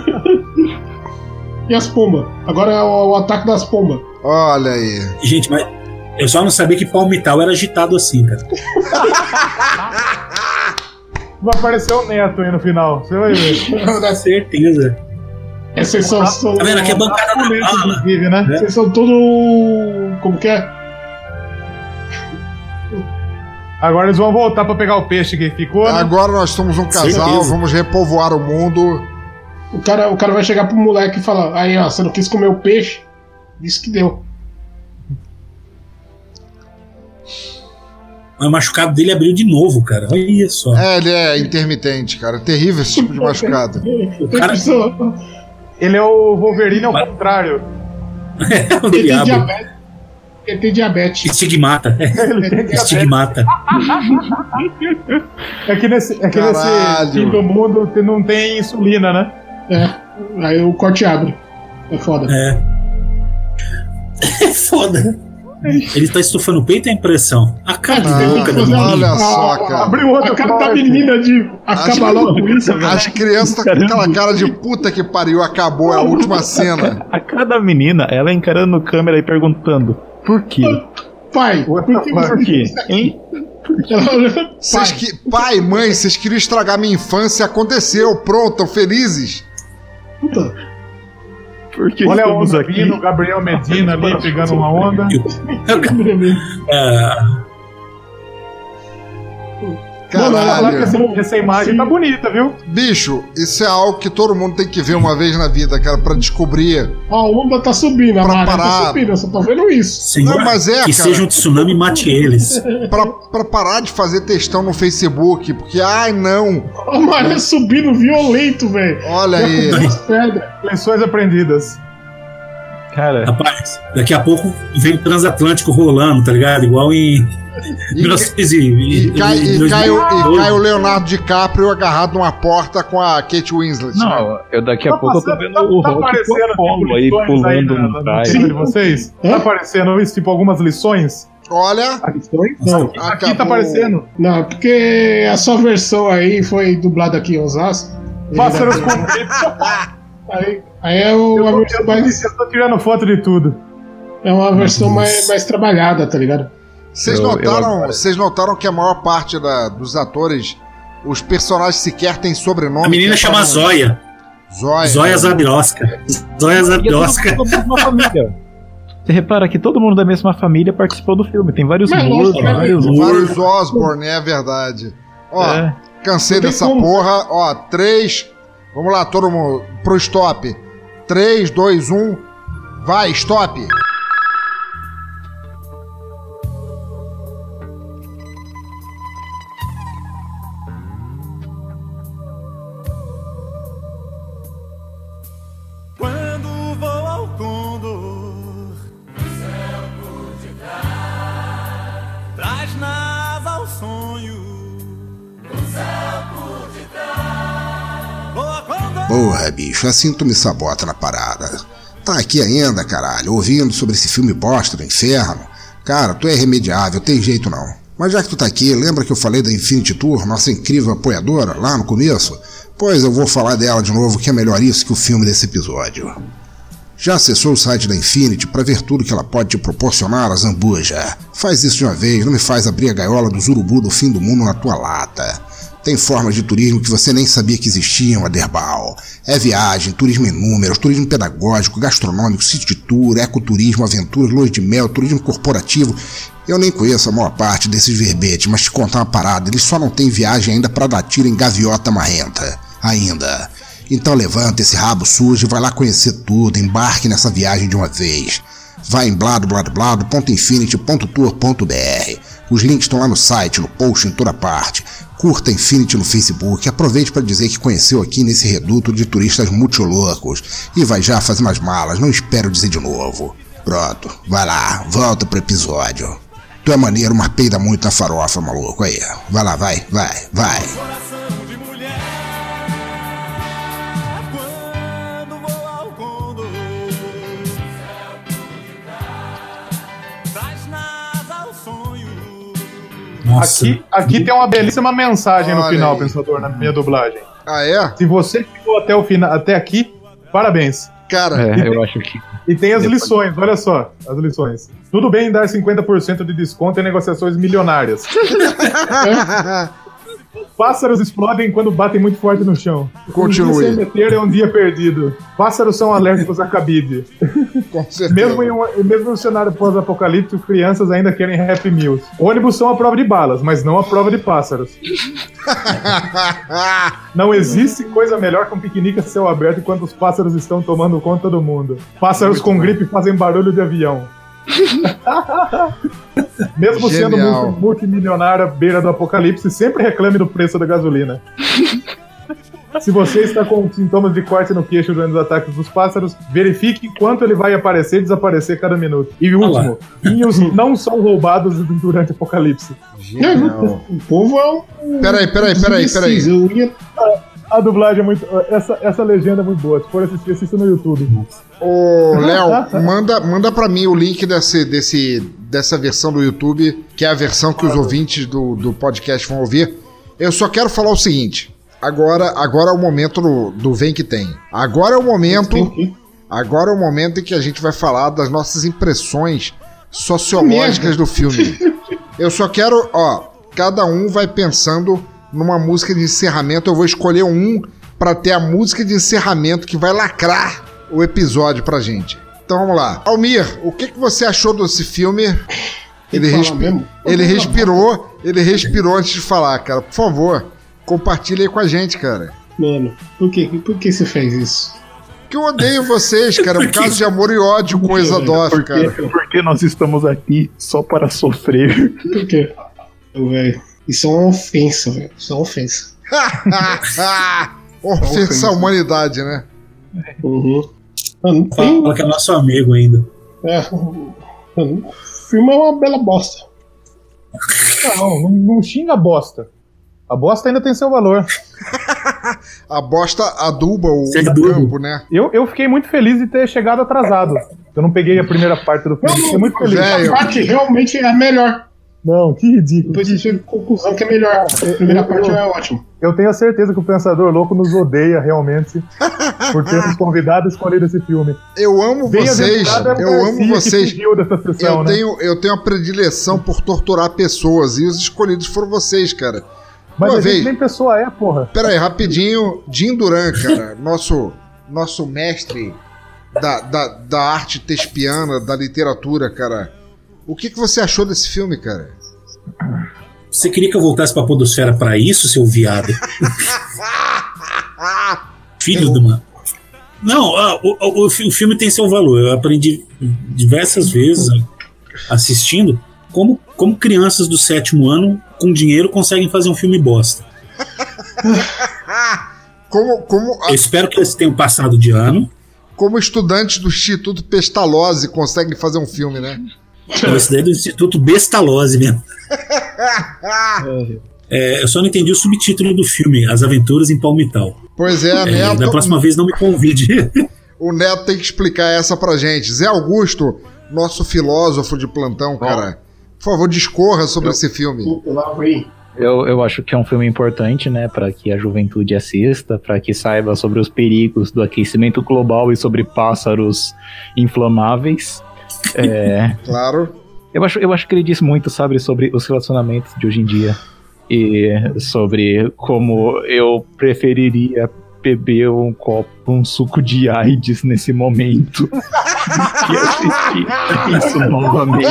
E as pombas? Agora é o, o ataque das pombas. Olha aí. Gente, mas eu só não sabia que palmital era agitado assim, cara. Vai aparecer o Neto aí no final. Você vai ver. Com certeza. Essas são. são Tá vendo? Aqui é bancada da bala. Inclusive, né? Vocês são tudo. Como que é? Agora eles vão voltar pra pegar o peixe que ficou, né? Agora nós somos um casal, Certeza. vamos repovoar o mundo. O cara, o cara vai chegar pro moleque e falar: aí, ó, você não quis comer o peixe? Isso que deu. Mas o machucado dele abriu de novo, cara. Olha só. É, ele é intermitente, cara. Terrível esse tipo de machucado. O cara Ele é o Wolverine ao contrário. é o Ele tem diabo. diabetes. Ele tem diabetes. Estigmata. Ele tem Estigmata. É que nesse, é que Caralho. nesse fim do mundo te- não tem insulina, né? É. Aí o corte abre. É foda. É. É foda. Ele tá estufando o peito ou é impressão? A cara de Ah, boca da olha menina. só, cara. Abriu outro A cara da corte. menina de. Acaba logo com isso, velho. As crianças tá com aquela cara de puta que pariu, acabou, é a última cena. A cada menina, ela encarando câmera e perguntando: por quê? Pai, por que Por quê? Hein? Ela olhando, Vocês pai, que... Pai, mãe, vocês queriam estragar minha infância, aconteceu, pronto, felizes. puta. Por que Olha a estamos onda aqui? vindo, o Gabriel Medina ali pegando uma onda. Ah, Não, não, ela- Caralho. Essa, essa imagem tá bonita, viu? Bicho, isso é algo que todo mundo tem que ver uma vez na vida, cara, pra descobrir. A onda tá subindo, a Pra maré tá parar. subindo, eu só tô vendo isso. senhor, Não, mas é, que cara. seja um tsunami e mate eles. Pra, pra parar de fazer textão no Facebook, porque, ai não, A maré subindo violento, velho. olha aí. As pedras. Lições aprendidas. Cara, Rapaz, daqui a pouco vem o transatlântico rolando, tá ligado? Igual em mil novecentos e E cai, e, cai, o- e doze. cai o Leonardo DiCaprio agarrado numa porta com a Kate Winslet. né? não, eu daqui a Tá pouco eu tô passando- vendo tá- o tá Rock com aparecendo, a Apollo tipo, aí lições pulando aí no na- na praia. tela de vocês? Hã? Tá aparecendo isso, tipo, algumas lições? Olha, Não, Aqui tá acabou. aparecendo. não, porque a sua versão aí foi dublada aqui em Osasco. Pássaros compridos. Aí, aí é, o, Eu a tô, versão eu, tô, mais, eu tô tirando foto de tudo. é uma versão mais, mais trabalhada, tá ligado? Vocês Eu- eu notaram, agora- vocês notaram que a maior parte da- dos atores, os personagens sequer têm sobrenome. A menina que é chama pra- Zóia. Zóia. Zóia Zabrowska. Zóia Zabrowska. E é todo mundo da mesma família. Você repara que todo mundo da mesma família participou do filme. Tem vários Mas Moore, lógico, né? vários Vários Osborne, é verdade. Ó, É. cansei Não tem dessa como. porra. Ó, três. Vamos lá, todo mundo. Pro stop. Três, dois, um. Vai, stop. Quando vou ao condor, o céu Porra, bicho, assim tu me sabota na parada. Tá aqui ainda, caralho, ouvindo sobre esse filme bosta do inferno. Cara, tu é irremediável, tem jeito não. Mas já que tu tá aqui, lembra que eu falei da Infinity Tour, nossa incrível apoiadora, lá no começo? Pois eu vou falar dela de novo, que é melhor isso que o filme desse episódio. Já acessou o site da Infinity para ver tudo que ela pode te proporcionar, a Zambuja? Faz isso de uma vez, não me faz abrir a gaiola dos urubu do fim do mundo na tua lata. Tem formas de turismo que você nem sabia que existiam, Aderbal. É viagem, turismo em números, turismo pedagógico, gastronômico, city tour, ecoturismo, aventuras, lua de mel, turismo corporativo. Eu nem conheço a maior parte desses verbetes, mas te contar uma parada, eles só não têm viagem ainda para dar tiro em gaviota marrenta. Ainda. Então levanta esse rabo sujo e vai lá conhecer tudo, embarque nessa viagem de uma vez. Vai em blado blado blado ponto infinity ponto tour ponto b r. Os links estão lá no site, no post, em toda parte. Curta Infinity no Facebook, aproveite para dizer que conheceu aqui nesse reduto de turistas muito loucos. E vai já fazer umas malas, não espero dizer de novo. Pronto, vai lá, volta pro episódio. Tu é maneiro, mas peida muito na farofa, maluco, aí. Vai lá, vai, vai, vai. Aqui, aqui tem uma belíssima mensagem no final, aí. Pensador, na minha dublagem. Ah, é? Se você ficou até o final, até aqui, parabéns. Cara, é, tem, eu acho que... E tem as lições, olha só, as lições. Tudo bem em dar cinquenta por cento de desconto em negociações milionárias. Pássaros explodem quando batem muito forte no chão. Continue. Um dia sem meter é um dia perdido. Pássaros são alérgicos a cabide. Com certeza. Mesmo em um, mesmo no cenário pós-apocalíptico, crianças ainda querem Happy Meals. Ônibus são a prova de balas, mas não a prova de pássaros. Não existe coisa melhor que um piquenique a céu aberto enquanto os pássaros estão tomando conta do mundo. Pássaros muito com bom. Gripe fazem barulho de avião. Mesmo Genial. Sendo multi, multimilionário à beira do apocalipse, sempre reclame do preço da gasolina. Se você está com sintomas de corte no queixo durante os ataques dos pássaros, verifique quanto ele vai aparecer e desaparecer cada minuto. E último, vinhos não são roubados durante o apocalipse. Genial. O povo é um... Peraí, peraí, peraí, peraí. Eu ia... A dublagem é muito... Essa, essa legenda é muito boa. Se for assistir, assista no YouTube. Ô, Léo, manda, manda pra mim o link desse, desse, dessa versão do YouTube, que é a versão que os ouvintes do, do podcast vão ouvir. Eu só quero falar o seguinte. Agora, agora é o momento do, do Vem Que Tem. Agora é o momento... Agora é o momento em que a gente vai falar das nossas impressões sociológicas do filme. Eu só quero... Ó, cada um vai pensando... numa música de encerramento. Eu vou escolher um pra ter a música de encerramento que vai lacrar o episódio pra gente. Então vamos lá. Almir, o que, que você achou desse filme? Ele, respi- ele respirou, ele respirou antes de falar, cara. Por favor, compartilha aí com a gente, cara. Mano, por que, por que você fez isso? Que eu odeio vocês, cara. É um caso de amor e ódio com o Exadoff, cara. Porque nós estamos aqui só para sofrer. Por quê? Velho. Isso é uma ofensa, velho. Isso é uma ofensa. Ofensa à humanidade, né? Uhum. Mano, tem... Fala que é nosso amigo ainda. É. Mano, o filme é uma bela bosta. Não, não, não xinga a bosta. A bosta ainda tem seu valor. A bosta aduba o, o campo, né? Eu, eu fiquei muito feliz de ter chegado atrasado. Eu não peguei a primeira parte do filme. Não, fiquei muito feliz. A parte realmente é melhor. Não, que ridículo. Depois a gente chega à conclusão que é melhor. A primeira eu, parte eu, é ótima. Eu tenho a certeza que o Pensador Louco nos odeia realmente por termos convidado a escolher esse filme. Eu amo Bem vocês. Eu amo vocês. Sessão, eu, né? tenho, eu tenho a predileção por torturar pessoas. E os escolhidos foram vocês, cara. Mas Uma a vez. gente nem pessoa é, porra. Pera aí, rapidinho. Jim Duran, cara. nosso, nosso mestre da, da, da arte tespiana, da literatura, cara. O que, que você achou desse filme, cara? Você queria que eu voltasse pra podosfera pra isso, seu viado? Filho de uma... Não, o, o, o filme tem seu valor. Eu aprendi diversas vezes assistindo como, como crianças do sétimo ano com dinheiro conseguem fazer um filme bosta. Como, como a... Eu espero que eles tenham passado de ano. Como estudantes do Instituto Pestalozzi conseguem fazer um filme, né? Esse daí é do Instituto Bestalozzi mesmo. É, eu só não entendi o subtítulo do filme, As Aventuras em Palmital. Pois é, é Neto. Da próxima vez não me convide. O Neto tem que explicar essa pra gente. Zé Augusto, nosso filósofo de plantão, cara, por favor, discorra sobre eu, esse filme. Eu, eu acho que é um filme importante, né, para que a juventude assista, para que saiba sobre os perigos do aquecimento global e sobre pássaros inflamáveis. É, claro. Eu acho, eu acho que ele diz muito, sabe, sobre os relacionamentos de hoje em dia. E sobre como eu preferiria beber um copo, um suco de AIDS nesse momento que assistir isso novamente.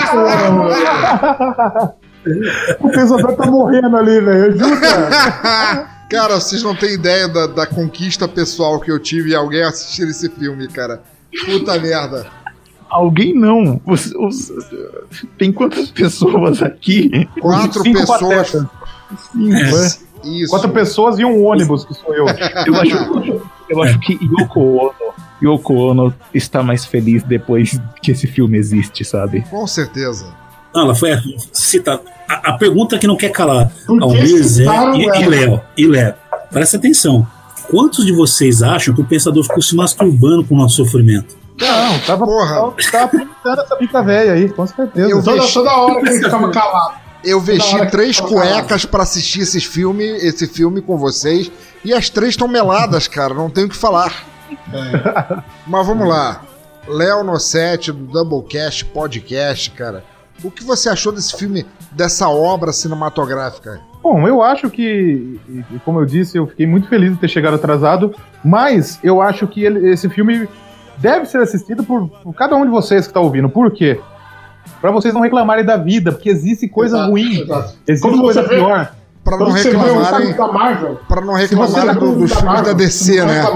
O pensador tá morrendo ali, velho. Ajuda! Cara, vocês não têm ideia da, da conquista pessoal que eu tive em alguém assistir esse filme, cara. Puta merda. Alguém não. Os, os, tem quantas pessoas aqui? Quatro Cinco pessoas. Cinco, é. Isso. Quatro pessoas e um ônibus, que sou eu. Eu acho, eu acho que Yoko Ono, Yoko Ono está mais feliz depois que esse filme existe, sabe? Com certeza. Não, ela foi citada. A, a pergunta que não quer calar. Almir, Zé e, e Léo. E Léo, presta atenção. Quantos de vocês acham que o pensador ficou se masturbando com o nosso sofrimento? Não, tava, Porra. tava aproveitando essa pica velha aí, com certeza. Eu toda, vesti... toda hora que ele ficava calado. Eu vesti três cuecas pra assistir esse filme, esse filme com vocês, e as três estão meladas, cara, não tenho o que falar. É. Mas vamos lá. Léo Nossetti, do Doublecast Podcast, cara. O que você achou desse filme, dessa obra cinematográfica? Bom, eu acho que, como eu disse, eu fiquei muito feliz de ter chegado atrasado, mas eu acho que ele, esse filme deve ser assistido por, por cada um de vocês que está ouvindo. Por quê? Pra vocês não reclamarem da vida, porque existe coisa exato, ruim, exato. existe Como coisa vê, pior. Pra não reclamarem, pra não reclamarem tá do, dos filmes da D C, né?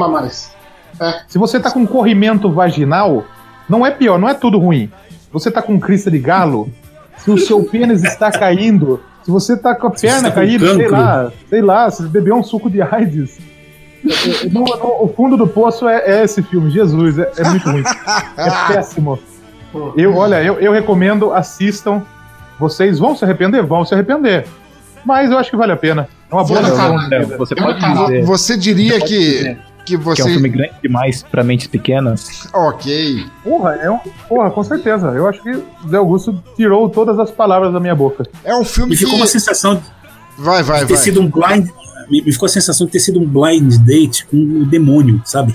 É. Se você tá com corrimento vaginal, não é pior, não é tudo ruim. Se você tá com crista de galo, se o seu pênis está caindo, se você tá com a perna caída, sei lá, sei lá, se bebeu um suco de AIDS. No, no, o fundo do poço é, é esse filme, Jesus, é, é muito ruim. É péssimo. Eu, olha, eu, eu recomendo, assistam. Vocês vão se arrepender? Vão se arrepender. Mas eu acho que vale a pena. É uma boa não, não, Você pode dizer. Você diria que, dizer que você. Que é um filme grande demais pra mentes pequenas? Ok. Porra, é um, porra, com certeza. Eu acho que Zé Augusto tirou todas as palavras da minha boca. É um filme Me que. ficou uma sensação vai, vai, de ter vai. sido um blind. Me ficou a sensação de ter sido um blind date com o demônio, sabe?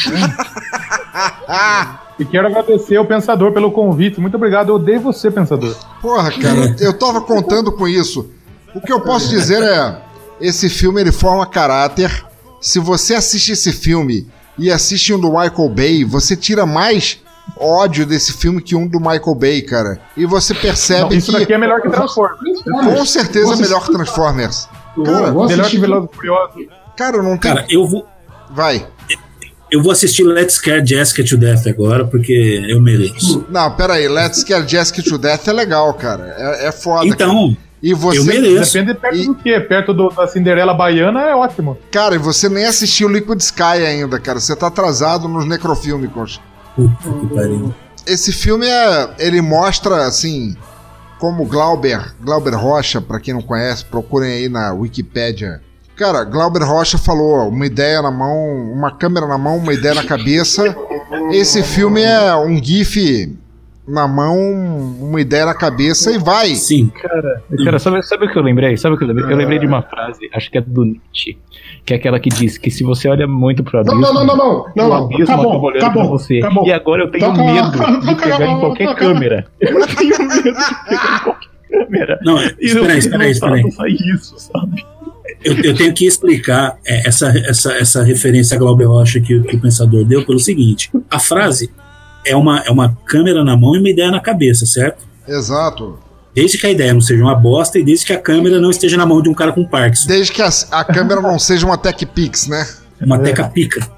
E quero agradecer ao Pensador pelo convite. Muito obrigado, eu odeio você, Pensador. Porra, cara, eu tava contando com isso. O que eu posso dizer é, esse filme ele forma caráter. Se você assiste esse filme e assiste um do Michael Bay, você tira mais ódio desse filme que um do Michael Bay, cara. E você percebe Não, isso que... Isso daqui é melhor que Transformers. Com certeza é melhor que Transformers. Cara, melhor que Velozes e Furiosos. Cara, não tem... Cara, eu vou... Vai. Eu vou assistir Let's Scare Jessica to Death agora, porque eu mereço. Não, pera aí. Let's Scare Jessica to Death é legal, cara. É, é foda. Então... Cara. E você... Eu mereço. Depende perto e... do quê? Perto do, da Cinderela Baiana é ótimo. Cara, e você nem assistiu Liquid Sky ainda, cara. Você tá atrasado nos necrofílmicos. Puta que pariu. Esse filme, é, ele mostra, assim... Como Glauber, Glauber Rocha, pra quem não conhece, procurem aí na Wikipédia. Cara, Glauber Rocha falou, uma ideia na mão, uma câmera na mão, uma ideia na cabeça. Esse filme é um gif na mão, uma ideia na cabeça e vai. Sim. Cara, cara sabe, sabe o que eu lembrei? Sabe o que eu lembrei? Eu lembrei de uma frase, acho que é do Nietzsche, que é aquela que diz que se você olha muito pro abismo, não, não, não, não, não, o abismo acabou olhando acabou, pra você. Acabou. E agora eu tenho então, medo acabou, de pegar acabou, em qualquer acabou, câmera. Eu tenho medo de pegar em qualquer câmera. Não, espera aí, espera aí, espera aí. Só isso, sabe? Eu, eu tenho que explicar é, essa, essa, essa referência a Glauber Rocha que, que o Pensador deu pelo seguinte. A frase é uma, é uma câmera na mão e uma ideia na cabeça, certo? Exato. Desde que a ideia não seja uma bosta e desde que a câmera não esteja na mão de um cara com Parkinson. Desde que a, a câmera não seja uma Tech Pix, né? Uma é. Teca Pica.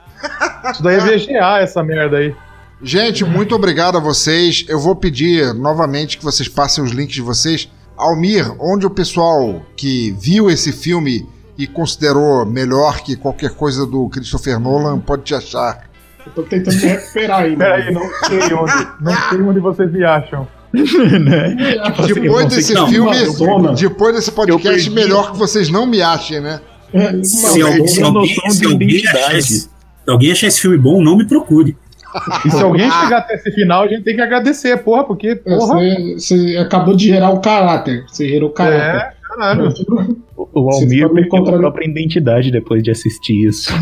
Isso daí é V G A, essa merda aí. Gente, muito obrigado a vocês. Eu vou pedir novamente que vocês passem os links de vocês. Almir, onde o pessoal que viu esse filme e considerou melhor que qualquer coisa do Christopher Nolan pode te achar? Eu tô tentando me recuperar ainda. Peraí, não sei onde. Não sei onde vocês me acham. né? Tipo, depois desse não, filme, não, depois desse podcast, melhor que vocês não me achem, né? Se, alguém, se, alguém, se, alguém achar esse, se alguém achar esse filme bom, não me procure. E se alguém chegar até esse final, a gente tem que agradecer, porra, porque, porra... Você, você acabou de gerar um caráter. Você gerou caráter. É, caralho. O, o Almir perdeu a própria identidade depois de assistir isso.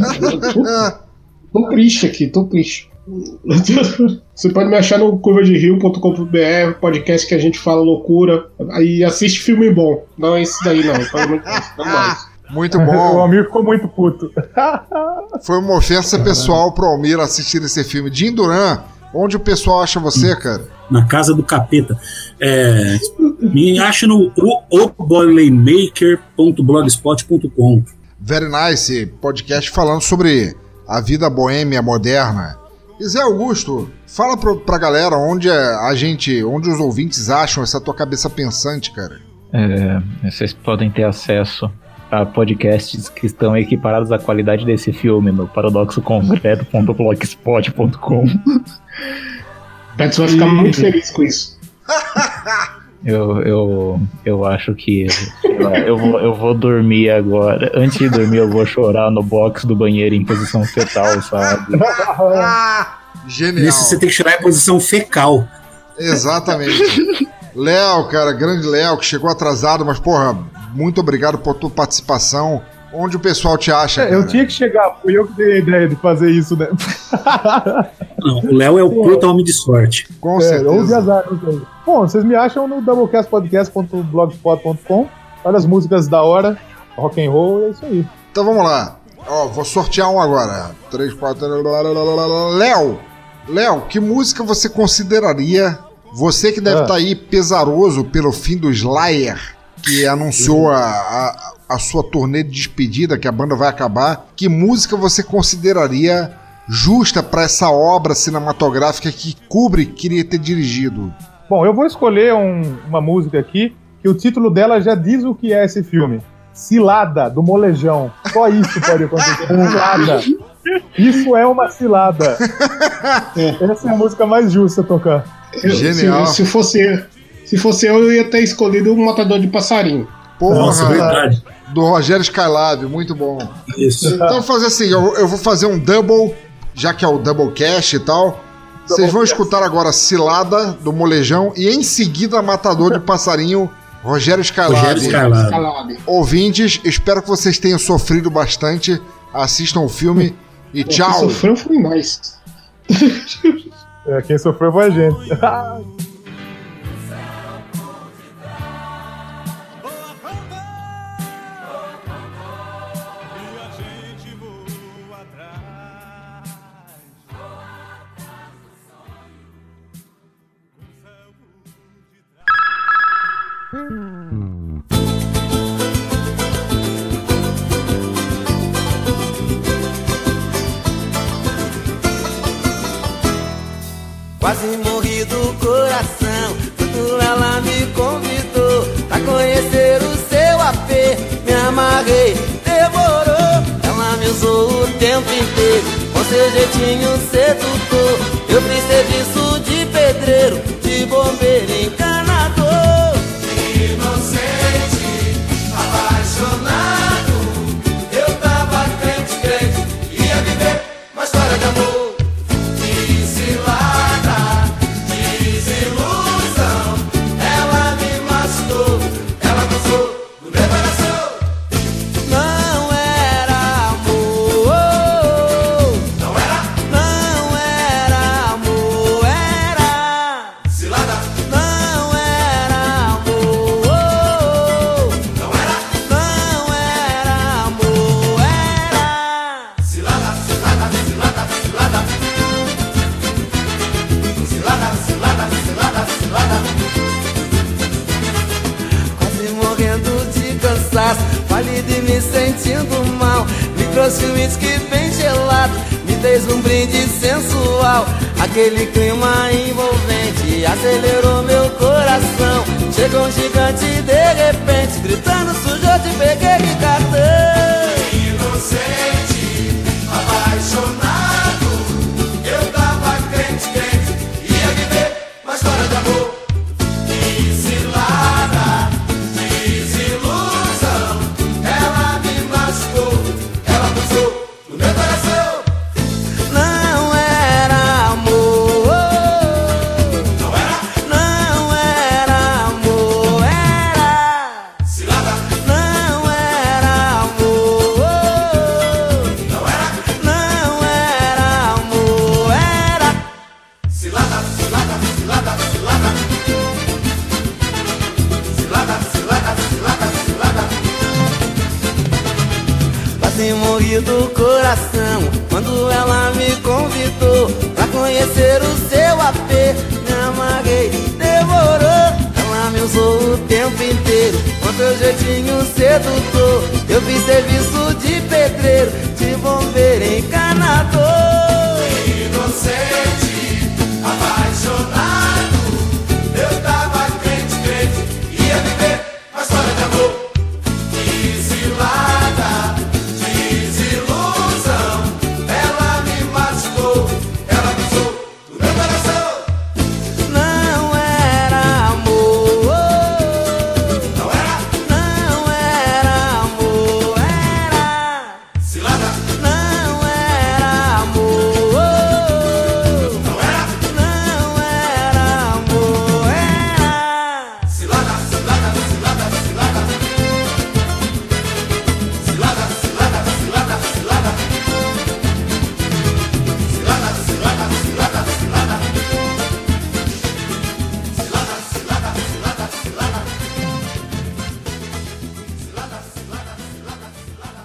Tô triste aqui, tô triste. Você pode me achar no curva de rio ponto com ponto b r, podcast que a gente fala loucura. Aí assiste filme bom. Não é esse daí, não. Não mais. Muito bom. O Almir ficou muito puto. Foi uma ofensa pessoal pro Almir assistir esse filme. Jim Duran, onde o pessoal acha você, cara? Na casa do capeta. É, me acha no o boilermaker ponto blogspot ponto com. Very nice. Podcast falando sobre a vida boêmia moderna. E Zé Augusto, fala pro, pra galera onde a gente, onde os ouvintes acham essa tua cabeça pensante, cara. É, vocês podem ter acesso a podcasts que estão equiparados à qualidade desse filme no paradoxo concreto ponto blogspot ponto com. Beto vai ficar muito feliz com isso. Eu, eu, eu acho que lá, eu, vou, eu vou dormir agora. Antes de dormir, eu vou chorar no box do banheiro em posição fetal, sabe? Genial. Nesse você tem que chorar em posição fecal. Exatamente. Léo, cara, grande Léo, que chegou atrasado, mas porra, muito obrigado por tua participação. Onde o pessoal te acha, é, cara? Eu tinha que chegar, fui eu que dei a ideia de fazer isso, né? Não, o Léo é o puta homem de sorte. Com é, certeza. Ou de azar, não sei. Bom, vocês me acham no doublecast podcast ponto blogspot ponto com. Olha as músicas da hora, rock and roll, é isso aí. Então vamos lá. Ó, vou sortear um agora. três, quatro... Léo! Léo, que música você consideraria... Você que deve estar ah. tá aí pesaroso pelo fim do Slayer, que anunciou a, a, a sua turnê de despedida, que a banda vai acabar. Que música você consideraria justa para essa obra cinematográfica que Kubrick queria ter dirigido? Bom, eu vou escolher um, uma música aqui, que o título dela já diz o que é esse filme. Cilada, do Molejão. Só isso pode acontecer. Cilada. Isso é uma cilada. Essa é a música mais justa a tocar. Eu, Genial. Se, se, fosse, se fosse eu, eu ia ter escolhido um matador de passarinho. Porra, nossa, verdade. Do Rogério Skylab, muito bom. Isso. Então fazer assim, eu, eu vou fazer um double, já que é o Doublecast e tal. Vocês vão escutar agora Cilada, do Molejão, e em seguida Matador de Passarinho, Rogério Skylab. Rogério Skylab. Ouvintes, espero que vocês tenham sofrido bastante. Assistam o filme e tchau. Quem sofreu foi nós. É, quem sofreu foi a gente. Quase morri do coração quando ela me convidou pra conhecer o seu A P. Me amarrei, demorou. Ela me usou o tempo inteiro com seu jeitinho sedutor. Eu fiz serviço de pedreiro, de bombeiro, encanador. Inocente, apaixonado, eu tava crente, crente, ia viver uma história de amor. Pálido e me sentindo mal, me trouxe um uísque bem gelado, me fez um brinde sensual. Aquele clima envolvente acelerou meu coração. Chegou um gigante de repente, gritando: sujou, te peguei, que cartão. Inocente, apaixonado, eu tava crente, crente, ia viver uma história de amor. quase morri do coração quando ela me convidou pra conhecer o seu A P. Me amarrei, demorou. Ela me usou o tempo inteiro com seu jeitinho sedutor. Eu fiz serviço de pedreiro, de bombeiro, encanador. Inocente, apaixonado, eu tava crente, crente, ia viver uma história de amor. Que cilada, desilusão, ela me machucou, ela pisou no meu coração. Não era amor, Não era, não era amor, era cilada, não era amor, não era, não era amor, era cilada, cilada, cilada, cilada. Cilada, cilada, cilada, cilada. Cilada, cilada, cilada, cilada. Cilada, cilada, cilada, cilada. Cilada, cilada, cilada, cilada.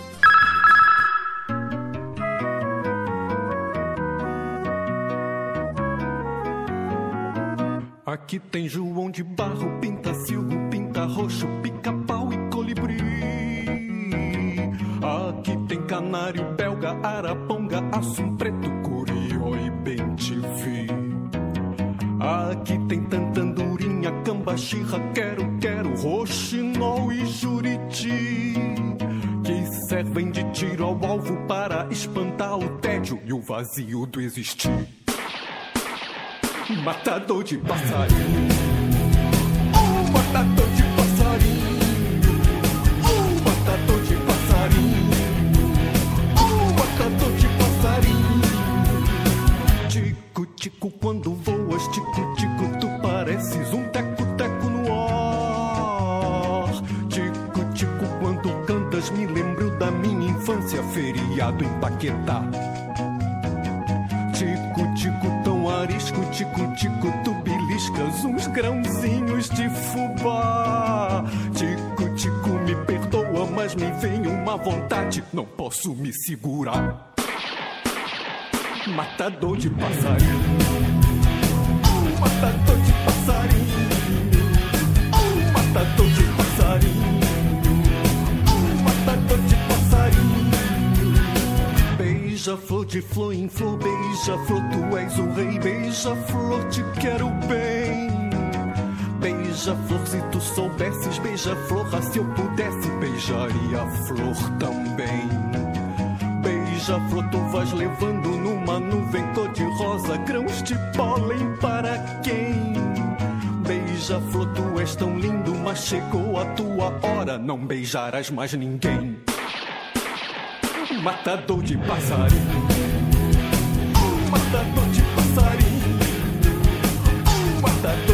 Aqui tem João de Barro, pinta silgo, pinta roxo, pica-pau e colibri. Aqui tem canário, belga, araponga, assum preto, curió e bem-te-vi. Aqui tem tantandurinha, cambaxirra, quero, quero, roxinol e juriti, que servem de tiro ao alvo para espantar o tédio e o vazio do existir. Matador de passarinho, oh, matador de passarinho, oh, matador de passarinho, oh, matador de passarinho. Tico, tico, quando voas, tico, tico, tu pareces um teco-teco no ar. Tico, tico, quando cantas, me lembro da minha infância, feriado em Paquetá. Tico, tico, tão arisco, tico, tico, tu beliscas uns grãozinhos de fubá. Tico, tico, me perdoa, mas me vem uma vontade, não posso me segurar. Matador de passarinho, oh, matador de passarinho, oh, matador de passarinho, oh, matador de passarinho. Beija-flor de flor em flor, beija-flor, tu és o rei. Beija-flor, te quero bem. Beija-flor, se tu soubesses, beija-flor, ah, se eu pudesse, beijaria a flor também. Beija-flor, tu vais levando numa nuvem cor-de-rosa grãos de pólen para quem? Beija-flor, tu és tão lindo, mas chegou a tua hora, não beijarás mais ninguém. Matador de passarinho, oh, matador de passarinho, oh, matador